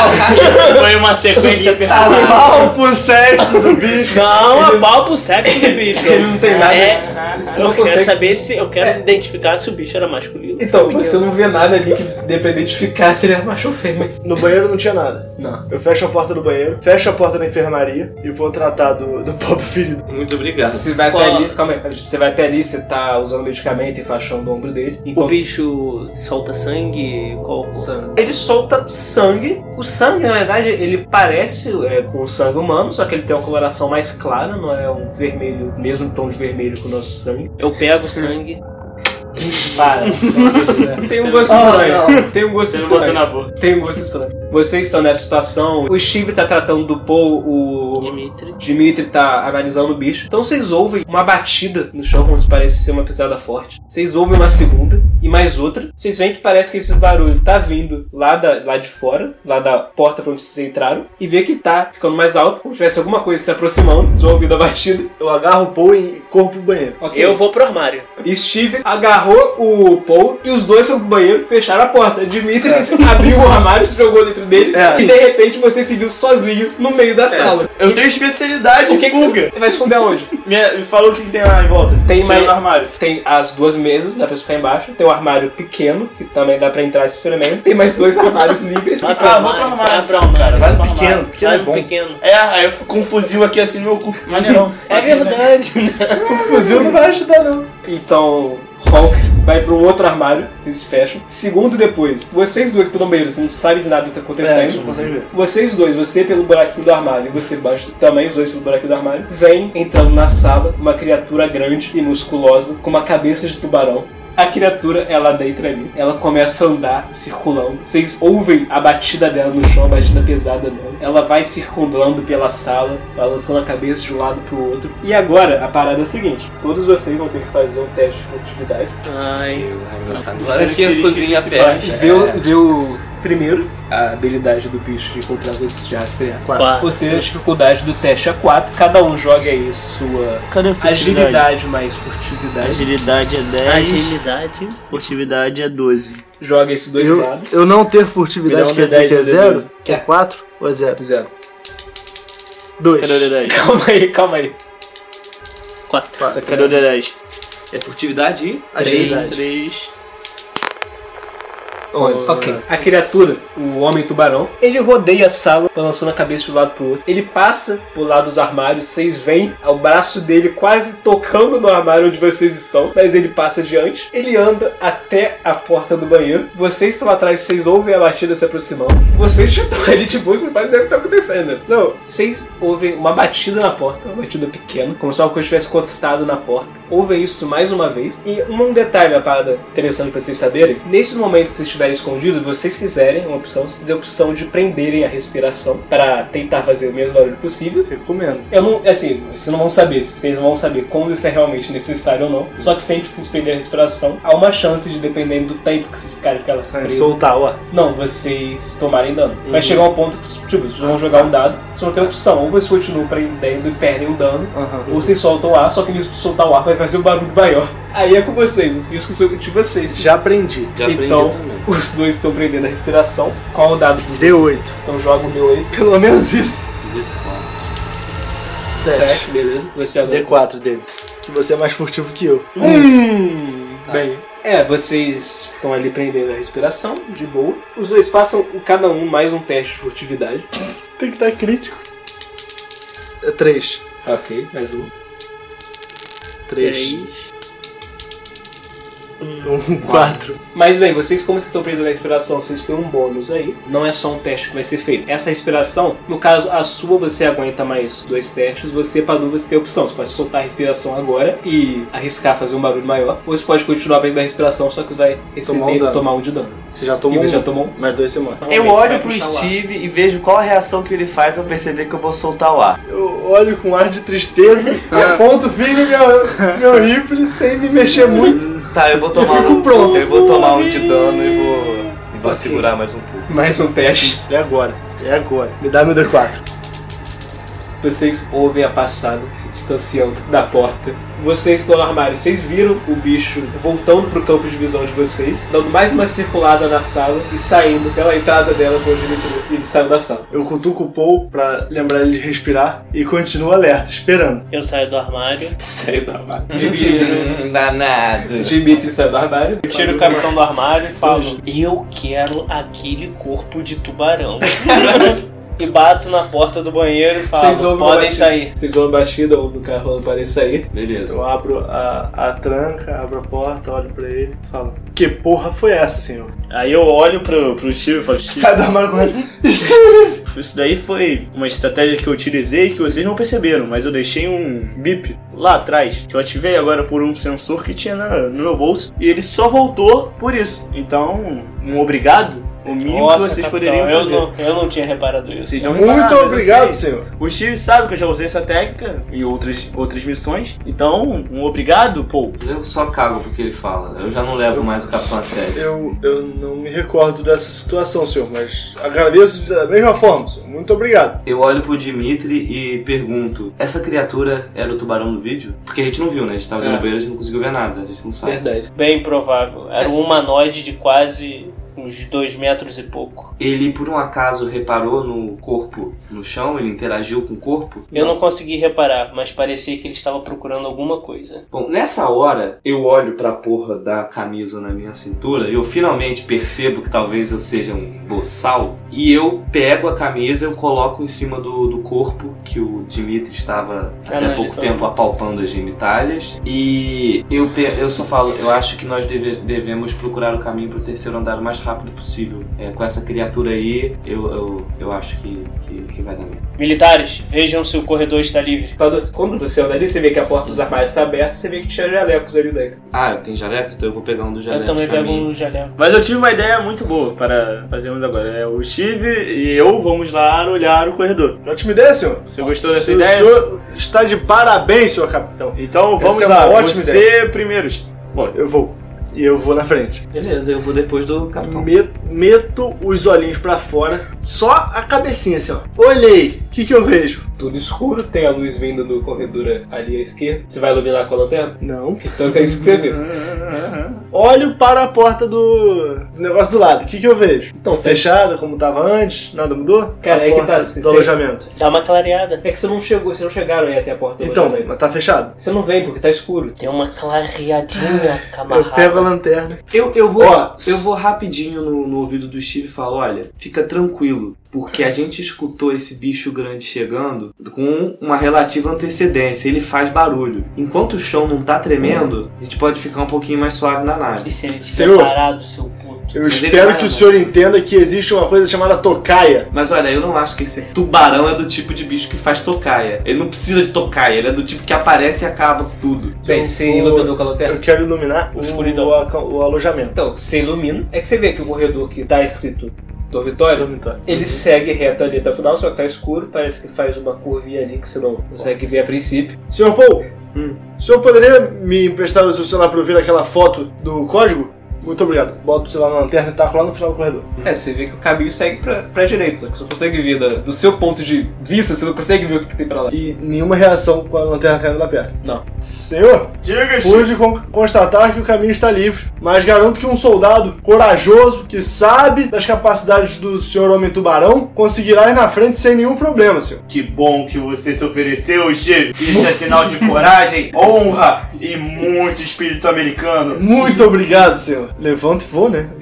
isso foi uma sequência perturbada. Mal pro sexo do bicho. Não, apalpo o sexo do bicho. Ele não tem nada. É, Você eu não quero consegue. saber se. Eu quero identificar se o bicho era masculino. Então, você não vê nada ali que dê pra identificar se ele é macho ou fêmea. No banheiro não tinha nada. Não. Eu fecho a porta do banheiro, fecho a porta da enfermaria e vou tratar do, do pobre ferido. Muito obrigado. Você vai até Qual- ali. Calma aí, você vai até ali, você tá usando medicamento e faixão o ombro dele. O Enquanto bicho solta sangue? Qual sangue. Ele solta sangue. O sangue, na verdade, ele parece é, com o sangue humano, só que ele tem uma coloração mais clara, não é um vermelho, mesmo tom de vermelho que o nosso sangue. Eu pego o sangue. Para. Tem um gosto Ah, estranho. Tem um gosto Você não botou na estranho. boca. Tem um gosto estranho. Vocês estão nessa situação. O Steve tá tratando do Paul, o Dimitri. Dimitri tá analisando o bicho. Então vocês ouvem uma batida no chão, como se parece ser uma pisada forte. Vocês ouvem uma segunda e mais outra. Vocês veem que parece que esse barulho tá vindo lá, da, lá de fora, lá da porta pra onde vocês entraram. E vê que tá ficando mais alto, como se tivesse alguma coisa se aproximando. Vocês vão ouvindo a batida. Eu agarro o Paul e corro pro banheiro. Ok. Eu vou pro armário. Steve agarrou o Paul e os dois foram pro banheiro, fecharam a porta. Dimitri abriu o armário, se jogou dentro dele É. e de repente você se viu sozinho no meio da sala. Eu tenho especialidade O em que, que fuga. você vai esconder aonde? Me, me falou o que, que tem lá em volta. Tem Tirando mais- no armário. Tem as duas mesas, dá pra ficar embaixo. Tem um armário pequeno, que também dá pra entrar esse experimento. Tem mais dois armários livres. Vai pro Ah, vou pro armário. armário. Vai pro armário. Vai no Vai pro pequeno, armário. pequeno Vai é pro bom. pequeno. É, aí eu fico com um fuzil aqui assim no meu cu. Maneirão. É verdade. O fuzil não vai ajudar, não. Então, Hulk vai para um outro armário, vocês fecham. Segundo depois, vocês dois que estão no banheiro, você não sabe de nada do que tá É, a gente acontecendo. não consegue ver. Vocês dois, você pelo buraquinho do armário e você baixo também, os dois pelo buraquinho do armário, vem entrando na sala uma criatura grande e musculosa com uma cabeça de tubarão. A criatura, ela deita ali, ela começa a andar, circulando. Vocês ouvem a batida dela no chão, a batida pesada dela. Ela vai circulando pela sala, balançando a cabeça de um lado pro outro. E agora, a parada é a seguinte. Todos vocês vão ter que fazer um teste de furtividade. Ai. Agora que a cozinha principais. perde. Vê, o- vê o, Primeiro, a habilidade do bicho de encontrar vocês de rastrear. Quatro. Ou seja, a dificuldade do teste é quatro. Cada um joga aí sua Cadê a furtividade? agilidade mais furtividade. Agilidade é dez. Agilidade. Furtividade é doze. Joga esses dois Eu, dados. eu não ter Me furtividade dá um quer D dizer dez que é ou D zero? doze. Que é quatro ou é zero? Zero. dois. Cadê o D dez? Calma aí, calma aí. Quatro. Cadê o D dez? É furtividade e Agilidade. três. onze. Ok. A criatura, o homem tubarão, ele rodeia a sala, balançando a cabeça de um lado pro outro. Ele passa por lado dos armários, vocês veem o braço dele quase tocando no armário onde vocês estão, mas ele passa adiante. Ele anda até a porta do banheiro. Vocês estão atrás, vocês ouvem a batida se aproximando. Vocês já estão ali de boa, você não faz ideia do que está acontecendo. Não, vocês ouvem uma batida na porta, uma batida pequena, como se alguma coisa tivesse encostado na porta. Ouvem isso mais uma vez. E um detalhe, uma parada interessante pra vocês saberem, nesse momento que vocês estiverem escondidos, vocês quiserem uma opção, vocês têm a opção de prenderem a respiração para tentar fazer o mesmo barulho possível. Recomendo. Eu não, assim, vocês não vão saber, vocês não vão saber como isso é realmente necessário ou não. Só que sempre que vocês prenderem a respiração, há uma chance de, dependendo do tempo que vocês ficarem com ela presa, Soltar o ar. não, vocês tomarem dano. Vai chegar um ponto que, tipo, vocês vão jogar um dado, vocês não tem opção. Ou vocês continuam prendendo e perdem o dano, Aham. ou vocês soltam o ar, só que nisso de soltar o ar vai fazer um barulho maior. Aí é com vocês, os riscos são de vocês. Já aprendi. Já aprendi Então, também. os dois estão prendendo a respiração. Qual o dado dos D oito. Então joga o D oito. Pelo menos isso. D quatro. sete. sete, beleza. Você agora. D quatro dele. Que você é mais furtivo que eu. Hum, bem. É, vocês estão ali prendendo a respiração, de boa. Os dois façam cada um mais um teste de furtividade. Tem que estar crítico. É três. Ok, mais um. três. Um, quatro. Mas bem, vocês, como vocês estão prendendo a respiração, vocês têm um bônus aí. Não é só um teste que vai ser feito. Essa respiração, no caso, a sua você aguenta mais dois testes. Você, Padu, você tem a opção. Você pode soltar a respiração agora e arriscar fazer um barulho maior. Ou você pode continuar prendendo a respiração, só que vai receber Tomar um dano. tomar um de dano. Você já tomou E você um? já tomou? Mais dois você morre. Eu Normalmente, olho vai pro puxar o ar. Steve e vejo qual a reação que ele faz ao perceber que eu vou soltar o ar. Eu olho com ar de tristeza e aponto firme meu, meu rifle sem me mexer muito. Tá, eu vou tomar Eu fico um. pronto. Eu vou tomar um de dano e vou. E vou segurar mais um pouco. Mais um teste. É agora. É agora. Me dá meu D quatro. Vocês ouvem a passada se distanciando da porta. Vocês estão no armário. Vocês viram o bicho voltando pro campo de visão de vocês, dando mais uma circulada na sala e saindo pela entrada dela por onde ele entrou. E ele saiu da sala. Eu cutuco o Paul pra lembrar ele de respirar e continuo alerta, esperando. Eu saio do armário, Saiu do armário. Hum, danado. Dimitri saiu do armário. eu tiro o capitão do armário e falo: eu quero aquele corpo de tubarão. E bato na porta do banheiro e Vocês falo: ouvem uma podem batida. sair. Vocês ouvem a batida, ouvem o carro falando podem sair. Beleza. Eu abro a, a tranca, abro a porta, olho pra ele e falo: que porra foi essa, senhor? Aí eu olho pro, pro Steve e falo: Steve, Sai do armário correndo. isso daí foi uma estratégia que eu utilizei que vocês não perceberam, mas eu deixei um bip lá atrás, que eu ativei agora por um sensor que tinha na- no meu bolso, e ele só voltou por isso. Então, um obrigado, o mínimo que vocês capitão, poderiam eu fazer. não, eu não tinha reparado isso. Vocês não Muito repararam, mas eu obrigado, sei. senhor. O Steve sabe que eu já usei essa técnica em outras, outras missões, então, um obrigado, pô. Eu só cago porque ele fala. Eu já não levo mais o capitão a sério. Eu, eu não me recordo dessa situação, senhor, mas agradeço da mesma forma, senhor. Muito obrigado. Eu olho pro Dimitri e pergunto: essa criatura era o tubarão do vídeo? Porque a gente não viu, né? A gente tava dentro É. do banheiro, a gente não conseguiu ver nada. A gente não sabe. Verdade. Bem provável. Era um humanoide de quase uns dois metros e pouco. Ele, por um acaso, reparou no corpo no chão? Ele interagiu com o corpo? Eu não consegui reparar, mas parecia que ele estava procurando alguma coisa. Bom, nessa hora, eu olho pra porra da camisa na minha cintura e eu finalmente percebo que talvez eu seja um boçal. E eu pego a camisa e eu coloco em cima do, do corpo que o Dimitri estava até Analisando. pouco tempo apalpando as genitálias. E eu, pe- eu só falo, eu acho que nós deve- devemos procurar o caminho pro terceiro andar o mais rápido possível. É, com essa criatura aí, eu, eu, eu acho que, que, que vai dar merda. Militares, vejam se o corredor está livre. Quando, quando você anda ali, você vê que a porta dos armários está aberta, você vê que tinha jalecos ali dentro. Ah, tem jalecos? Então eu vou pegar um dos Eu jalecos também pra pego mim. um jaleco. Mas eu tive uma ideia muito boa para fazermos agora. É o Steve e eu vamos lá olhar o corredor. Ótima ideia, senhor. Você gostou dessa O ideia? senhor está de parabéns, senhor capitão. Então vamos Essa é uma lá. ótima Você primeiro. Bom, Eu vou. e eu vou na frente. Beleza, eu vou depois do capitão. Me- meto os olhinhos pra fora, só a cabecinha assim, ó. Olhei, o que que eu vejo? Tudo escuro, tem a luz vindo do corredor ali à esquerda. Você vai iluminar com a lanterna? Não. Então é isso que você vê. Olho para a porta do, do negócio do lado, o que que eu vejo? Então, Fechada, como tava antes, nada mudou? Cara, a é que porta tá, do cê- alojamento. Dá uma clareada. É que você não chegou, vocês não chegaram aí até a porta do Então, alojamento. mas tá fechado. Você não vem porque tá escuro. Tem uma clareadinha, Eu camarada. pego a lanterna. Eu, eu, vou, Ó, eu vou rapidinho no, no ouvido do Steve e falo, olha, fica tranquilo, porque a gente escutou esse bicho grande chegando com uma relativa antecedência, ele faz barulho. Enquanto o chão não tá tremendo, a gente pode ficar um pouquinho mais suave na E nave. se ele tiver Senhor. parado, seu puto? Eu Mas ele espero vai, que o né? senhor entenda que existe uma coisa chamada tocaia. Mas olha, eu não acho que esse tubarão é do tipo de bicho que faz tocaia. Ele não precisa de tocaia, ele é do tipo que aparece e acaba tudo. Bem, Eu você vou- iluminou com a lanterna? Eu quero iluminar o, Escuridão. o, aca- o alojamento. Então, você ilumina. É que você vê que o corredor que tá escrito dormitório, Dormitório. ele segue reto ali até o final, só que tá escuro. Parece que faz uma curvinha ali que você não consegue ver a princípio. Senhor Paul, Hum. o senhor poderia me emprestar o seu celular para eu ver aquela foto do código? Muito obrigado. Boto o celular na lanterna e taco lá no final do corredor. É, você vê que o caminho segue pra, pra direita, só que você não consegue ver da- do seu ponto de vista, você não consegue ver o que, que tem pra lá. E nenhuma reação com a lanterna caindo lá perto. Não. Senhor, Diga, pude con- constatar que o caminho está livre, mas garanto que um soldado corajoso, que sabe das capacidades do senhor Homem-Tubarão, conseguirá ir na frente sem nenhum problema, senhor. Que bom que você se ofereceu, Steve. Isso é sinal de coragem, honra e muito espírito americano. Muito obrigado, senhor. Levanto e vou, né?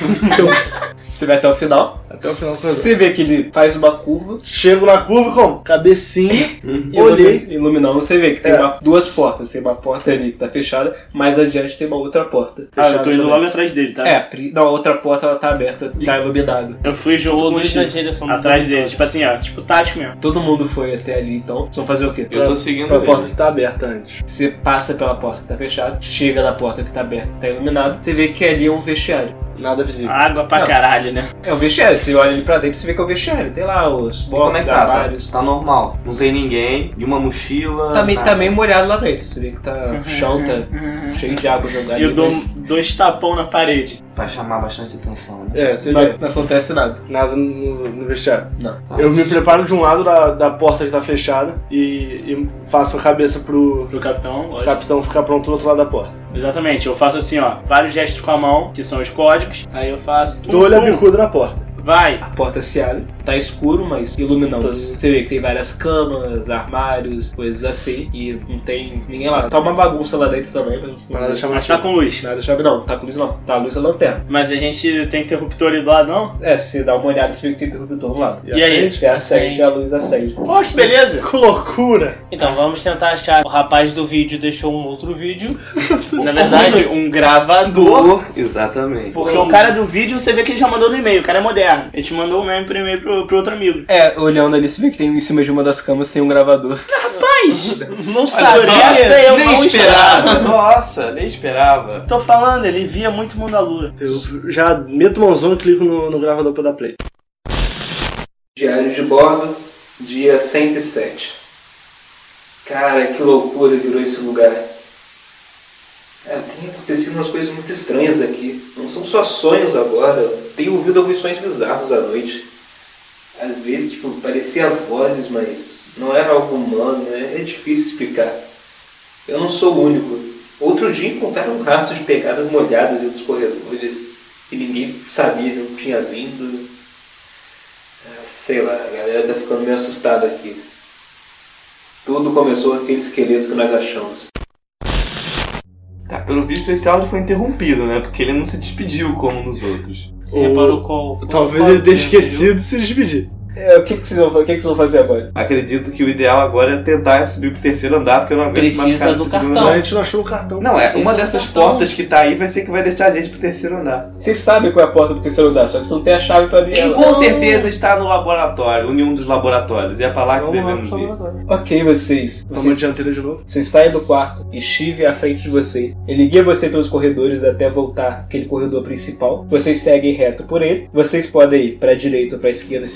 Você vai até o final. Até o final do corredor. Você vê que ele faz uma curva. Chego na curva como? Cabecinha, E olhei. ilumi- Iluminando, você vê que tem É. uma- duas portas. Tem uma porta ali que tá fechada, mais adiante tem uma outra porta. Ah, eu tô indo também. logo atrás dele, tá? É, pri- não, a outra porta ela tá aberta, tá iluminada. Eu fui junto com o Todos na Steve. direção do Atrás dele, dormitório. tipo assim, ó, tipo tático mesmo. Todo mundo foi até ali, então. Vocês vão fazer o quê? Eu tô seguindo Pra ele. porta que tá aberta antes. Você passa pela porta que tá fechada, chega na porta que tá aberta, tá iluminada. Você vê que ali é um vestiário. Nada visível. Água pra Não. caralho, né? É um vestiário, você olha ali pra dentro, você vê que é um vestiário. Tem lá os E como é boxes, que tá? Tá, armários. tá normal. Não tem ninguém. E uma mochila. Tá meio, nada. tá meio molhado lá dentro. Você vê que tá, o chão tá cheio de água jogada E eu ali. dou mas dois tapão na parede. Pra chamar bastante atenção, né? É, você Não, vê. não acontece nada. Nada no, no vestiário. Não. Eu me preparo de um lado da, da porta que tá fechada e, e faço a cabeça pro Pro capitão, lógico. capitão ficar pronto do outro lado da porta. Exatamente, eu faço assim, ó, vários gestos com a mão, que são os códigos. Aí eu faço. tum, Dou-lhe a tum, bicuda na porta. Vai! A porta se abre, tá escuro, mas iluminando. Tô- Você vê que tem várias camas, armários, coisas assim, e não tem ninguém lá. Tá uma bagunça lá dentro também, mas Mas nada chama Mas tá com luz. nada chave não, tá com luz não, tá a luz da lanterna. Mas a gente tem interruptor ali do lado, não? É, se dá uma olhada, você vê que tem interruptor do lado. E aí? Você acende, a luz acende. Ó, que beleza! Que loucura! Então vamos tentar achar. O rapaz do vídeo deixou um outro vídeo. Na verdade, um gravador. Exatamente. Porque o cara do vídeo, você vê que ele já mandou no e-mail, o cara é moderno. Ele te mandou o meme por e-mail pro, pro outro amigo. É, olhando ali, você vê que tem em cima de uma das camas tem um gravador. Rapaz! Não Por sabe. essa eu nem não esperava. esperava. Nossa, nem esperava. Tô falando, ele via muito Mundo à Lua. Eu já meto mãozão e clico no, no gravador pra dar play. Diário de bordo, dia cento e sete. Cara, que loucura virou esse lugar. É, tem acontecido umas coisas muito estranhas aqui. Não são só sonhos agora. Eu tenho ouvido alguns sonhos bizarros à noite. Às vezes, tipo, parecia vozes, mas não era algo humano, né? É difícil explicar. Eu não sou o único. Outro dia encontraram um rastro de pegadas molhadas entre os corredores e ninguém sabia de onde tinha vindo. Ah, sei lá, a galera tá ficando meio assustada aqui. Tudo começou com aquele esqueleto que nós achamos. Tá, pelo visto esse áudio foi interrompido, né? Porque ele não se despediu como nos outros. Você reparou qual. Talvez qual ele tenha tempo, esquecido de se despedir. É, o que, que, vocês vão, o que, que vocês vão fazer agora? Acredito que o ideal agora é tentar subir pro terceiro andar, porque eu não aguento mais Precisa ficar do nesse segundo cartão. A andar. gente não achou o cartão. Não, é Precisa uma do dessas cartão. portas que tá aí vai ser que vai deixar a gente pro terceiro andar. Vocês sabem qual é a porta do terceiro andar, só que você não tem a chave pra abrir E ela. com certeza está no laboratório, em um dos laboratórios, e é pra lá que Vamos lá, devemos por ir. favor. Ok, vocês. Toma a Vocês, dianteira de novo. vocês saem do quarto e Steve é à frente de você. Ele guia você pelos corredores até voltar aquele corredor principal. Vocês seguem reto por ele. Vocês podem ir pra direita ou pra esquerda, circundando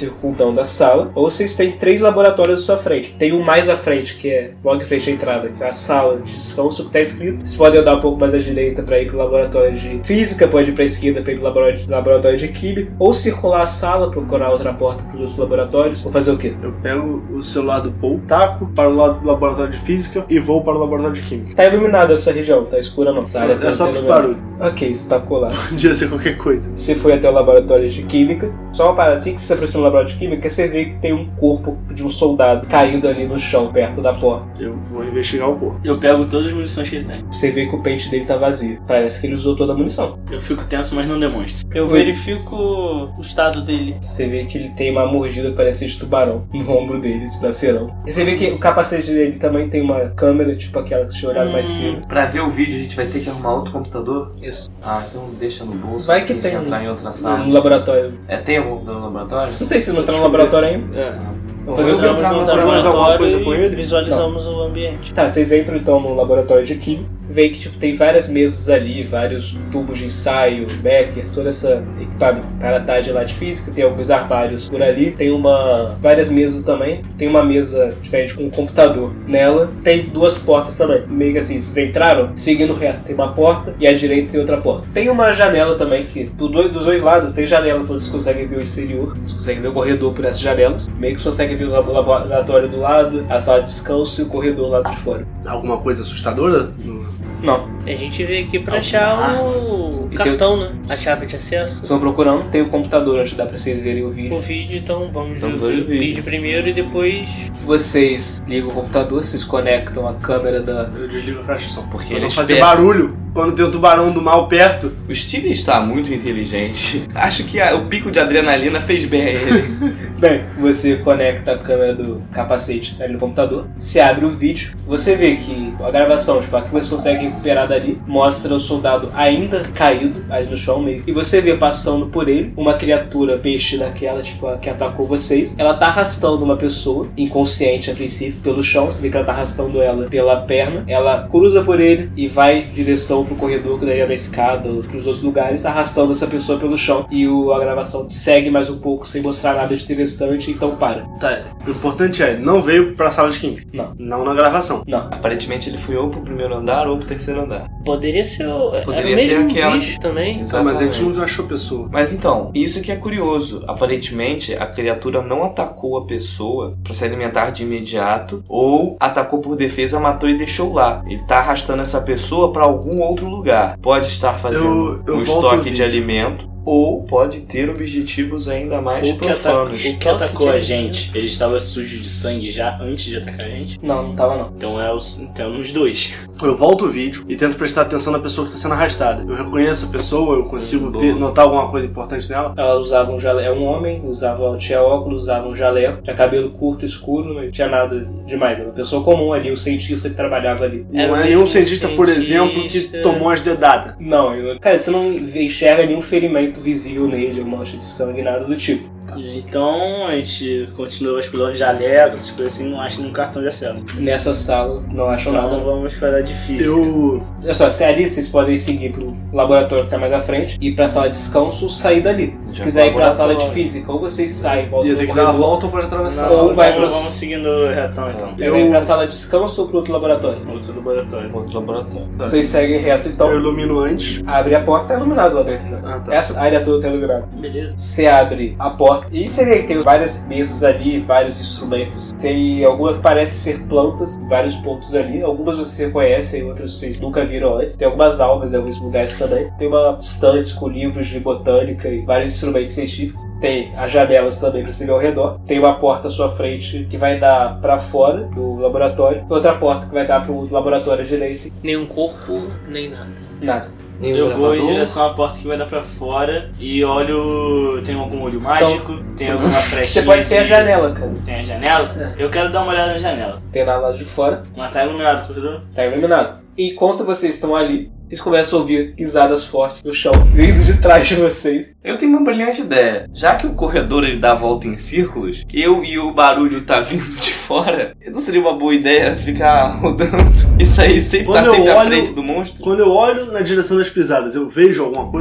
escuridão da sala, ou vocês têm três laboratórios à sua frente. Tem um mais à frente, que é logo em frente à entrada, que é a sala de descanso, que está escrito. Vocês podem andar um pouco mais à direita para ir para o laboratório de física, pode ir para a esquerda para ir para o laboratório de, laboratório de química, ou circular a sala, procurar outra porta para os outros laboratórios, ou fazer o quê? Eu pego o celular do Paul, taco para o lado do laboratório de física e vou para o laboratório de química. Tá iluminada essa região, tá escura não. Essa área É só por barulho. Ok, você tacou lá. Podia ser qualquer coisa. Você foi até o laboratório de química. Só para assim que você se aproxima do laboratório de química, você vê que tem um corpo de um soldado caído ali no chão, perto da porta. Eu vou investigar o corpo. Eu pego todas as munições que ele tem. Você vê que o pente dele tá vazio. Parece que ele usou toda a munição. Eu fico tenso, mas não demonstro. Eu Oi. verifico o estado dele. Você vê que ele tem uma mordida que parece de tubarão no ombro dele, de lacerão. E você vê que o capacete dele também tem uma câmera, tipo aquela que você tinha olhado mais cedo. Pra ver o vídeo a gente vai ter que arrumar outro computador? Isso. Ah, então deixa no bolso. Vai que pra tem gente entrar um- em outra sala. No laboratório. É, tem algum computador no laboratório? Não sei se não tá no laboratório ainda. É. Vamos fazer o Vamos quê? entrar no Entramos no mais alguma coisa laboratório com e ele? visualizamos o ambiente. Tá, vocês entram então no laboratório de química. Vê que tipo, tem várias mesas ali, vários tubos de ensaio, Becker, toda essa equipamento, caratagem lá de física, tem alguns armários por ali, tem uma várias mesas também, tem uma mesa diferente com um computador nela, tem duas portas também, meio que assim, vocês entraram, seguindo reto, tem uma porta e à direita tem outra porta. Tem uma janela também, que do dois, dos dois lados tem janela, todos conseguem ver o exterior, vocês conseguem ver o corredor por essas janelas, meio que você consegue ver o laboratório do lado, a sala de descanso e o corredor lá de fora. Alguma coisa assustadora? No- Não. A gente veio aqui pra achar o E cartão, né? A chave de acesso. Estão procurando, tem o computador, acho que dá pra vocês verem o vídeo. O vídeo, então vamos Então, ver o veja o vídeo. vídeo primeiro e depois. Vocês ligam o computador, vocês conectam a câmera da... Eu desligo a caixa de som. Porque Pra ele não é fazer esperto. barulho quando tem o tubarão do mal perto. O Steve está muito inteligente. Acho que a- o pico de adrenalina fez bem a ele. Bem, você conecta a câmera do capacete ali no computador, você abre o vídeo, você vê que a gravação, tipo, a que você consegue recuperar dali, mostra o soldado ainda caído ali no chão meio. E você vê passando por ele uma criatura peixe daquela, tipo, a que atacou vocês. Ela tá arrastando uma pessoa, inconsciente a princípio, pelo chão. Você vê que ela tá arrastando ela pela perna. Ela cruza por ele e vai em direção pro corredor que daí é da escada ou pros outros lugares, arrastando essa pessoa pelo chão. E o, a gravação segue mais um pouco sem mostrar nada de interessante, então para. Tá, o importante é, não veio pra sala de química. Não. Não na gravação. Não. Aparentemente ele foi ou pro primeiro andar ou pro terceiro andar. Poderia ser o. Poderia era o ser mesmo aquela bicho que- também. Tá, mas a gente não achou pessoa. Mas então, isso que é curioso. Aparentemente, a criatura não atacou a pessoa para se alimentar de imediato, ou atacou por defesa, matou e deixou lá. Ele tá arrastando essa pessoa para algum outro lugar. Pode estar fazendo Eu- eu um volto ao estoque de vídeo. alimento, ou pode ter objetivos ainda mais O que, ata- profanos. o que atacou a gente, ele estava sujo de sangue já antes de atacar a gente? Não, não tava não. Então é os, então nos dois. Eu volto o vídeo e tento prestar atenção na pessoa que está sendo arrastada. Eu reconheço a pessoa, eu consigo Boa. ver, notar alguma coisa importante nela. Ela usava um jaleco, é um homem, usava, tinha óculos, usava um jaleco, tinha cabelo curto, escuro, não tinha nada demais. Era uma pessoa comum ali, o cientista que trabalhava ali. Era Não o é mesmo nenhum cientista, por exemplo, que cientista. tomou as dedadas. Não, eu- cara, você não vê- enxerga nenhum ferimento visível nele, uma mancha de sangue, nada do tipo. Então a gente continua explorando jalecos, essas coisas assim, não acha nenhum cartão de acesso. Nessa sala não acham Então nada. vamos esperar de física. Eu. Olha só, se é ali, vocês podem seguir pro laboratório que tá mais à frente, ir pra sala de descanso ou sair dali. Se Já quiser ir pra laboratório. sala de física, ou vocês saem, voltam Ia pro ter que dar uma corredor, volta para atravessar a Ou sala. vai vamos, pro- vamos seguindo retão então. Eu ir pra sala de descanso ou pro outro laboratório. Vamos pro laboratório. Outro laboratório. Vocês seguem reto, então. Eu ilumino antes. Abre a porta, tá iluminado lá dentro, né? Ah, tá. Essa área toda tá iluminada. Beleza. Você abre a porta e você vê que tem várias mesas ali, vários instrumentos. Tem algumas que parecem ser plantas, vários pontos ali. Algumas você reconhece, outras vocês nunca viram antes. Tem algumas algas em alguns lugares também. Tem uma estante com livros de botânica e vários instrumentos científicos. Tem as janelas também para você ver ao redor. Tem uma porta à sua frente que vai dar para fora do laboratório. Outra porta que vai dar para o laboratório à direita. Nenhum corpo, nem nada. Nada. Nenhum Eu vou em gravador. direção à porta que vai dar pra fora e olho. Tem algum olho mágico? Tem alguma frechinha? Você pode ter a de- janela, cara. Tem a janela? Eu quero dar uma olhada na janela. Tem lá lado de fora. Mas tá iluminado o corredor? Tá iluminado. E enquanto vocês estão ali, vocês começam a ouvir pisadas fortes no chão, vindo de trás de vocês. Eu tenho uma brilhante ideia. Já que o corredor ele dá a volta em círculos, eu e o barulho tá vindo de fora, não seria uma boa ideia ficar rodando e sair sempre, Quando tá eu sempre à olho- frente do monstro? Quando eu olho na direção das pisadas, eu vejo alguma coisa?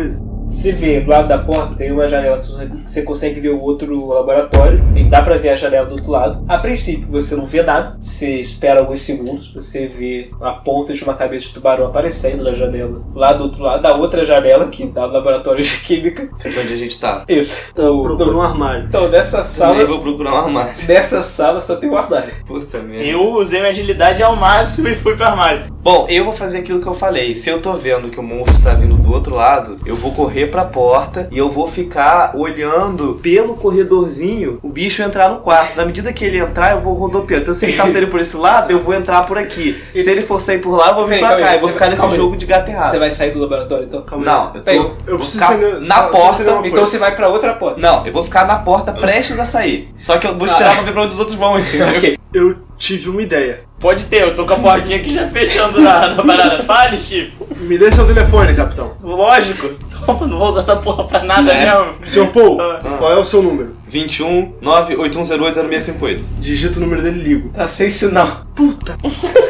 Se vê do lado da porta, tem uma janela que você consegue ver o outro laboratório. E dá pra ver a janela do outro lado. A princípio, você não vê nada. Você espera alguns segundos. Você vê a ponta de uma cabeça de tubarão aparecendo na janela. Lá do outro lado, da outra janela, que dá no laboratório de química. Fica onde a gente tá. Isso. Eu O- procuro não. um armário. Então, nessa Eu sala... vou procurar um armário. Nessa sala só tem um armário. Puta merda. Eu usei minha agilidade ao máximo e fui pro armário. Bom, eu vou fazer aquilo que eu falei. Se eu tô vendo que o monstro tá vindo do outro lado, eu vou correr pra porta e eu vou ficar olhando pelo corredorzinho o bicho entrar no quarto. Na medida que ele entrar, eu vou rodopiando. Então, se ele tá saindo por esse lado, eu vou entrar por aqui. Se ele for sair por lá, eu vou vir Peraí, pra calma cá. aí, Eu vou você ficar vai- nesse calma aí. jogo de gato errado. Você vai sair do laboratório, então? Calma aí. Não, eu, Peraí, tô, eu vou preciso ficar entender- na só- só porta. entender uma Então você vai pra outra porta. Não, eu vou ficar na porta prestes a sair. Só que eu vou esperar pra ver pra onde os outros vão, entendeu? Ok. Eu tive uma ideia. Pode ter, eu tô com a portinha aqui já fechando na, na parada. Fale, Chico. Me dê seu telefone, capitão. Lógico. Não vou usar essa porra pra nada É. mesmo. Senhor Paul, Ah. qual é o seu número? vinte e um, nove oito um zero oito, zero seis cinco oito. Digita o número dele e ligo. Tá sem sinal. Puta.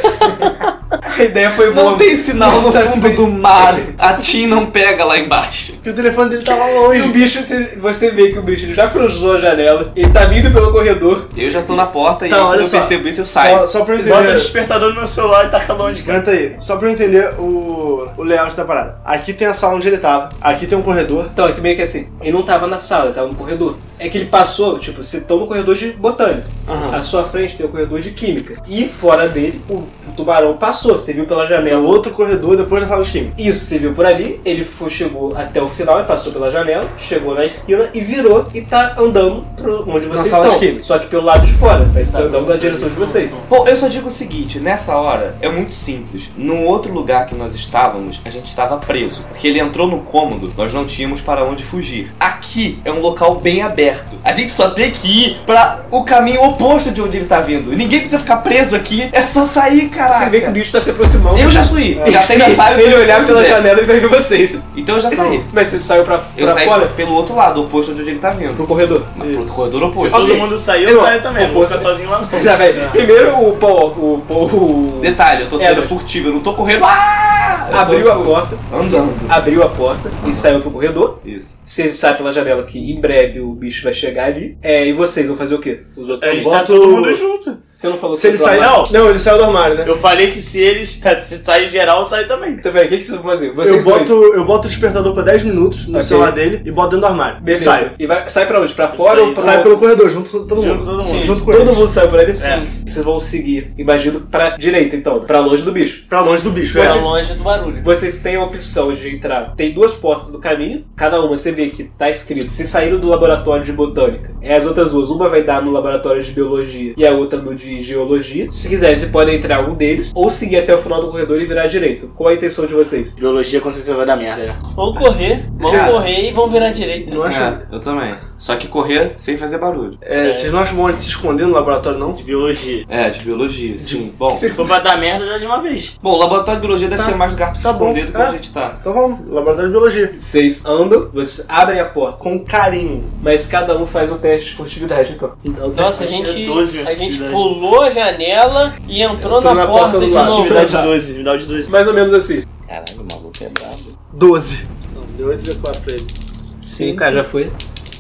A ideia foi boa. Não tem sinal no Mas tá fundo sem- do mar. A Tim não pega lá embaixo. Porque o telefone dele tava E o longe. bicho, você- você vê que o bicho ele já cruzou a janela, ele tá vindo pelo corredor. Eu já tô na porta e Tá, aí, olha quando eu só. percebo isso, eu saio. Só, só pra eu Bota o entender. despertador no meu celular e taca longe, cara. Aguenta aí. Só pra eu entender o, o layout da parada. Aqui tem a sala onde ele tava. Aqui tem um corredor. Então, é que meio que assim, ele não tava na sala, ele tava no corredor. É que ele passou, tipo, vocês estão no corredor de botânica. Aham. À sua frente tem o corredor de química. E fora dele, o, o tubarão passou, você viu pela É janela. o outro corredor depois da sala de química. Isso, você viu por ali, ele foi, chegou até o final, ele passou pela janela, chegou na esquina e virou e tá andando pro onde vocês sala de estão. química. Só que pelo lado de fora, mas tá andando na direção de vocês. Bom, eu só digo o seguinte, nessa hora é muito simples. No outro lugar que nós estávamos, a gente estava preso. Porque ele entrou no cômodo, nós não tínhamos para onde fugir. Aqui é um local bem aberto. A gente só tem que ir para o caminho oposto de onde ele tá vindo. Ninguém precisa ficar preso aqui, é só sair, caraca. Você vê que o bicho tá se aproximando. Eu já fui, É. já saí da sala. Ele olhar muito pela bem. janela e vai ver vocês. Então eu já saí. Mas você saiu pra, Eu pra saí fora? pelo outro lado, oposto de onde ele tá vindo. Pro corredor. Mas pro Isso. corredor Se oposto. todo Ok. mundo sair, eu Eu- saio também. Não vou oposto- ficar sozinho lá não. Já, velho. Primeiro o Paul, o Paul o- Detalhe, eu tô saindo É, furtivo, eu não tô correndo. Ah! Eu tô, abriu a tipo, porta, Andando. abriu a porta e saiu pro corredor. Isso. Você sai pela janela que em breve o bicho vai chegar ali. É, e vocês vão fazer o quê? Os outros A vão gente tá boto- todo mundo junto. Você não falou Se ele que eu tô sair. armado? Não, ele saiu do armário, né? Eu falei que se eles se sair geral, eu saio também. Também, o que, que vocês vão fazer? Eu Vocês boto, dois. eu boto o despertador pra dez minutos no Ok. celular dele e boto dentro do armário. Beleza. E saio. E vai, sai pra onde? Pra fora saio- ou pra Sai pelo corredor, junto com todo Junto mundo. com todo Sim, mundo. junto com Todo eles. mundo saiu por ali? É. Vocês vão seguir, imagino, pra direita então, pra longe do bicho. Pra longe do bicho. Pra É. longe do barulho. Vocês têm a opção de entrar. Tem duas portas do caminho, cada uma você vê que tá escrito. Se saíram do laboratório de botânica, é as outras duas. Uma vai dar no laboratório de biologia e a outra no de geologia. Se quiser, você pode entrar um deles ou seguir até o final do corredor e virar à direita. Qual é a intenção de vocês? Biologia com certeza vai dar merda, né? Vão correr, vão Já. correr e vão virar à direita. Não acho. É, eu também. Só que correr sem fazer barulho. É, vocês não acham bom a gente se esconder no laboratório, não? De biologia. É, de biologia, sim. Bom, Se for pra dar merda, dá de uma vez. bom, o laboratório de biologia deve Tá. ter mais lugar pra se Tá bom. esconder do que É. a gente tá. Então vamos, laboratório de biologia. Vocês andam, vocês abrem a porta, Com carinho. mas cada um faz um teste de furtividade então. Nossa, a gente, doze, a gente atividade. pulou a janela e entrou Entrou na, na porta, porta do de lado. novo. Atividade doze, me dá o de doze. Mais ou menos assim. Caralho, o maluco é brabo. doze. Não, deu oito D quatro pra ele. Sim, cara, já foi.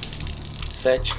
Sete.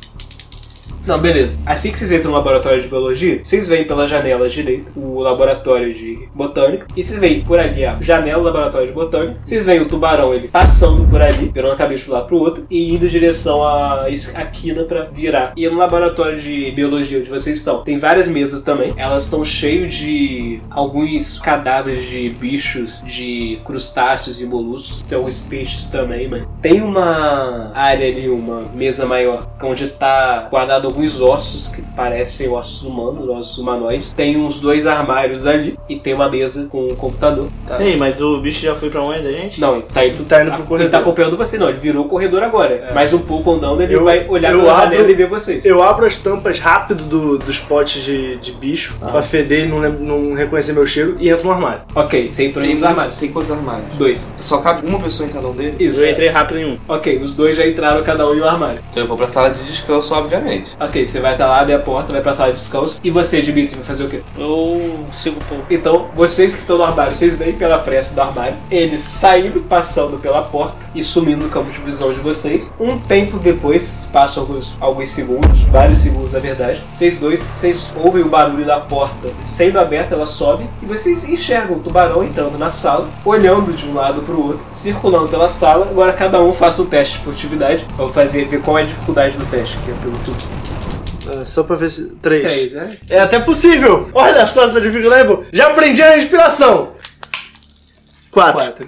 Não, beleza. Assim que vocês entram no laboratório de biologia, vocês veem pela janela direita o laboratório de botânica. E vocês veem por ali a janela do laboratório de botânica. Vocês veem o tubarão ele passando por ali, virando a cabeça de um lado pro outro e indo em direção à es- à quina pra virar. E no laboratório de biologia onde vocês estão, tem várias mesas também. Elas estão cheias de alguns cadáveres de bichos, de crustáceos e moluscos. Tem alguns peixes também, mas tem uma área ali, uma mesa maior, onde tá guardado alguns ossos que parecem ossos humanos, ossos humanoides. Tem uns dois armários ali e tem uma mesa com um computador. Ei, mas o bicho já foi pra onde, a gente? Não, ele tá indo, Tá indo pro ele corredor. tá acompanhando você, não. Ele virou o corredor agora. É. Mais um pouco andando, ele Eu- vai olhar eu pela abro- janela e ver vocês. Eu abro as tampas rápido do- dos potes de, de bicho Ah. pra feder e não, lem- não reconhecer meu cheiro e entro no armário. Ok, você entrou Tem, nos armários. tem quantos armários? Dois. Só cabe uma pessoa em cada um deles? Isso. Eu entrei rápido em um. Ok, os dois já entraram cada um em um armário. Então eu vou pra sala de descanso, obviamente. Ok, você vai estar lá, abre a porta, vai pra sala de descanso. E você, Dimitri, vai fazer o quê? Eu sigo o pouco. Então, vocês que estão no armário, vocês veem pela fresta do armário, eles saindo, passando pela porta e sumindo no campo de visão de vocês. Um tempo depois, passam alguns, alguns segundos, vários segundos na verdade, vocês dois, vocês ouvem o barulho da porta sendo aberta, ela sobe, e vocês enxergam o tubarão entrando na sala, olhando de um lado pro outro, circulando pela sala. Agora cada um faça um teste de furtividade. Eu vou fazer, ver qual é a dificuldade do teste, que é pelo tudo. Ah, só pra ver se... Três. Três, é? É até possível! Olha só essa dificuldade, pô. Já aprendi a respiração! Quatro. Quatro.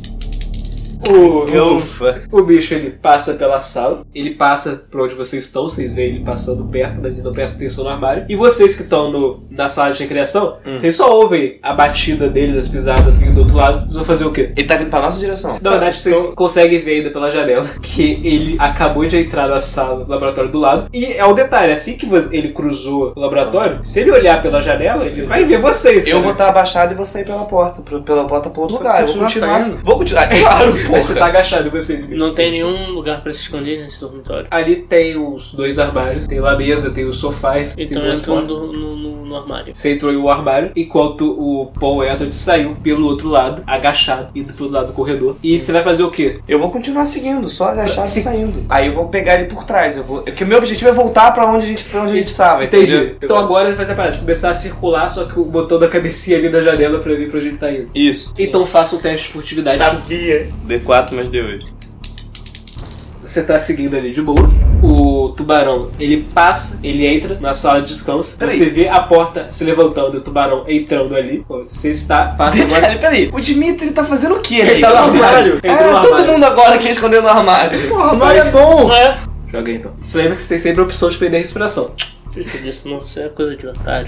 O, Ufa. o bicho, ele passa pela sala, ele passa por onde vocês estão, vocês veem ele passando perto, mas ele não presta atenção no armário. E vocês que estão no, na sala de recreação, Hum. vocês só ouvem a batida dele, das pisadas aqui do outro lado. Vocês vão fazer o quê? Ele tá vindo pra nossa direção. Na verdade, vocês conseguem ver ainda pela janela que ele acabou de entrar na sala do laboratório do lado. E é um detalhe, assim que vo- ele cruzou o laboratório, se ele olhar pela janela, ele vai ver vocês. Eu cara. vou estar abaixado e vou sair pela porta, pro- pela porta pro outro Você lugar. Eu vou continua continuar. saindo? Vou continuar. Claro, porra. Mas você tá agachado, e vocês, Dimitri? Não tem nenhum lugar pra se esconder nesse dormitório. Ali tem os dois armários, tem uma mesa, tem os sofás, Então tem eu duas entro portas. no, no, no, no armário. Você entrou em um armário, enquanto o Paul Edward saiu pelo outro lado, agachado, indo pro lado do corredor. E você vai fazer o quê? Eu vou continuar seguindo, só agachado Se- e saindo. Aí eu vou pegar ele por trás. Eu vou... Porque o meu objetivo é voltar pra onde a gente, pra onde a gente tava, Entendi. entendeu? Então agora ele vai ser parada de começar a circular, só que o botão da cabecinha ali da janela pra ver pra onde ele tá indo. Isso. Então faça um teste de furtividade. Sabia. D quatro mais D oito. Você tá seguindo ali de boa. O tubarão, ele passa, ele entra na sala de descanso. Peraí. Você vê a porta se levantando e o tubarão entrando ali. Você está, passa agora. Peraí, peraí. O Dimitri tá fazendo o quê? Ele tá no armário. É, Entrou no todo armário. mundo agora quer esconder no armário. O armário é bom! É? Joga aí então. Você lembra que você tem sempre a opção de perder a respiração. Isso disso não isso é coisa de otário.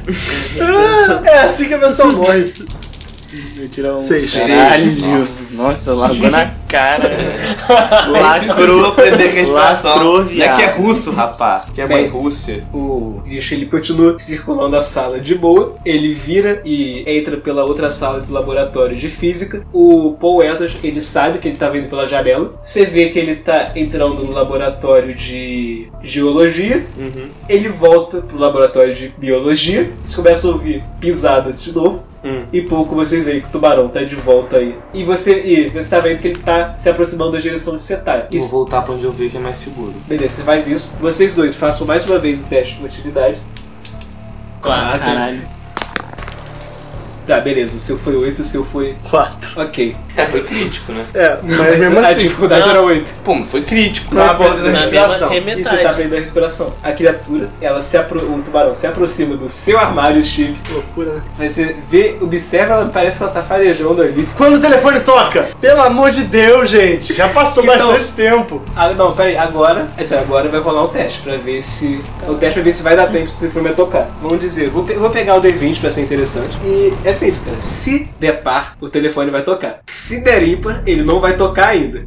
É assim que a pessoa morre. Eu tirar um. Seis. Caralho. Nossa, largou na cara. Precisou Lacrou. aprender com a respiração. Lacrou, Não é viado. que é russo, rapaz. Que é mãe Bem. Rússia. O bicho, ele continua circulando a sala de boa. Ele vira e entra pela outra sala do laboratório de física. O Paul Edwards, ele sabe que ele tá vindo pela janela. Você vê que ele tá entrando no laboratório de geologia. Uhum. Ele volta pro laboratório de biologia. Vocês começam a ouvir pisadas de novo. Hum. E pouco vocês veem que o tubarão tá de volta aí. E você, e você tá vendo que ele tá se aproximando da direção de você tá. Vou voltar pra onde eu vejo que é mais seguro. Beleza, você faz isso. Vocês dois façam mais uma vez o teste de utilidade. Quatro. Caralho. Tá, beleza. O seu foi oito, o seu foi... Quatro. Ok. É, foi crítico, né? É, mas Mas mesmo a assim. dificuldade Não. era oito. Pô, mas foi crítico. Não, Tava perdendo a mas Mas respiração. mesmo assim é E você tá metade. prendendo a respiração. A criatura, ela se apro... o tubarão se aproxima do seu armário, Steve. Loucura, né? Mas você vê, observa, ela parece que ela tá farejando ali. Quando o telefone toca? Pelo amor de Deus, gente. Já passou Então- bastante tempo. Ah, não, peraí, agora... É sério, agora vai rolar um teste pra ver se... O teste pra ver se vai dar tempo se o telefone vai tocar. Vamos dizer, vou, pe- vou pegar o D vinte pra ser interessante. E é simples, cara. Se der par, o telefone vai tocar. Se der ímpar, ele não vai tocar ainda.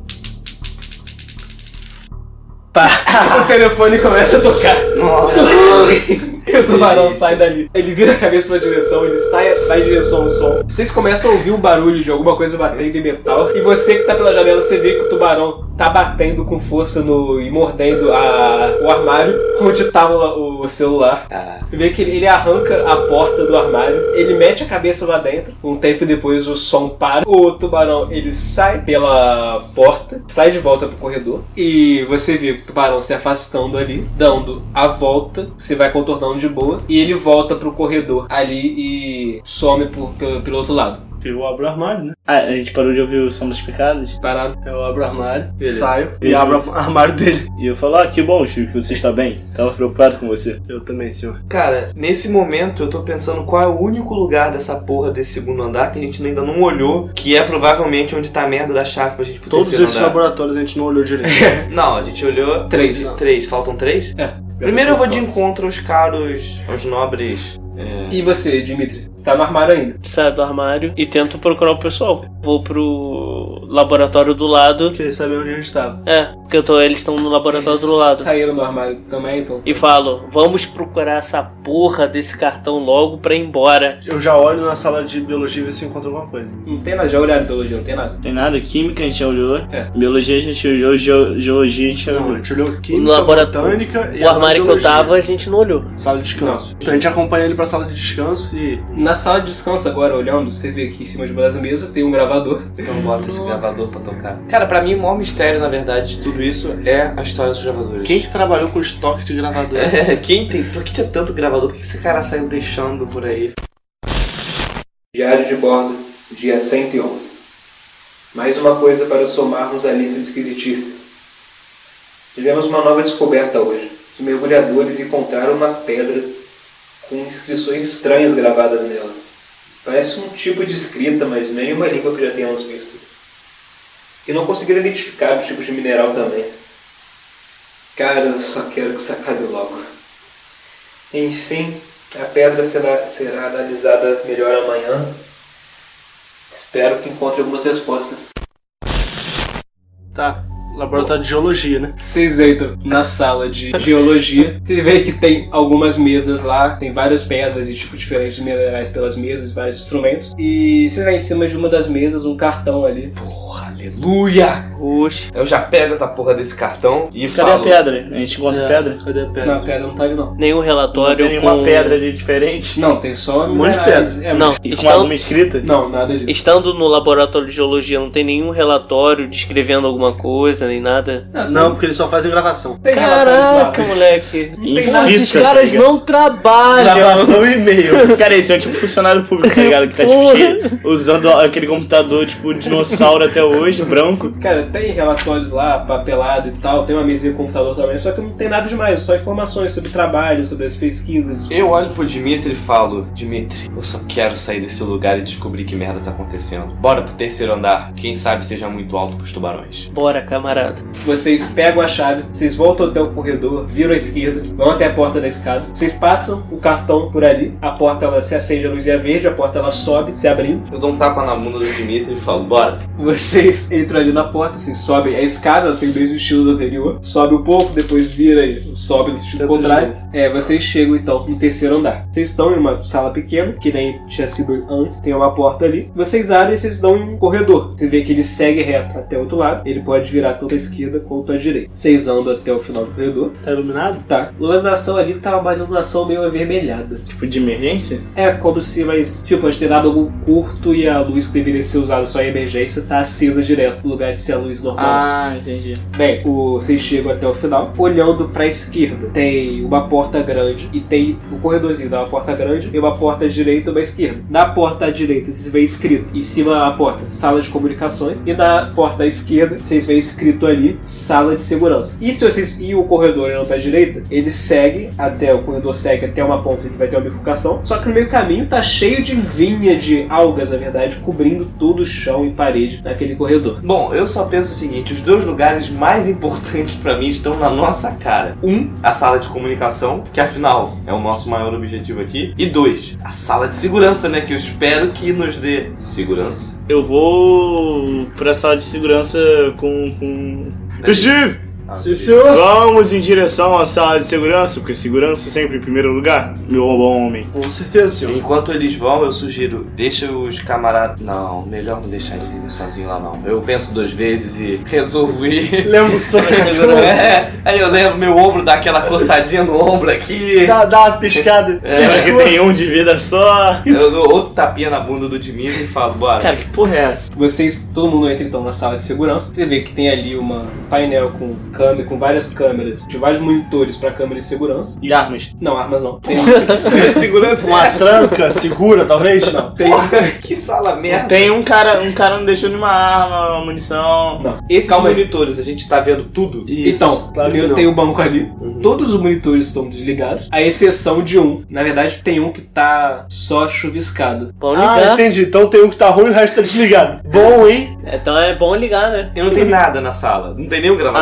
Pá, o telefone começa a tocar. E o tubarão Delícia. sai dali. Ele vira a cabeça pra direção, ele sai, vai em direção ao som. Vocês começam a ouvir o barulho de alguma coisa batendo em metal. E você que tá pela janela, você vê que o tubarão tá batendo com força no, e mordendo a, o armário onde tava o, o celular. Ah. Você vê que ele, ele arranca a porta do armário, ele mete a cabeça lá dentro. Um tempo depois o som para. O tubarão, ele sai pela porta, sai de volta pro corredor. E você vê o tubarão se afastando ali, dando a volta. Você vai contornando de boa. E ele volta pro corredor ali e some por, pelo, pelo outro lado. Eu abro o armário, né? Ah, a gente parou de ouvir o som das picadas. Parado. Eu abro o armário, Beleza. saio e Beleza. abro o armário dele. E eu falo, ah, que bom, Chico, que você está bem. Tava preocupado com você. Eu também, senhor. Cara, nesse momento eu tô pensando qual é o único lugar dessa porra desse segundo andar que a gente ainda não olhou, que é provavelmente onde tá a merda da chave pra gente ir pro Todos terceiro esses andar. laboratórios a gente não olhou direito. Não, a gente olhou... Três. Três. Faltam três? É. Primeiro eu vou de encontro aos caros, aos nobres... É... E você, Dimitri? Você tá no armário ainda. Saio do armário e tento procurar o pessoal. Vou pro laboratório do lado. Porque saber onde a gente tava. É, Porque eu tô, eles estão no laboratório do outro lado. Saíram do armário também, então. E falo, vamos procurar essa porra desse cartão logo pra ir embora. Eu já olho na sala de biologia e ver se eu encontro alguma coisa. Não tem nada, já olharam biologia, não tem nada. Tem nada, química a gente já olhou, É. biologia a gente olhou, geo- geologia a gente já Não, a olhou. gente olhou química, No laboratório- botânica e O armário que eu biologia. tava, a gente não olhou. Sala de descanso. Então a gente acompanha ele pra sala de descanso e... Na sala de descanso agora, olhando, você vê que em cima de uma das mesas tem um gravador. Então bota esse gravador pra tocar. Cara, pra mim o maior mistério, na verdade, de tudo isso é a história dos gravadores. Quem que trabalhou com estoque de gravador? É, quem tem... Por que tinha tanto gravador? Por que esse cara saiu deixando por aí? Diário de bordo, dia cento e onze. Mais uma coisa para somarmos a lista de esquisitices. Tivemos uma nova descoberta hoje. Os mergulhadores encontraram uma pedra com inscrições estranhas gravadas nela. Parece um tipo de escrita, mas nenhuma língua que já tenhamos visto. E não conseguiram identificar os tipos de mineral também. Cara, eu só quero que isso acabe logo. Enfim, a pedra será, será analisada melhor amanhã. Espero que encontre algumas respostas. Tá, laboratório de geologia, né? Vocês entram na sala de geologia. Você vê que tem algumas mesas lá. Tem várias pedras e tipos diferentes de minerais pelas mesas, vários instrumentos. E você vê em cima de uma das mesas um cartão ali. Porra, aleluia! Oxe. Eu já pego essa porra desse cartão e Cadê falo... a pedra? A gente encontra É, pedra? Cadê a pedra? Não, a pedra não tá ali não. Nenhum Não relatório tem nenhuma com... pedra ali diferente? Não, tem só Um monte de minerais. pedra. É, Não, mas- E com estão... alguma escrita? Não, nada disso. Estando no laboratório de geologia, não tem nenhum relatório descrevendo alguma coisa, nem nada. Não, porque eles só fazem gravação. Tem relatórios lá, Caraca, mas- moleque. Em tem nada, fita, Esses caras tá ligado? não trabalham. Gravação e e-mail. Cara, esse é o tipo funcionário público, tá ligado? Que tá tipo, cheio, usando aquele computador tipo dinossauro até hoje, branco. Cara, tem relatórios lá, papelado e tal, tem uma mesinha de computador também, só que não tem nada demais, só informações sobre trabalho, sobre as pesquisas. Eu olho pro Dimitri e falo, Dimitri, eu só quero sair desse lugar e descobrir que merda tá acontecendo. Bora pro terceiro andar, quem sabe seja muito alto pros tubarões. Bora, camarada. Vocês pegam a chave, vocês voltam até o corredor, viram à esquerda, vão até a porta da escada, vocês passam o cartão por ali, a porta ela se acende a luzinha verde, a porta ela sobe, se abrindo. Eu dou um tapa na bunda do Dimitri e falo, bora. Vocês entram ali na porta, assim, sobem a escada, ela tem o mesmo estilo do anterior, sobe um pouco, depois vira e sobe no sentido Tudo contrário. de É, vocês chegam então no terceiro andar. Vocês estão em uma sala pequena, que nem tinha sido antes, tem uma porta ali. Vocês abrem e vocês dão em um corredor. Você vê que ele segue reto até o outro lado, ele pode virar tanto à esquerda quanto à direita. Vocês andam até o final do corredor. Tá iluminado? Tá. A iluminação ali tá uma iluminação meio avermelhada. Tipo de emergência? É como se vai, tipo, pode ter dado algum curto e a luz que deveria ser usada só em emergência tá acesa direto no lugar de ser a luz normal. Ah, entendi. Bem, o, vocês chegam até o final, olhando pra esquerda. Tem uma porta grande e tem o um corredorzinho, dá uma porta grande e uma porta à direita e uma à esquerda. Na porta à direita vocês veem escrito em cima da porta, sala de comunicações, e na porta à esquerda vocês veem escrito ali, sala de segurança. E se vocês e o corredor não tá à direita, ele segue até, o corredor segue até uma ponta que vai ter uma bifurcação, só que no meio do caminho tá cheio de vinha de algas, na verdade, cobrindo todo o chão e parede naquele corredor. Bom, eu só penso o seguinte, os dois lugares mais importantes pra mim estão na nossa cara. Um, a sala de comunicação, que afinal é o nosso maior objetivo aqui. E dois, a sala de segurança, né, que eu espero que nos dê segurança. Eu vou pra sala de segurança com... com... Steve! Sim, senhor. Vamos em direção à sala de segurança, porque segurança sempre em primeiro lugar, meu bom homem. Com certeza, senhor. Enquanto eles vão, eu sugiro, deixa os camaradas... Não, melhor não deixar eles irem sozinhos lá não. Eu penso duas vezes e resolvo ir. Lembro que sou É, aí eu lembro, meu ombro dá aquela coçadinha no ombro aqui. dá, dá uma piscada. É, Acho que tem um de vida só. eu dou outro tapinha na bunda do Dimitri e falo, bora. Cara, que porra é essa? Vocês, todo mundo entra então na sala de segurança. Você vê que tem ali uma, um painel com câmera, com várias câmeras, de vários monitores para câmera de segurança. E armas? Não, armas não. Tem, Segurança. Uma tranca segura, talvez? não, tem. Que sala merda. Tem um cara, um cara não deixou nenhuma arma, uma munição. Não. Esses Calma aí. monitores, a gente tá vendo tudo? Isso, Então, claro que primeiro não. tem o banco ali. Uhum. Todos os monitores estão desligados, à exceção de um. Na verdade, tem um que tá só chuviscado. Bom Ah, ligar. entendi. Então tem um que tá ruim e o resto tá desligado. Bom, hein? Então é bom ligar, né? Eu não tenho nada na sala. Não tem nenhum gravador. Armário,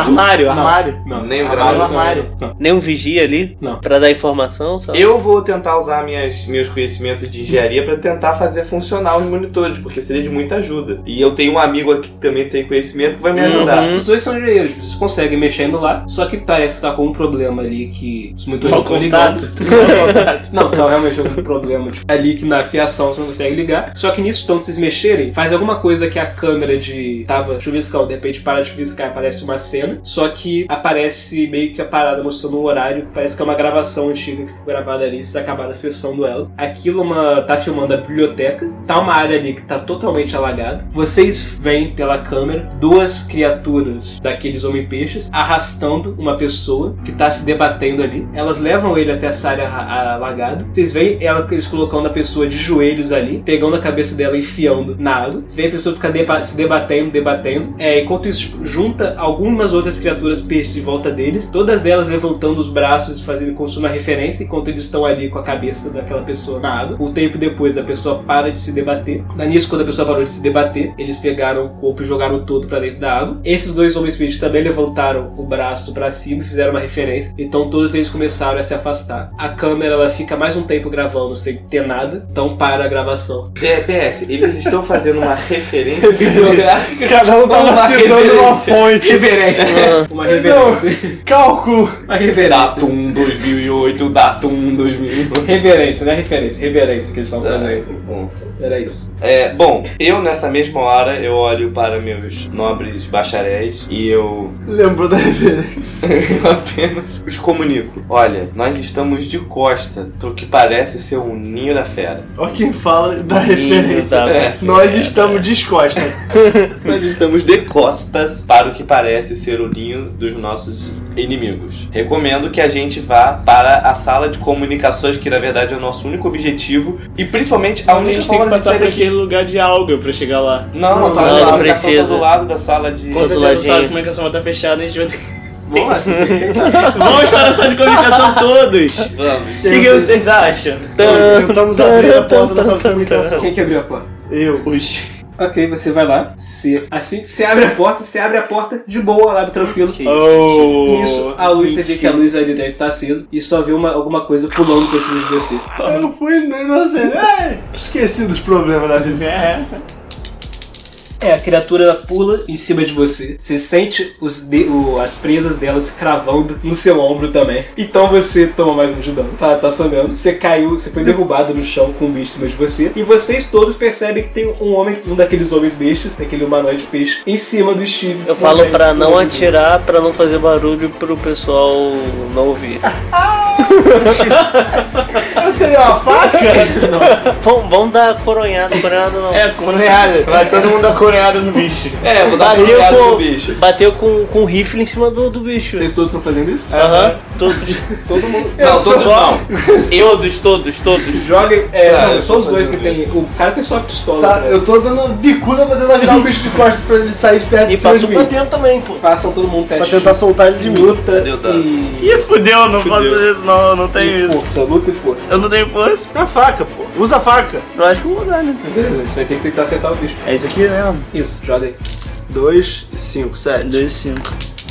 o armário? Não. Nem o Abre grau. o armário. Não. Nem um vigia ali? Não. Pra dar informação, sabe? Eu vou tentar usar minhas, meus conhecimentos de engenharia pra tentar fazer funcionar os monitores, porque seria de muita ajuda. E eu tenho um amigo aqui que também tem conhecimento que vai me ajudar. Uhum. Os dois são engenheiros, vocês conseguem mexendo lá, só que parece que tá com um problema ali que os monitores não Mau estão ligando. contato. Não, não, realmente é um problema. Tipo, ali que na fiação você não consegue ligar. Só que nisso, quando vocês mexerem, faz alguma coisa que a câmera de tava chuviscando, de repente para de chuviscar, aparece uma cena, só que aparece meio que a parada mostrando um horário, parece que é uma gravação antiga que ficou gravada ali, vocês acabaram acessando ela. Aquilo uma, tá filmando a biblioteca, tá uma área ali que tá totalmente alagada. Vocês veem pela câmera duas criaturas daqueles homem-peixes arrastando uma pessoa que tá se debatendo ali. Elas levam ele até essa área alagada. Vocês veem ela, eles colocando a pessoa de joelhos ali, pegando a cabeça dela e enfiando na água. Vocês veem a pessoa ficar deba- se debatendo, debatendo. É, enquanto isso, tipo, junta algumas outras criaturas peixes em volta deles, todas elas levantando os braços, fazendo como se fosse uma referência, enquanto eles estão ali com a cabeça daquela pessoa na água. Um tempo depois, a pessoa para de se debater. Nisso, quando a pessoa parou de se debater, eles pegaram o corpo e jogaram todo pra dentro da água. Esses dois homens peixes também levantaram o braço pra cima e fizeram uma referência. Então todos eles começaram a se afastar. A câmera ela fica mais um tempo gravando sem ter nada, então para a gravação. P S, eles estão fazendo uma referência bibliográfica. Cada um tava Uma citando uma referência. fonte. Reverência. Uma reverência. Cálculo. Uma reverência. Datum dois mil e oito, Datum dois mil e oito. Reverência, não é referência. Reverência que eles estão fazendo. Bom. Era isso. É, bom, eu nessa mesma hora eu olho para meus nobres bacharéis e eu, Lembrou da referência. eu apenas os comunico. Olha, nós estamos de costa pro que parece ser um ninho da fera. Olha quem fala da referência. da É. Nós estamos descosta. Nós estamos de costas para o que parece ser o ninho dos nossos inimigos. Recomendo que a gente vá para a sala de comunicações, que na verdade é o nosso único objetivo e principalmente a A única gente tem forma que de passar sair por daqui. aquele lugar de alga pra chegar lá. Não, Não, a sala não, de não comunicação tá precisa. do lado da sala de... Com certeza a ladinho. sala de comunicação vai estar fechada, a gente vai ter Vamos lá. Vamos para a sala de comunicação todos! Vamos. O que, que vocês acham? Tentamos abrir a porta da sala de comunicação. Quem que abriu a porta? Eu. Os... Ok, você vai lá. Se, assim que você abre a porta, você abre a porta de boa, abre tranquilo. Oh, Nisso, a luz, você vê que a luz ali dentro tá acesa e só vê uma, alguma coisa pulando pra cima de você. Eu fui no inocente. Ai, esqueci dos problemas da vida. É. É, a criatura pula em cima de você. Você sente os de- o- as presas dela se cravando no seu ombro também. Então você toma mais um de dano. Tá, tá sangrando. Você caiu, você foi derrubado no chão com um bicho em cima de você. E vocês todos percebem que tem um homem, um daqueles homens bichos, daquele humanoide peixe, em cima do Steve. Eu falo pra não atirar, pra não fazer barulho, pro pessoal não ouvir. Eu teria uma faca? Vamos, vamos dar coronhada, coronhada não. É, coronhada. Vai todo mundo dar coronhada no bicho. É, eu vou dar uma Bateu olhada no com, bicho. bateu com, com rifle em cima do, do bicho. Vocês todos estão fazendo isso? Aham, todos. Todo mundo. Não, todos não. Todos, todos, todos. Joguem. É, Tá, não, eu só tô os dois que fazendo tem. isso. O cara tem só a pistola. Tá, né? eu tô dando bicuda pra tentar virar o bicho de costas pra ele sair de perto E de cima pra de tu mim. pra dentro também, pô. Façam todo mundo Pra teste. tentar soltar ele de mim. Luta Cadê o dado? e. Ih, fudeu, não Fudeu. faço isso, não, eu não tenho e isso. força, luta e força. Eu não tenho força. É a faca, pô. Usa a faca. Eu acho que eu vou usar, né? Beleza, você vai ter que tentar acertar o bicho. É isso aqui mesmo. Isso, joga aí. dois, cinco, sete, dois, cinco.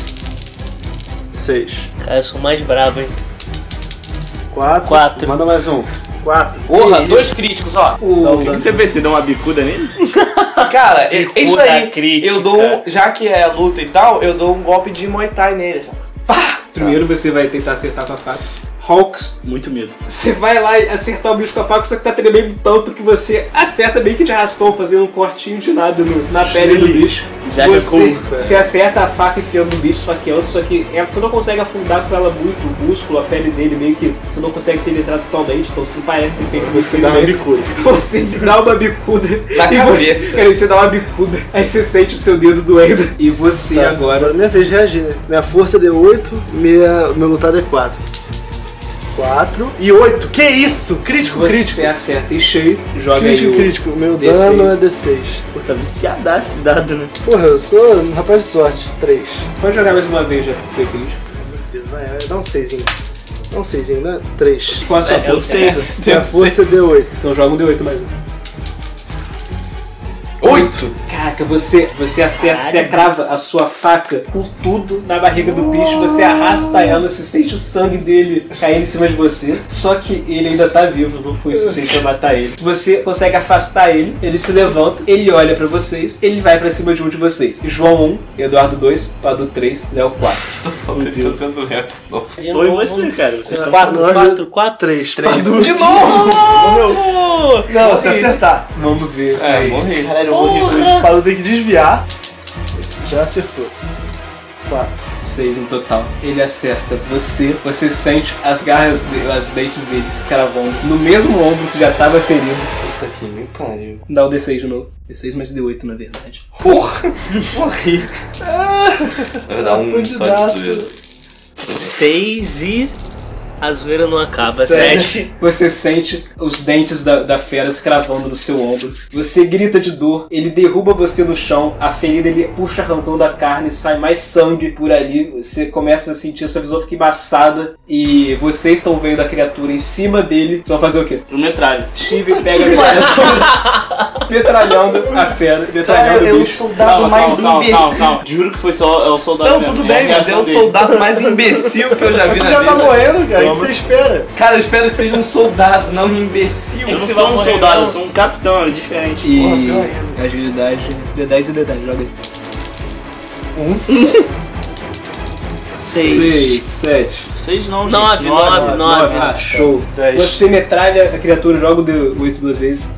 seis, Cara, eu sou mais brabo, hein. quatro. Quatro. Manda mais um. quatro. Porra, dois críticos, ó. O... O que você fez? Você deu uma bicuda nele? Cara, é é isso Bicuda aí. crítica. Eu dou, um- já que é luta e tal, eu dou um golpe de Muay Thai nele, assim. Primeiro você vai tentar acertar com a faca. Hawks, Muito medo. você vai lá e acertar o bicho com a faca, só que tá tremendo tanto que você acerta meio que de raspão, fazendo um cortinho de nada no- na pele do bicho. Já Você, recuo. você acerta a faca enfiando o bicho esfaqueando, só que ela- você não consegue afundar com ela muito o músculo, a pele dele meio que você não consegue penetrar totalmente, então você não parece ter feito você Dá no uma meio. bicuda. Você dá uma bicuda Na e você, cabeça. aí você dá uma bicuda, aí você sente o seu dedo doendo e você Tá, agora. é minha vez de reagir, né? Minha força é D oito, minha, meu lutado é quatro. quatro e oito. Que isso? Crítico, Você crítico. acerta em cheio, joga Crítico, aí o crítico. Meu D seis. dano é D seis. Pô, tá viciadaço esse dado, né? Porra, eu sou um rapaz de sorte. três. Pode jogar mais uma vez, já foi crítico. Meu Deus, vai, vai, dá um seisinho. Dá um seisinho, né? três. Qual a sua É, é o força? seis. Minha força é D oito. Então joga um D oito mais um. Oito! dentro. Caraca, você, você acerta, Caralho. você crava a sua faca com tudo na barriga do bicho, você arrasta ela, você sente o sangue dele caindo em cima de você, só que ele ainda tá vivo, não foi suficiente pra matar ele. Você consegue afastar ele, ele se levanta, ele olha pra vocês, ele vai pra cima de um de vocês. João um, Eduardo dois, Padu três, Léo quatro. Tô falando de fazendo o resto. Não. De Foi novo. você, cara. Você tá Quatro, Nós- quatro, quatro. Três. Três. Padu. De novo! Oh, Não, se acertar. Vamos ver. É, aí. morri. Caralho, eu morri. porra. O Padu tem que desviar. Já acertou. Quatro. Seis no total. Ele acerta você, você sente as garras, de, os dentes dele se cravando no mesmo ombro que já tava ferido. Puta que me pariu. Dá o D seis de novo. D seis mais D oito, na verdade. Porra! Morri. Vai dar um só de Fudidaço. zoeira. seis e a zoeira não acaba. Sete. Sete. Você sente os dentes da, da fera se cravando no seu ombro. Você grita de dor, ele derruba você no chão, a ferida ele puxa arrancando a carne, sai mais sangue por ali. Você começa a sentir, a sua visão fica embaçada e vocês estão vendo a criatura em cima dele. Você vai fazer o quê? Pro metralho. Steve pega a metralhadora, metralhando a fera, Cara, metralhando é o o bicho. soldado Calma, mais calma, calma, imbecil. calma, calma. Juro que foi só é o soldado Não, mesmo. tudo É a bem, mas é reação o dele. soldado mais imbecil que eu já vi Você na já tá vida. morrendo, cara. O que Vamos. você espera? Cara, eu espero que seja um soldado, não um imbecil. Eu não Você sou vai um morrer, soldado, não. eu sou um capitão, é diferente. E Porra, pior ainda. agilidade, D dez e D dez, joga aí. Seis. seis, sete. Seis não, gente. Nove, nove, nove. Ah, show. Dez. Você metralha a criatura, joga o D oito duas vezes.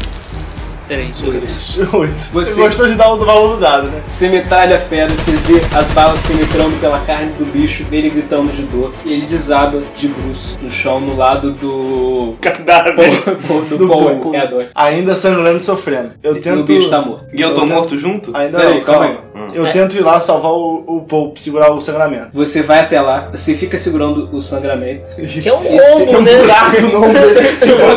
Três. Oito. Você- Você gostou de dar o valor do dado, né? Você metralha a fera, você vê as balas penetrando pela carne do bicho, ele gritando de dor, e ele desaba de bruços no chão, no lado do. Cadáver. do, do Do Paul, Paul. é a dor. Ainda sangrando e sofrendo. Eu E tento... o bicho tá morto. E eu tô Eu tento- morto junto? Ainda Peraí, não, calma calma. Eu tento ir lá salvar o, o Paul, segurar o sangramento. Você vai até lá, você fica segurando o sangramento. Que é um Esse combo, né? Buraco no nome dele.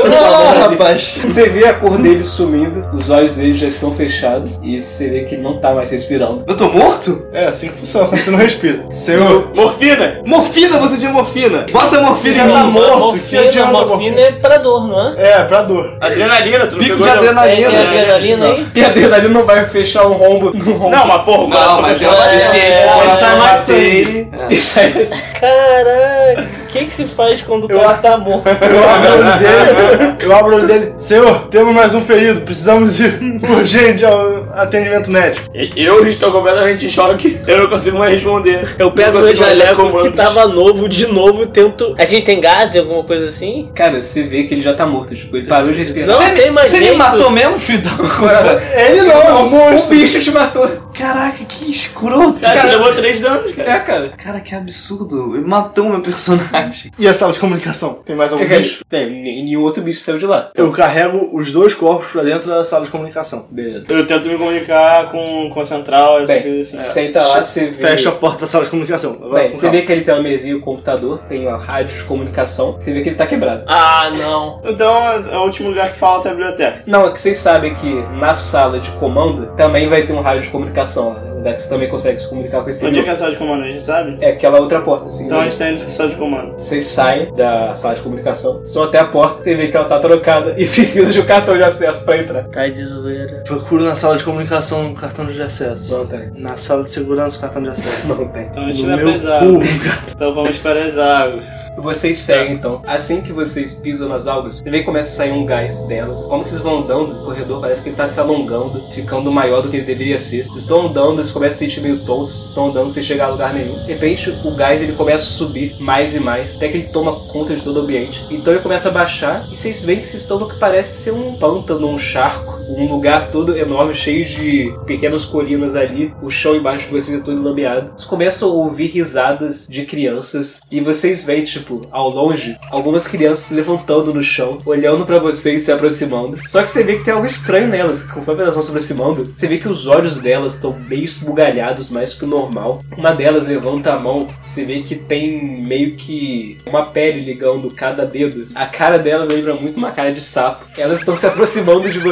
Ah, rapaz. Você vê a cor dele sumindo, os olhos dele já estão fechados, e você vê que ele não tá mais respirando. Eu tô morto? É assim que funciona quando você não respira. Seu... Morfina! Morfina, você tinha morfina! Bota morfina Já em tá mim! morto, que morfina, adianta morfina é pra dor, não é? É, pra dor. Adrenalina, tu não Pico pegou de não? adrenalina. Tem adrenalina aí? E a adrenalina não vai fechar um rombo no rombo. Não, mas porra, o Não, coração mas é vai o gelar- suficiente é, pro é, coração sai mais bater. Isso aí vai ser- Caraca, o que que se faz quando o Eu cara a- tá morto? Eu abro o olho dele, eu abro o olho dele. Senhor, temos mais um ferido, precisamos ir urgente ao atendimento médico. Eu estou completamente em choque, eu não consigo mais responder. Eu pego Não meu consigo mais dar jaleco que comandos. tava novo de novo e tento... A gente tem gás, alguma coisa assim? Cara, você vê que ele já tá morto, tipo, ele parou de respirar. Não, tem mais Você me jeito. matou mesmo, filho da Coração- Ele não, é um O monstro. bicho te matou. Caraca, que escroto! Cara, você levou três danos, cara. É, cara. Cara, que absurdo. Ele matou meu personagem. E a sala de comunicação? Tem mais O algum que que é bicho? isso? Tem, nenhum outro bicho saiu de lá. Eu carrego os dois corpos pra dentro da sala de comunicação. Beleza. Eu tento me comunicar com, com a central, essas Bem, coisas assim. senta lá, você vê. Fecha a porta da sala de comunicação. Agora, Bem, com você calma. vê que ele tem uma mesinha, um computador, tem uma rádio de comunicação, você vê que ele tá quebrado. Ah, não. Então é o último lugar que fala até a biblioteca. Não, é que vocês sabem que na sala de comando também vai ter um rádio de comunicação, né? Um lugar que você também consegue se comunicar com esse Onde é que é a sala de comando, a gente sabe? É aquela outra porta, assim. Então a gente tá indo pra sala de comando. Vocês saem da sala de comunicação, são até a porta, você vê que ela tá trocada e precisa de um cartão de acesso pra entrar. Cai de zoeira. Procuro na sala de comunicação um cartão de acesso. Não tem. Na sala de segurança, um cartão de acesso. Não tem. Então a gente No vai meu para as águas. cu. Então vamos para as águas. Vocês seguem então. Assim que vocês pisam nas algas, você vê que começa a sair um gás delas. Como que vocês vão andando, o corredor parece que ele tá se alongando, ficando maior do que ele deveria ser. Vocês estão andando, vocês começam a se sentir meio tontos, estão andando sem chegar a lugar nenhum. De repente, o gás ele começa a subir mais e mais, até que ele toma conta de todo o ambiente. Então ele começa a baixar e vocês veem que vocês estão no que parece ser um pântano, um charco, um lugar todo enorme, cheio de pequenas colinas ali. O chão embaixo de vocês é todo lameado. Vocês começam a ouvir risadas de crianças e vocês veem, tipo, ao longe, algumas crianças se levantando no chão, olhando pra vocês, se aproximando. Só que você vê que tem algo estranho nelas. Conforme elas vão se aproximando, você vê que os olhos delas estão meio esbugalhados, mais que o normal. Uma delas levanta a mão, você vê que tem meio que uma pele ligando cada dedo. A cara delas lembra muito uma cara de sapo. Elas estão se aproximando de vocês.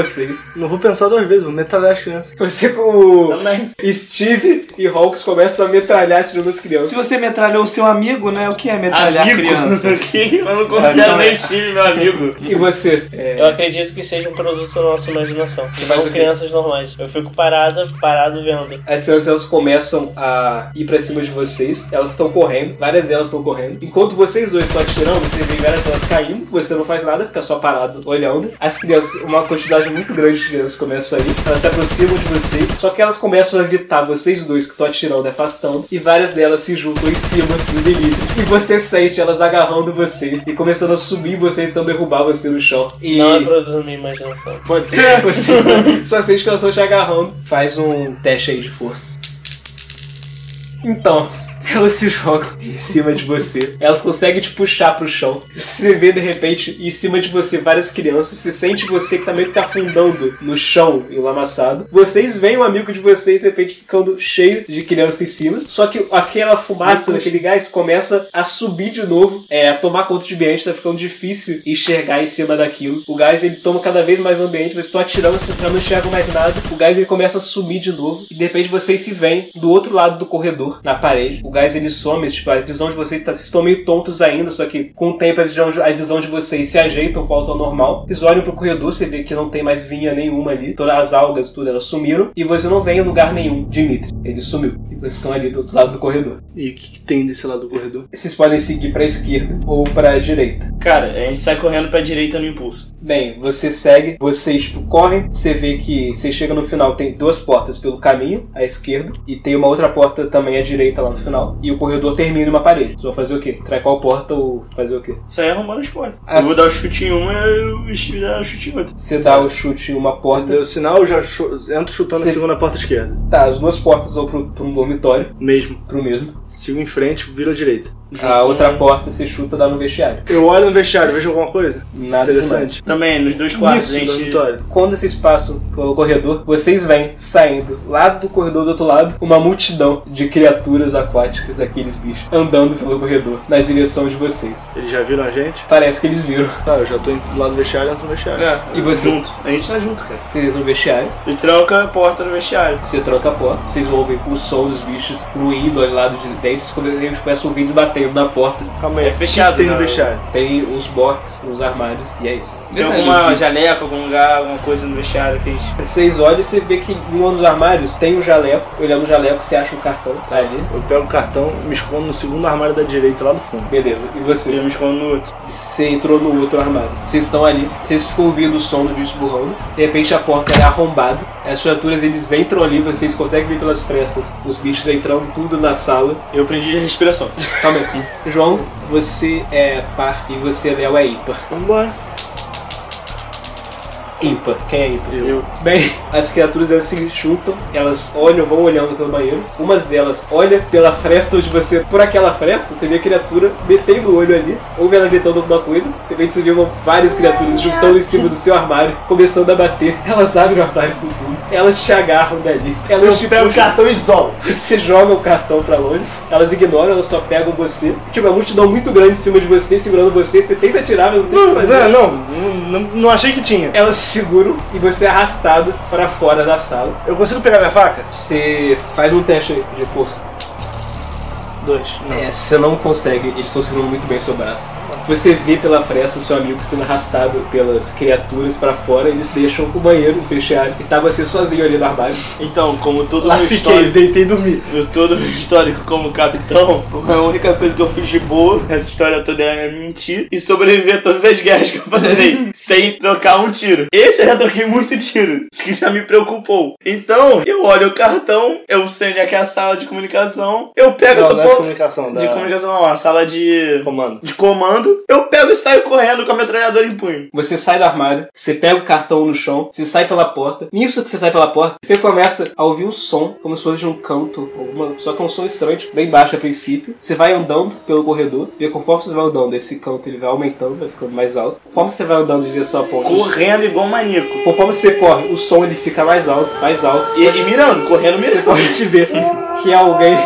Não vou pensar duas vezes, vou metralhar as crianças. Você com o Também. Steve e Hawks começam a metralhar atirando as crianças. Se você metralhou o seu amigo, né? O que é metralhar Amigo? crianças? Eu não considero nem o time, meu amigo. E você? É, Eu acredito que seja um produto da nossa imaginação. Que faz são o quê? crianças normais. Eu fico parada, parado vendo. As crianças elas começam a ir pra cima de vocês. Elas estão correndo, várias delas estão correndo. Enquanto vocês dois estão atirando, você vê várias delas caindo. Você não faz nada, fica só parado olhando. As crianças, uma quantidade muito grande de crianças começam a ir. Elas se aproximam de vocês. Só que elas começam a evitar vocês dois que estão atirando e afastando. E várias delas se juntam em cima do Dimitri. E você sente elas agarrando você e começando a subir você, tentando derrubar você no chão. E Não é produto da minha imaginação. Pode ser? você só, só sente que elas estão te agarrando. Faz um teste aí de força. Então, elas se jogam em cima de você. Elas conseguem te puxar pro chão. Você vê de repente em cima de você várias crianças. Você sente você que tá meio que afundando no chão enlamaçado. Vocês veem um amigo de vocês de repente ficando cheio de criança em cima. Só que aquela fumaça daquele gás começa a subir de novo, é, a tomar conta do ambiente. Tá ficando difícil enxergar em cima daquilo. O gás ele toma cada vez mais o ambiente. Vocês estão atirando, vocês não enxergam mais nada. O gás ele começa a sumir de novo. E de repente vocês se veem do outro lado do corredor, na parede. O gás ele some, tipo, a visão de vocês, tá, vocês estão meio tontos ainda, só que com o tempo a visão, a visão de vocês se ajeitam, voltam ao normal. Vocês olham pro corredor, você vê que não tem mais vinha nenhuma ali, todas as algas, tudo, elas sumiram, e você não vê em lugar nenhum Dimitri, ele sumiu. E vocês estão ali do outro lado do corredor. E o que, que tem desse lado do corredor? Vocês podem seguir pra esquerda ou pra direita. Cara, a gente sai correndo pra direita no impulso. Bem, você segue, vocês tipo, correm, você vê que você chega no final, tem duas portas pelo caminho, à esquerda, e tem uma outra porta também à direita lá no final, e o corredor termina em uma parede. Você vai fazer o quê? Trai qual porta ou fazer o quê? Sai arrumando as portas. Ah. Eu vou dar o chute em uma e o Steve dá o chute em outra. Você dá o chute em uma porta. Deu sinal, eu já chu- entro chutando Sim. a segunda porta esquerda. Tá, as duas portas vão pro, pro um dormitório, Mesmo. pro mesmo. Sigo em frente, viro à direita. A outra porta você chuta dá no vestiário. Eu olho no vestiário, vejo alguma coisa? Nada Interessante. Também, nos dois quartos, Isso, a gente... Dormitório. Quando vocês passam pelo corredor, vocês veem saindo lá do corredor do outro lado uma multidão de criaturas aquáticas, daqueles bichos, andando pelo corredor na direção de vocês. Eles já viram a gente? Parece que eles viram. Tá, eu já tô do lado do vestiário, entro no vestiário. É, E você? Junto. A gente tá junto, cara. Vocês no vestiário, E troca a porta no vestiário. você troca a porta, vocês ouvem o som dos bichos ruindo ali lá de dentro, quando eles começam a ouvir eles batendo na porta. Calma aí, É fechado, o que que tem né? no vestiário? Tem os boxes, os armários, e é isso. Tem alguma jaleca, algum lugar, alguma coisa no vestiário que a gente... Vocês olham e você vê que em um dos armários tem um jaleco. Olhando o jaleco, você acha um cartão, tá ali. Eu pego o cartão, me escondo no segundo armário da direita, lá do fundo. Beleza, e você? Eu me escondo no outro. Você entrou no outro armário. Vocês estão ali, vocês ficam ouvindo o som do bicho burrando. De repente a porta é arrombada. As criaturas eles entram ali, vocês conseguem ver pelas frestas os bichos entrando tudo na sala. Eu prendi a respiração. Calma aí. João, você é par e você, Léo, é ímpar. Vambora. Ímpar. Quem é ímpar? Eu. Bem, as criaturas elas se juntam, elas olham, vão olhando pelo banheiro. Uma delas olha pela fresta onde você, por aquela fresta, você vê a criatura metendo o olho ali, ouve ela gritando alguma coisa. De repente você vê uma, várias criaturas juntando em cima do seu armário, começando a bater. Elas abrem o armário com tudo, elas te agarram dali, elas te Pega o puxam. cartão e isolo. Você joga o cartão pra longe, elas ignoram, elas só pegam você. Tipo, uma multidão muito grande em cima de você, segurando você, você tenta atirar, mas não tem o Não, que fazer. não, não, não, não achei que tinha. Elas se seguram e você é arrastado pra fora da sala. Eu consigo pegar minha faca? Você faz um teste de força. Dois. Não. É, você não consegue, eles estão segurando muito bem seu braço. Você vê pela fresta o seu amigo sendo arrastado pelas criaturas pra fora, eles deixam o banheiro, o vestiário, e tá você sozinho ali no armário. Então, como todo Lá meu fiquei, histórico, deitei e dormi. eu todo meu histórico como capitão, a única coisa que eu fiz de boa nessa história toda é mentir e sobreviver a todas as guerras que eu passei, sem trocar um tiro. Esse eu já troquei muito tiro, que já me preocupou. Então, eu olho o cartão, eu sei onde é que é a sala de comunicação, eu pego Não, essa não é de porra... comunicação, da... De comunicação não, a sala de... comando. de comando, eu pego e saio correndo com a metralhadora em punho. Você sai do armário, você pega o cartão no chão, você sai pela porta. Nisso que você sai pela porta, você começa a ouvir um som, como se fosse de um canto, uma... só que é um som estranho, tipo, bem baixo a princípio. Você vai andando pelo corredor, e conforme você vai andando, esse canto ele vai aumentando, vai ficando mais alto. Conforme você vai andando em direção à ponte, Correndo igual um maníaco. conforme você corre, o som ele fica mais alto, mais alto. Você E, pode- e mirando, correndo Você mirando. pode ver que alguém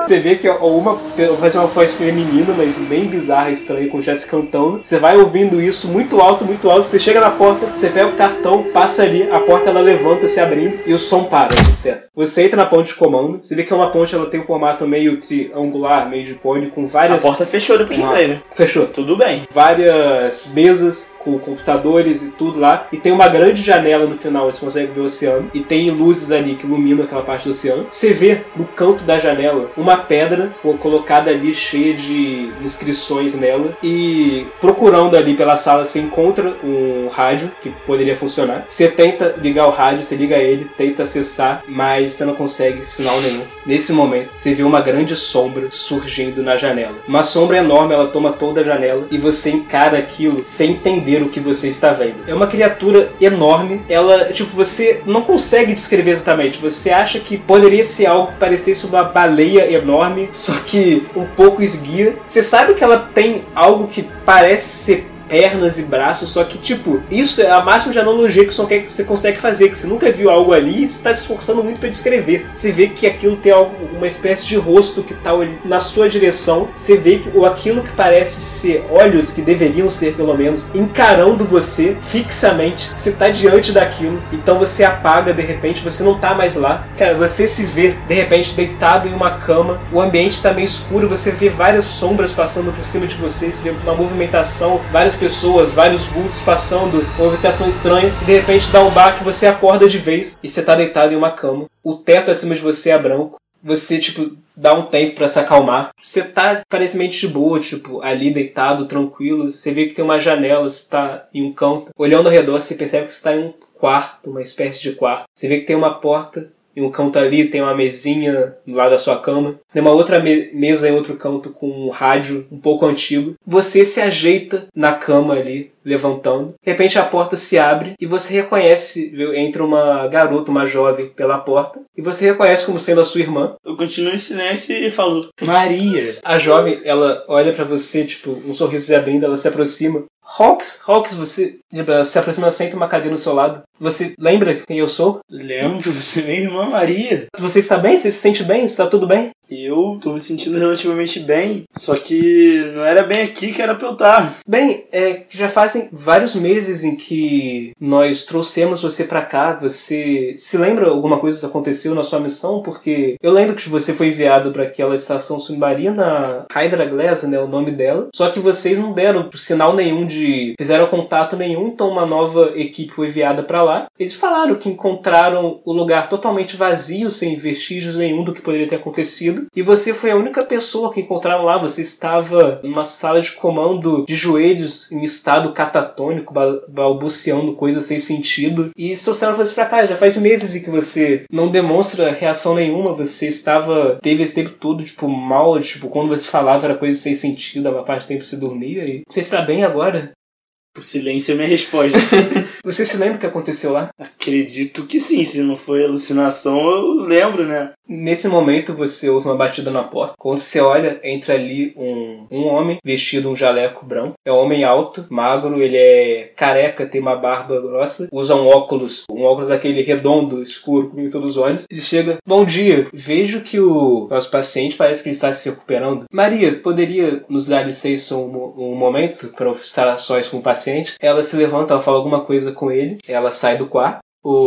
Você vê que uma vai ser uma voz feminina, mas bem bizarra, estranha, com Jessica cantando. Você vai ouvindo isso muito alto, muito alto. Você chega na porta, você pega o cartão, passa ali, a porta ela levanta, se abrindo e o som para, de cessa. Você entra na ponte de comando. Você vê que é uma ponte, ela tem um formato meio triangular, meio de cone, com várias... A porta fechou depois de uma... ele. Fechou. Tudo bem. Várias mesas com computadores e tudo lá. E tem uma grande janela no final, você consegue ver o oceano. E tem luzes ali que iluminam aquela parte do oceano. Você vê no canto da janela uma pedra colocada ali cheia de inscrições nela. E procurando ali pela sala, você encontra um rádio que poderia funcionar. Você tenta ligar o rádio, você liga ele, tenta acessar, mas você não consegue sinal nenhum. Nesse momento, você vê uma grande sombra surgindo na janela. Uma sombra enorme, ela toma toda a janela e você encara aquilo sem entender o que você está vendo. É uma criatura enorme, ela, tipo, você não consegue descrever exatamente. Você acha que poderia ser algo que parecesse uma baleia enorme, só que um pouco esguia. Você sabe que ela tem algo que parece ser pernas e braços, só que, tipo, isso é a máxima de analogia que você consegue fazer, que você nunca viu algo ali e você está se esforçando muito para descrever. Você vê que aquilo tem uma espécie de rosto que está na sua direção, você vê que ou aquilo que parece ser olhos, que deveriam ser pelo menos, encarando você fixamente, você está diante daquilo, então você apaga, de repente, você não está mais lá. Cara, você se vê, de repente, deitado em uma cama, o ambiente está meio escuro, você vê várias sombras passando por cima de você, você vê uma movimentação, várias pessoas, vários vultos passando, uma movimentação estranha, e de repente dá um baque, você acorda de vez e você tá deitado em uma cama. O teto acima de você é branco. Você, tipo, dá um tempo pra se acalmar. Você tá parecidamente de boa, tipo, ali deitado, tranquilo. Você vê que tem uma janela, você tá em um canto. Olhando ao redor, você percebe que você tá em um quarto, uma espécie de quarto. Você vê que tem uma porta. Em um canto ali tem uma mesinha do lado da sua cama. Tem uma outra me- mesa em outro canto com um rádio um pouco antigo. Você se ajeita na cama ali, levantando. De repente a porta se abre e você reconhece, viu, entra uma garota, uma jovem pela porta. E você reconhece como sendo a sua irmã. Eu continuo em silêncio e falo, Maria. A jovem, ela olha pra você, tipo, um sorriso se abrindo, ela se aproxima. Hawks, Hawks, você se aproxima, senta uma cadeira do seu lado. Você lembra quem eu sou? Lembro, você é minha irmã Maria. Você está bem? Você se sente bem? Está tudo bem? Eu tô me sentindo relativamente bem, só que não era bem aqui que era pra eu estar. Bem, é, já fazem vários meses em que nós trouxemos você pra cá. Você se lembra alguma coisa que aconteceu na sua missão? Porque eu lembro que você foi enviado para aquela estação submarina, Hydra Glass, né, o nome dela. Só que vocês não deram sinal nenhum de... fizeram contato nenhum, então uma nova equipe foi enviada pra lá. Eles falaram que encontraram o lugar totalmente vazio, sem vestígios nenhum do que poderia ter acontecido. E você foi a única pessoa que encontraram lá. Você estava numa sala de comando de joelhos, em estado catatônico, balbuciando coisas sem sentido. E trouxeram você pra cá. Já faz meses em que você não demonstra reação nenhuma. Você estava, teve esse tempo todo, tipo, mal. Tipo, quando você falava era coisa sem sentido. A maior parte do tempo você dormia. E você está bem agora? O silêncio é minha resposta. Você se lembra o que aconteceu lá? Acredito que sim. Se não foi alucinação, eu lembro, né? Nesse momento você ouve uma batida na porta. Quando você olha, entra ali um, um homem vestido um jaleco branco. É um homem alto, magro, ele é careca, tem uma barba grossa, usa um óculos, um óculos aquele redondo, escuro, com todos os olhos. Ele chega, bom dia, vejo que o nosso paciente parece que ele está se recuperando. Maria, poderia nos dar licença um, um momento para estar a sós com o paciente? Ela se levanta, ela fala alguma coisa com ele, ela sai do quarto.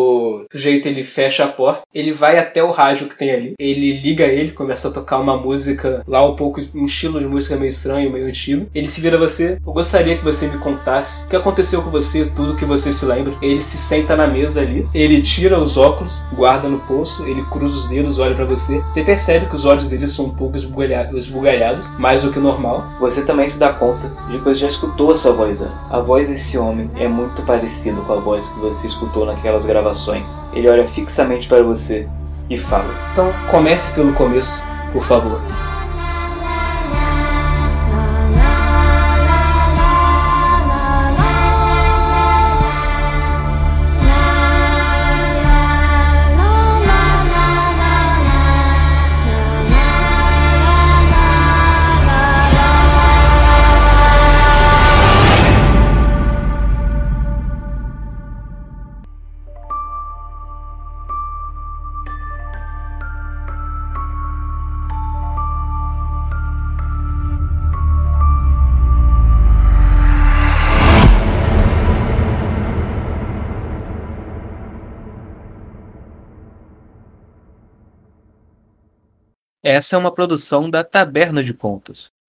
O sujeito, ele fecha a porta, ele vai até o rádio que tem ali, ele liga ele, começa a tocar uma música lá, um pouco, um estilo de música meio estranho, meio antigo. Ele se vira a você, eu gostaria que você me contasse o que aconteceu com você, tudo que você se lembra. Ele se senta na mesa ali, ele tira os óculos, guarda no bolso, ele cruza os dedos, olha pra você. Você percebe que os olhos dele são um pouco esbugalhados, mais do que normal. Você também se dá conta de que você já escutou essa voz antes. A voz desse homem é muito parecida com a voz que você escutou naquelas gravações. Ele olha fixamente para você e fala: então comece pelo começo, por favor. Essa é uma produção da Taberna de Contos.